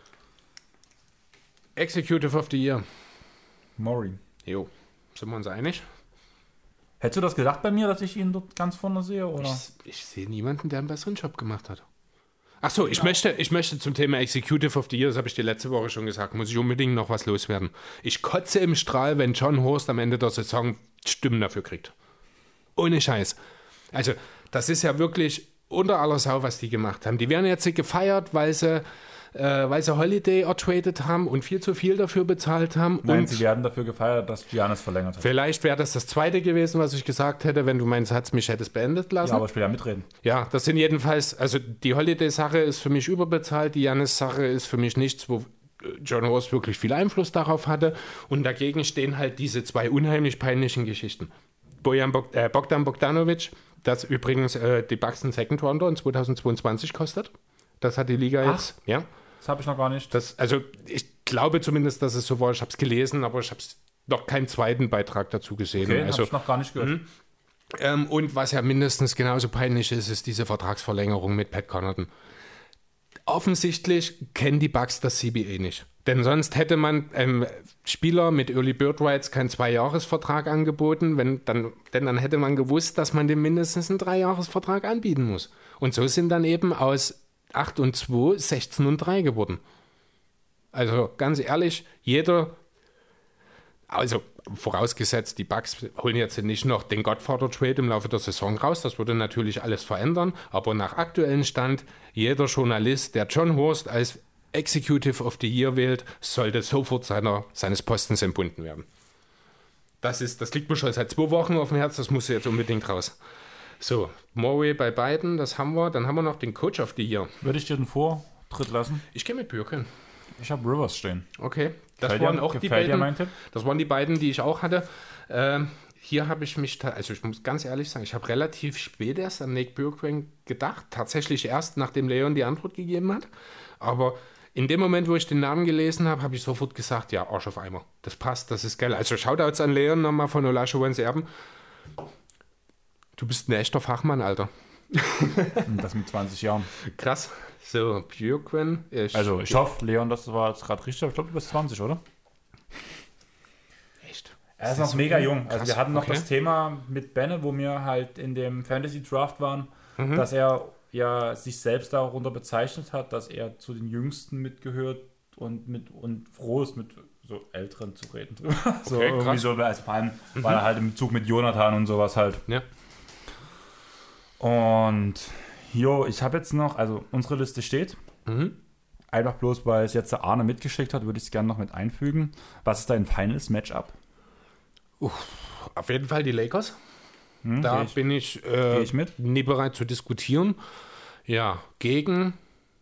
Executive of the Year. Murray. Jo, sind wir uns einig? Hättest du das gedacht bei mir, dass ich ihn dort ganz vorne sehe? Oder? Ich sehe niemanden, der einen besseren Job gemacht hat. Achso, ich möchte zum Thema Executive of the Year, das habe ich dir letzte Woche schon gesagt, muss ich unbedingt noch was loswerden. Ich kotze im Strahl, wenn John Horst am Ende der Saison Stimmen dafür kriegt. Ohne Scheiß. Also, das ist ja wirklich unter aller Sau, was die gemacht haben. Die werden jetzt gefeiert, weil sie Holiday ertradet haben und viel zu viel dafür bezahlt haben. Nein, und sie werden dafür gefeiert, dass Giannis verlängert hat. Vielleicht wäre das zweite gewesen, was ich gesagt hätte, wenn du meinen Satz mich hättest beendet lassen. Ja, aber ich will ja mitreden. Ja, das sind jedenfalls, also die Holiday-Sache ist für mich überbezahlt, die Giannis-Sache ist für mich nichts, wo John Horst wirklich viel Einfluss darauf hatte. Und dagegen stehen halt diese zwei unheimlich peinlichen Geschichten. Bogdan Bogdanovic, das übrigens die Bucks einen Second Rounder in 2022 kostet. Das hat die Liga jetzt, ja. Das habe ich noch gar nicht. Also ich glaube zumindest, dass es so war. Ich habe es gelesen, aber ich habe noch keinen zweiten Beitrag dazu gesehen. Okay, also habe ich noch gar nicht gehört. Und was ja mindestens genauso peinlich ist, ist diese Vertragsverlängerung mit Pat Connaughton. Offensichtlich kennen die Bucks das CBA nicht. Denn sonst hätte man einem Spieler mit Early Bird Rights keinen 2-Jahres-Vertrag angeboten, denn dann hätte man gewusst, dass man dem mindestens einen 3-Jahres-Vertrag anbieten muss. Und so sind dann eben aus 8 und 2 16 und 3 geworden. Also ganz ehrlich, also vorausgesetzt, die Bucks holen jetzt nicht noch den Godfather-Trade im Laufe der Saison raus, das würde natürlich alles verändern, aber nach aktuellem Stand, jeder Journalist, der John Horst als Executive of the Year wählt, sollte sofort seines Postens entbunden werden. Das liegt mir schon seit 2 Wochen auf dem Herz, das muss jetzt unbedingt raus. So, Morey bei beiden, das haben wir. Dann haben wir noch den Coach of the Year. Würde ich dir den Vortritt lassen? Ich gehe mit Bürken. Ich habe Rivers stehen. Okay, das waren auch die beiden. Das waren die beiden, die ich auch hatte. Hier habe ich mich, also ich muss ganz ehrlich sagen, ich habe relativ spät erst an Nick Bjorkgren gedacht. Tatsächlich erst, nachdem Leon die Antwort gegeben hat. Aber in dem Moment, wo ich den Namen gelesen habe, habe ich sofort gesagt, ja, Arsch auf Eimer. Das passt, das ist geil. Also Shoutouts an Leon nochmal von Olajuwons Erben. Du bist ein echter Fachmann, Alter. Das mit 20 Jahren. Krass. So, Bjorkgren. Ich hoffe, Leon, das war jetzt gerade richtig. Ich glaube, du bist 20, oder? Echt? Er ist noch mega jung. Krass. Also wir hatten noch das Thema mit Benne, wo wir halt in dem Fantasy Draft waren, dass er ja sich selbst darunter bezeichnet hat, dass er zu den Jüngsten mitgehört und froh ist, mit so Älteren zu reden. So Okay, irgendwie krass. so, also vor allem, weil er halt im Zug mit Jonathan und sowas halt. Ja. Und ich habe jetzt noch, also unsere Liste steht. Einfach bloß, weil es jetzt der Arne mitgeschickt hat, würde ich es gerne noch mit einfügen. Was ist dein Finals-Matchup? Auf jeden Fall die Lakers. Da bin ich, ich mit. Nie bereit zu diskutieren. Ja, gegen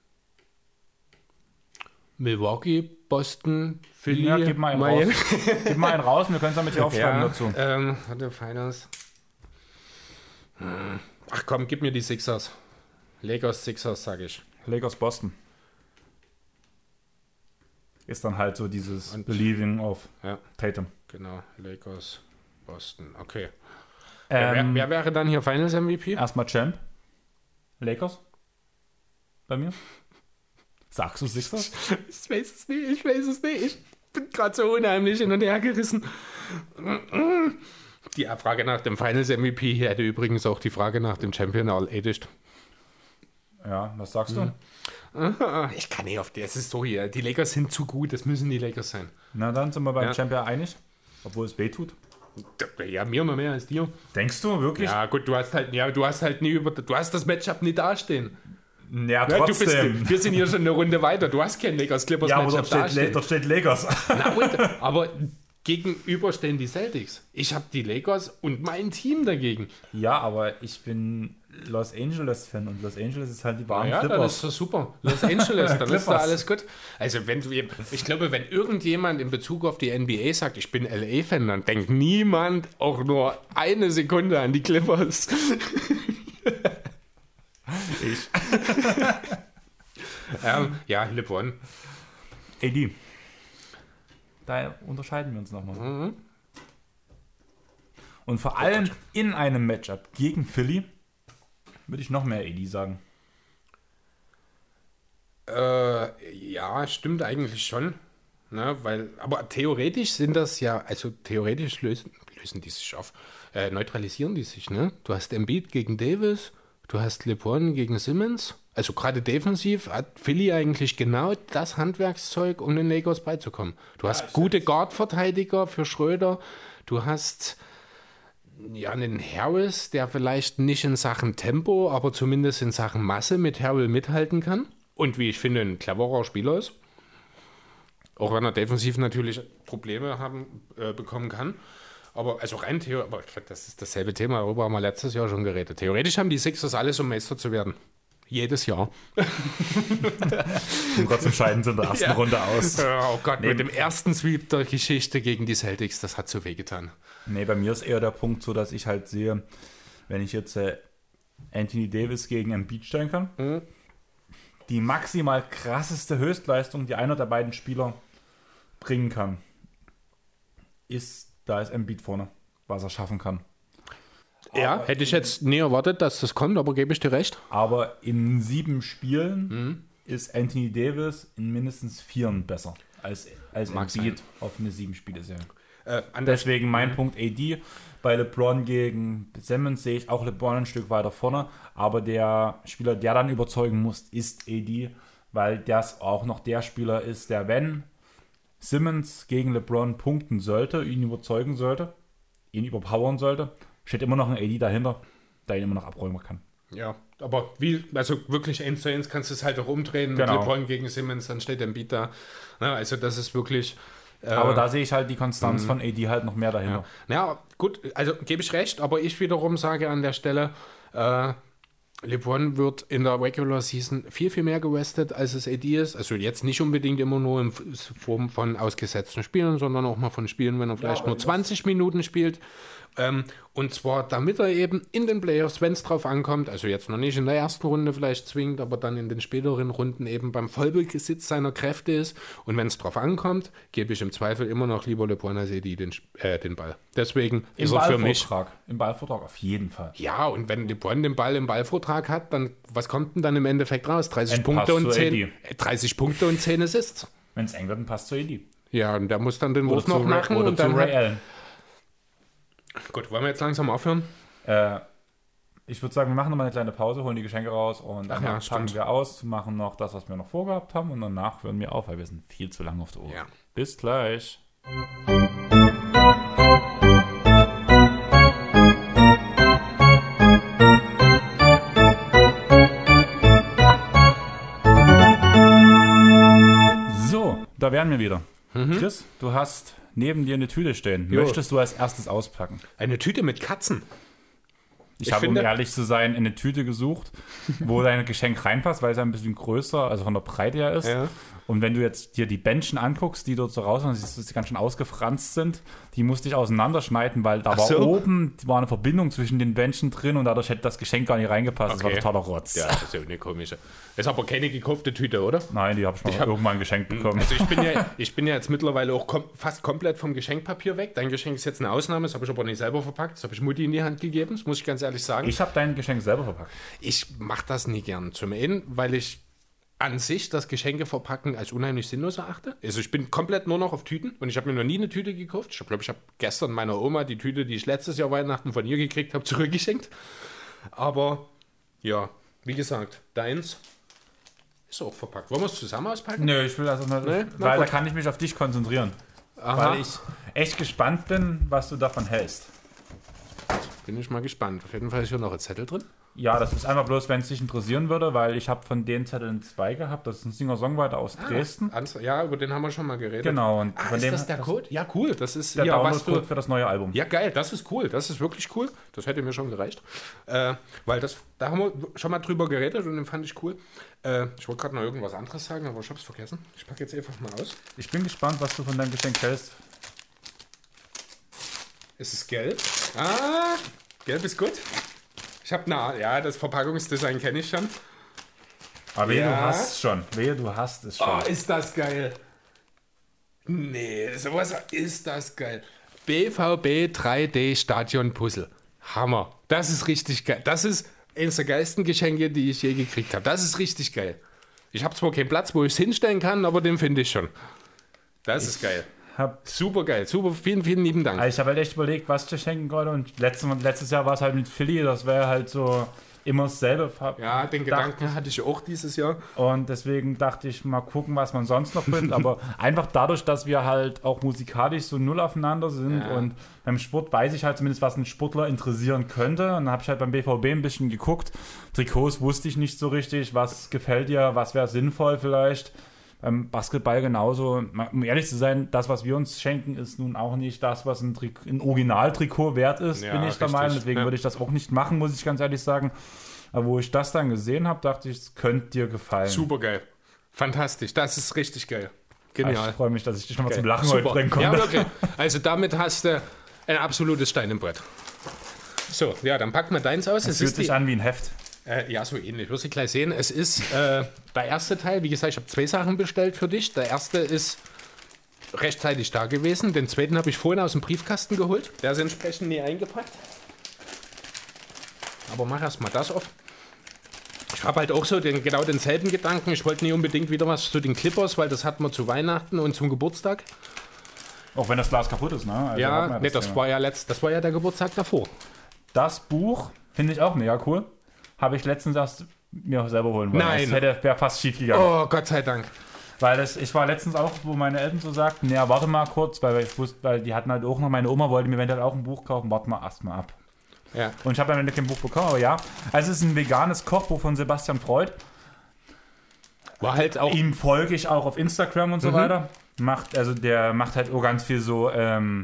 Milwaukee, Boston, Philly, Ja, gib mal einen Miami. raus. Gib mal einen raus und wir können es damit hier aufschreiben dazu. Warte, Finals. Ach komm, gib mir die Sixers. Lakers, Sixers, sag ich. Lakers Boston. Ist dann halt so dieses Believing auf Tatum. Genau, Lakers, Boston. Okay. Wer Wer wäre dann hier Finals MVP? erstmal Champ? Lakers? Bei mir? Sagst du Sixers? Ich weiß es nicht. Ich bin gerade so unheimlich hin und her gerissen. Die Frage nach dem Finals MVP hier hätte übrigens auch die Frage nach dem Champion erledigt. Ja, was sagst du? Ich kann nicht auf die. Es ist so hier. Die Lakers sind zu gut. Das müssen die Lakers sein. Na, dann sind wir beim Champion einig. Obwohl es weh tut. Ja, mir noch mehr als dir. Denkst du wirklich? Ja, gut, du hast das Matchup nie dastehen. Ja, trotzdem. Wir sind hier schon eine Runde weiter. Du hast kein Lakers-Clippers Ja, aber Matchup dastehen. dort steht Lakers. Na gut, aber gegenüber stehen die Celtics. Ich habe die Lakers und mein Team dagegen. Ja, aber ich bin Los Angeles-Fan und Los Angeles ist halt die warmen Ja, dann Clippers. ist das super. Los Angeles, dann ist da Clippers. alles gut. Also ich glaube, wenn irgendjemand in Bezug auf die NBA sagt, ich bin LA-Fan, dann denkt niemand auch nur eine Sekunde an die Clippers. Ich. Ja, LeBron. AD. Da unterscheiden wir uns nochmal. Und vor allem in einem Matchup gegen Philly würde ich noch mehr AD sagen. Ja, stimmt eigentlich schon. Ne, aber theoretisch sind das ja, also theoretisch lösen die sich auf, neutralisieren die sich. Ne? Du hast Embiid gegen Davis, du hast LeBron gegen Simmons. Also gerade defensiv hat Philly eigentlich genau das Handwerkszeug, um den Lakers beizukommen. Du hast gute Guard-Verteidiger für Schröder. Du hast einen Harris, der vielleicht nicht in Sachen Tempo, aber zumindest in Sachen Masse mit Harrell mithalten kann. Und wie ich finde, ein cleverer Spieler ist. Auch wenn er defensiv natürlich Probleme bekommen kann. Aber also rein theoretisch, das ist dasselbe Thema, darüber haben wir letztes Jahr schon geredet. Theoretisch haben die Sixers alles, um Meister zu werden. Jedes Jahr. Und trotzdem scheiden sie in der ersten Runde aus. Oh Gott, mit dem ersten Sweep der Geschichte gegen die Celtics, das hat so wehgetan. Nee, bei mir ist eher der Punkt so, dass ich halt sehe, wenn ich jetzt Anthony Davis gegen Embiid stellen kann, die maximal krasseste Höchstleistung, die einer der beiden Spieler bringen kann, da ist Embiid vorne, was er schaffen kann. Ja, hätte ich jetzt nie erwartet, dass das kommt, aber gebe ich dir recht. Aber in 7 Spielen ist Anthony Davis in mindestens 4 besser als Mag Embiid auf eine 7-Spiele-Serie. An der Deswegen mein Punkt AD. Bei LeBron gegen Simmons sehe ich auch LeBron ein Stück weiter vorne, aber der Spieler, der dann überzeugen muss, ist AD, weil das auch noch der Spieler ist, der, wenn Simmons gegen LeBron punkten sollte, ihn überzeugen sollte, ihn überpowern sollte, steht immer noch ein AD dahinter, der ihn immer noch abräumen kann. Ja, aber also wirklich 1:1 kannst du es halt auch umdrehen mit LeBron gegen Simmons, dann steht Embiid da. Na, also das ist wirklich... aber da sehe ich halt die Konstanz von AD halt noch mehr dahinter. Ja, gut, also gebe ich recht, aber ich wiederum sage an der Stelle, LeBron wird in der Regular Season viel, viel mehr gewestet, als es AD ist. Also jetzt nicht unbedingt immer nur in Form von ausgesetzten Spielen, sondern auch mal von Spielen, wenn er vielleicht nur 20 Minuten spielt. Und zwar, damit er eben in den Playoffs, wenn es drauf ankommt, also jetzt noch nicht in der ersten Runde vielleicht zwingend, aber dann in den späteren Runden eben beim Vollbesitz seiner Kräfte ist. Und wenn es drauf ankommt, gebe ich im Zweifel immer noch lieber LeBron als AD den Ball. Deswegen ist er für mich... Im Ballvortrag auf jeden Fall. Ja, und wenn LeBron den Ball im Ballvortrag hat, dann was kommt denn dann im Endeffekt raus? 30 Ein Punkte Pass und zu 10, 30 Punkte und 10 Assists. Wenn es eng wird, dann passt zu AD. Ja, und der muss dann den Wurf noch machen. Oder und zu dann Ray Allen. Gut, wollen wir jetzt langsam aufhören? Ich würde sagen, wir machen nochmal eine kleine Pause, holen die Geschenke raus und dann packen wir aus, machen noch das, was wir noch vorgehabt haben und danach hören wir auf, weil wir sind viel zu lange auf der Uhr. Ja. Bis gleich. So, da wären wir wieder. Chris, du hast neben dir eine Tüte stehen. Jo. Möchtest du als erstes auspacken? Eine Tüte mit Katzen. Ich habe, um ehrlich zu sein, eine Tüte gesucht, wo dein Geschenk reinpasst, weil es ein bisschen größer, also von der Breite her ist. Ja. Und wenn du jetzt dir die Bändchen anguckst, die dort so rauskommen, siehst du, dass die ganz schön ausgefranst sind. Die musste ich auseinanderschneiden, weil da war eine Verbindung zwischen den Bändchen drin und dadurch hätte das Geschenk gar nicht reingepasst. Okay. Das war totaler Rotz. Ja, das ist ja eine komische. Ist aber keine gekaufte Tüte, oder? Nein, die habe ich mal irgendwann geschenkt bekommen. Also ich bin ja jetzt mittlerweile auch fast komplett vom Geschenkpapier weg. Dein Geschenk ist jetzt eine Ausnahme, das habe ich aber nicht selber verpackt. Das habe ich Mutti in die Hand gegeben, das muss ich ganz ehrlich sagen. Ich habe dein Geschenk selber verpackt. Ich mache das nie gern. Zum einen, weil ich an sich das Geschenke verpacken als unheimlich sinnlos erachte. Also ich bin komplett nur noch auf Tüten und ich habe mir noch nie eine Tüte gekauft. Ich glaube, ich habe gestern meiner Oma die Tüte, die ich letztes Jahr Weihnachten von ihr gekriegt habe, zurückgeschenkt. Aber ja, wie gesagt, deins ist auch verpackt. Wollen wir es zusammen auspacken? Nö, ich will das mal, weil da kann ich mich auf dich konzentrieren. Aha. Weil ich echt gespannt bin, was du davon hältst. Bin ich mal gespannt. Auf jeden Fall ist hier noch ein Zettel drin. Ja, das ist einfach bloß, wenn es dich interessieren würde, weil ich habe von den Zetteln 2 gehabt. Das ist ein Singer-Songwriter aus Dresden. Ja, über den haben wir schon mal geredet. Genau. Und von ist dem, das der Code? Ja, cool. Das ist der ja, was Download-Code für das neue Album. Ja, geil. Das ist cool. Das ist wirklich cool. Das hätte mir schon gereicht. Weil da haben wir schon mal drüber geredet und den fand ich cool. Ich wollte gerade noch irgendwas anderes sagen, aber ich habe es vergessen. Ich packe jetzt einfach mal aus. Ich bin gespannt, was du von deinem Geschenk hältst. Ist es gelb? Gelb ist gut. Ich habe das Verpackungsdesign kenne ich schon. Aber wehe, du hast es schon. Wehe, du hast es schon. Oh, ist das geil. Nee, sowas ist das geil. BVB 3D Stadion Puzzle. Hammer. Das ist richtig geil. Das ist eines der geilsten Geschenke, die ich je gekriegt habe. Das ist richtig geil. Ich habe zwar keinen Platz, wo ich es hinstellen kann, aber den finde ich schon. Das ist geil. Super geil. Super, vielen, vielen lieben Dank. Also ich habe halt echt überlegt, was ich dir schenken konnte. Und letztes Jahr war es halt mit Philly. Das wäre halt so immer dasselbe. Ja, den Gedanken hatte ich auch dieses Jahr. Und deswegen dachte ich, mal gucken, was man sonst noch findet. Aber einfach dadurch, dass wir halt auch musikalisch so null aufeinander sind und beim Sport weiß ich halt zumindest, was einen Sportler interessieren könnte. Und dann habe ich halt beim BVB ein bisschen geguckt. Trikots wusste ich nicht so richtig, was gefällt dir, was wäre sinnvoll vielleicht. Beim Basketball genauso. Um ehrlich zu sein, das, was wir uns schenken, ist nun auch nicht das, was ein Originaltrikot wert ist, bin ich der Meinung. Deswegen würde ich das auch nicht machen, muss ich ganz ehrlich sagen. Aber wo ich das dann gesehen habe, dachte ich, es könnte dir gefallen. Super geil. Fantastisch. Das ist richtig geil. Genial. Ich freue mich, dass ich dich nochmal zum Lachen heute bringen konnte. Ja, wirklich. Also damit hast du ein absolutes Stein im Brett. So, ja, dann packen wir deins aus. Es fühlt sich an wie ein Heft. Ja, so ähnlich. Wirst du gleich sehen. Es ist der erste Teil. Wie gesagt, ich habe 2 Sachen bestellt für dich. Der erste ist rechtzeitig da gewesen. Den zweiten habe ich vorhin aus dem Briefkasten geholt. Der ist entsprechend nie eingepackt. Aber mach erst mal das auf. Ich Ich habe halt auch so genau denselben Gedanken. Ich wollte nie unbedingt wieder was zu den Clippers, weil das hatten wir zu Weihnachten und zum Geburtstag. Auch wenn das Glas kaputt ist, ne? Also Ja, das war ja der Geburtstag davor. Das Buch finde ich auch mega cool. Habe ich letztens erst mir selber holen wollen. Nein. Das wäre fast schief gegangen. Oh, Gott sei Dank. Weil ich war letztens auch, wo meine Eltern so sagten, naja, warte mal kurz, weil ich wusste, weil die hatten halt auch noch, meine Oma wollte mir eventuell auch ein Buch kaufen, warte mal erst mal ab. Ja. Und ich habe am Ende kein Buch bekommen, aber ja. Also es ist ein veganes Kochbuch von Sebastian Freud. War halt auch. Ihm folge ich auch auf Instagram und so weiter. Der macht halt auch ganz viel so,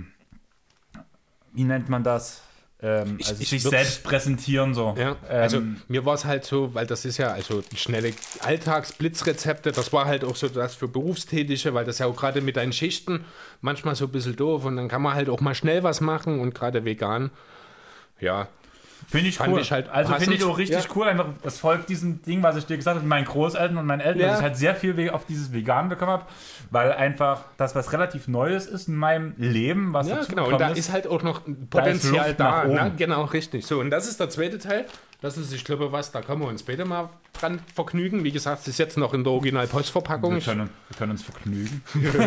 wie nennt man das? Sich selbst präsentieren so. Ja, also mir war es halt so, weil das ist ja also schnelle Alltagsblitzrezepte, das war halt auch so das für Berufstätige, weil das ja auch gerade mit deinen Schichten manchmal so ein bisschen doof und dann kann man halt auch mal schnell was machen und gerade vegan, ja. Finde ich cool. Halt also finde ich auch richtig cool. Einfach, das folgt diesem Ding, was ich dir gesagt habe, mit meinen Großeltern und meinen Eltern, dass ich halt sehr viel auf dieses Vegan bekommen habe, weil einfach das, was relativ Neues ist in meinem Leben, was dazu genau. Und da ist halt auch noch Potenzial da. Ne? Genau, richtig. So, und das ist der zweite Teil. Das ist, ich glaube, da können wir uns später mal dran vergnügen. Wie gesagt, es ist jetzt noch in der Original-Postverpackung. Wir können uns vergnügen.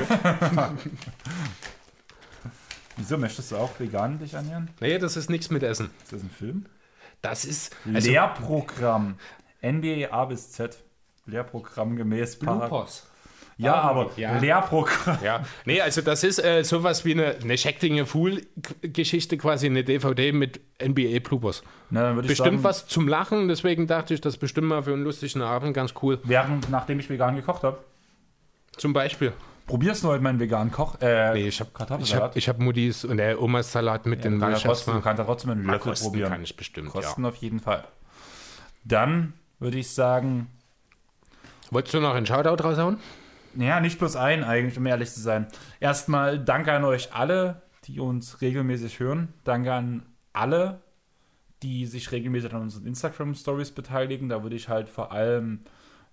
Wieso, möchtest du auch vegan dich ernähren? Nee, das ist nichts mit Essen. Ist das ein Film? Das ist... Lehrprogramm. NBA A bis Z. Lehrprogramm gemäß Bloopers. Ja, aber Lehrprogramm. Ja, nee, also das ist sowas wie eine Schecklinger Fool-Geschichte, quasi eine DVD mit NBA Bloopers. Na, dann würde ich bestimmt sagen, was zum Lachen, deswegen dachte ich, das ist bestimmt mal für einen lustigen Abend ganz cool. Nachdem ich vegan gekocht habe. Zum Beispiel. Probierst du heute meinen veganen Koch? Nee, ich habe Kartoffelsalat. Ich hab Mutis und der Omas Salat mit den Milchschätzen. Du kannst da trotzdem einen Löffel probieren. Kann ich bestimmt, Kosten auf jeden Fall. Dann würde ich sagen... Wolltest du noch einen Shoutout raushauen? Naja, nicht bloß einen eigentlich, um ehrlich zu sein. Erstmal danke an euch alle, die uns regelmäßig hören. Danke an alle, die sich regelmäßig an unseren Instagram-Stories beteiligen. Da würde ich halt vor allem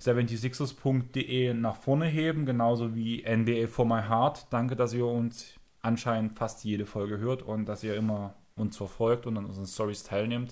76ers.de nach vorne heben, genauso wie NBA for my heart. Danke, dass ihr uns anscheinend fast jede Folge hört und dass ihr immer uns verfolgt und an unseren Stories teilnehmt.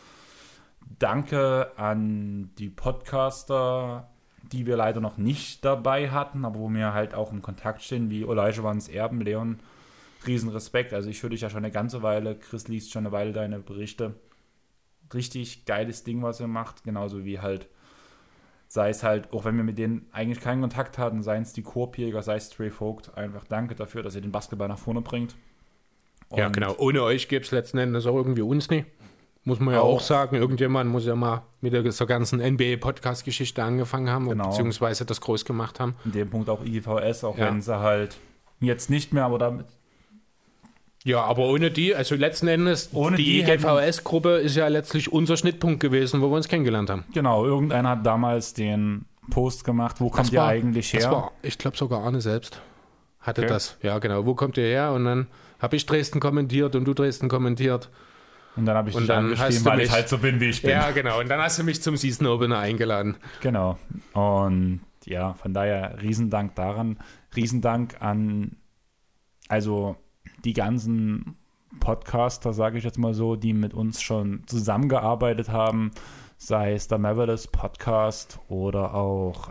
Danke an die Podcaster, die wir leider noch nicht dabei hatten, aber wo wir halt auch im Kontakt stehen, wie Olajuwons Erben, Leon. Riesenrespekt. Also ich höre dich ja schon eine ganze Weile. Chris liest schon eine Weile deine Berichte. Richtig geiles Ding, was ihr macht. Genauso wie halt, sei es halt, auch wenn wir mit denen eigentlich keinen Kontakt hatten, sei es die Korbjäger, sei es Trey Vogt, einfach danke dafür, dass ihr den Basketball nach vorne bringt. Und ja, genau. Ohne euch gäbe es letzten Endes auch irgendwie uns nicht. Muss man ja auch sagen, irgendjemand muss ja mal mit der ganzen NBA-Podcast-Geschichte angefangen haben, genau, beziehungsweise das groß gemacht haben. In dem Punkt auch IGVS, auch wenn sie halt jetzt nicht mehr, aber damit... Ja, aber ohne die, also letzten Endes, die IGVS-Gruppe ist ja letztlich unser Schnittpunkt gewesen, wo wir uns kennengelernt haben. Genau, irgendeiner hat damals den Post gemacht, wo kommt ihr eigentlich her? Das war, ich glaube sogar Arne selbst hatte das. Ja, genau, wo kommt ihr her? Und dann habe ich Dresden kommentiert und du Dresden kommentiert. Und dann habe ich dich angeschrieben, weil ich halt so bin, wie ich bin. Ja, genau. Und dann hast du mich zum Season Opener eingeladen. Genau. Und ja, von daher Riesendank daran. Riesendank an, also die ganzen Podcaster, sage ich jetzt mal so, die mit uns schon zusammengearbeitet haben. Sei es der Mavericks Podcast oder auch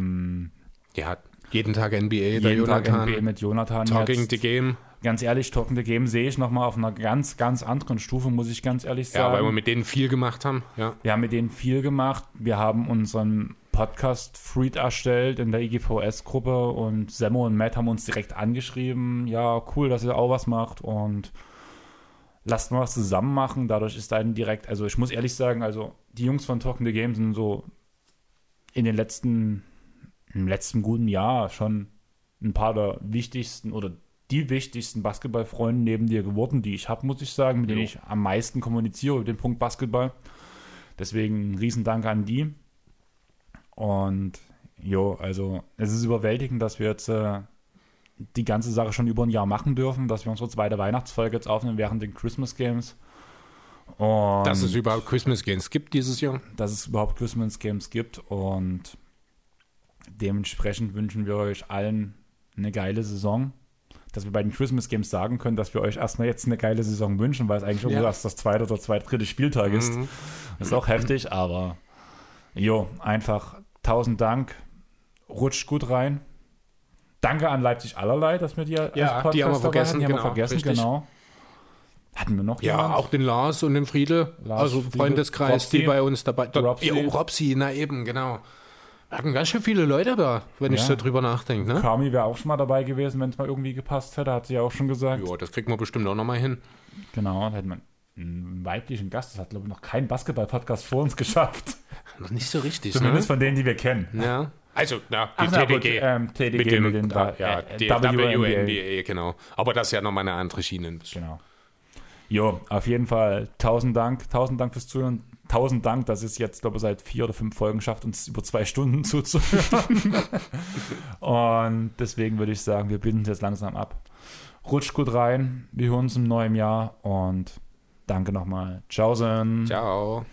jeden Tag NBA, der Jonathan. NBA mit Jonathan. Talking the Game. Ganz ehrlich, Talking the Game sehe ich nochmal auf einer ganz, ganz anderen Stufe, muss ich ganz ehrlich sagen. Ja, weil wir mit denen viel gemacht haben. Ja. Wir haben mit denen viel gemacht. Wir haben unseren Podcast-Freed erstellt in der IGVS-Gruppe und Semmo und Matt haben uns direkt angeschrieben. Ja, cool, dass ihr auch was macht und lasst mal was zusammen machen. Dadurch ist dann direkt, also ich muss ehrlich sagen, also die Jungs von Talking the Game sind so im letzten guten Jahr schon ein paar der wichtigsten oder die wichtigsten Basketballfreunde neben dir geworden, die ich habe, muss ich sagen, mit denen ich am meisten kommuniziere über den Punkt Basketball. Deswegen ein Riesendank an die. Und also es ist überwältigend, dass wir jetzt die ganze Sache schon über ein Jahr machen dürfen, dass wir unsere zweite Weihnachtsfolge jetzt aufnehmen während den Christmas Games. Und dass es überhaupt Christmas Games gibt dieses Jahr. Dass es überhaupt Christmas Games gibt und dementsprechend wünschen wir euch allen eine geile Saison. Dass wir bei den Christmas Games sagen können, dass wir euch erstmal jetzt eine geile Saison wünschen, weil es eigentlich das zweite oder dritte Spieltag ist. Das ist auch heftig, aber Jo, einfach 1000 Dank. Rutscht gut rein. Danke an Leipzig allerlei, dass wir die als Podcast die haben wir vergessen. Die haben wir vergessen, genau. Hatten wir noch jemanden? Ja, auch den Lars und den Friedel, also Friedel, Freundeskreis, Robsi, die bei uns dabei. Robsi. Robsi, na eben, genau. Wir hatten ganz schön viele Leute da, wenn ich so drüber nachdenke. Ne? Kami wäre auch schon mal dabei gewesen, wenn es mal irgendwie gepasst hätte, hat sie ja auch schon gesagt. Ja, das kriegt man bestimmt auch nochmal hin. Genau, da hätte man einen weiblichen Gast. Das hat, glaube ich, noch kein Basketball-Podcast vor uns geschafft. Noch nicht so richtig, Zumindest von denen, die wir kennen. Ja. Also, die TDG. TDG mit den die WNBA, genau. Aber das ist ja nochmal eine andere Schiene. Ein bisschen. Genau. Jo, auf jeden Fall 1000 Dank. 1000 Dank fürs Zuhören. 1000 Dank, dass es jetzt, glaube ich, seit 4 oder 5 Folgen schafft, uns über 2 Stunden zuzuhören. Und deswegen würde ich sagen, wir binden es jetzt langsam ab. Rutscht gut rein. Wir hören uns im neuen Jahr und danke nochmal. Tschaußen. Ciao.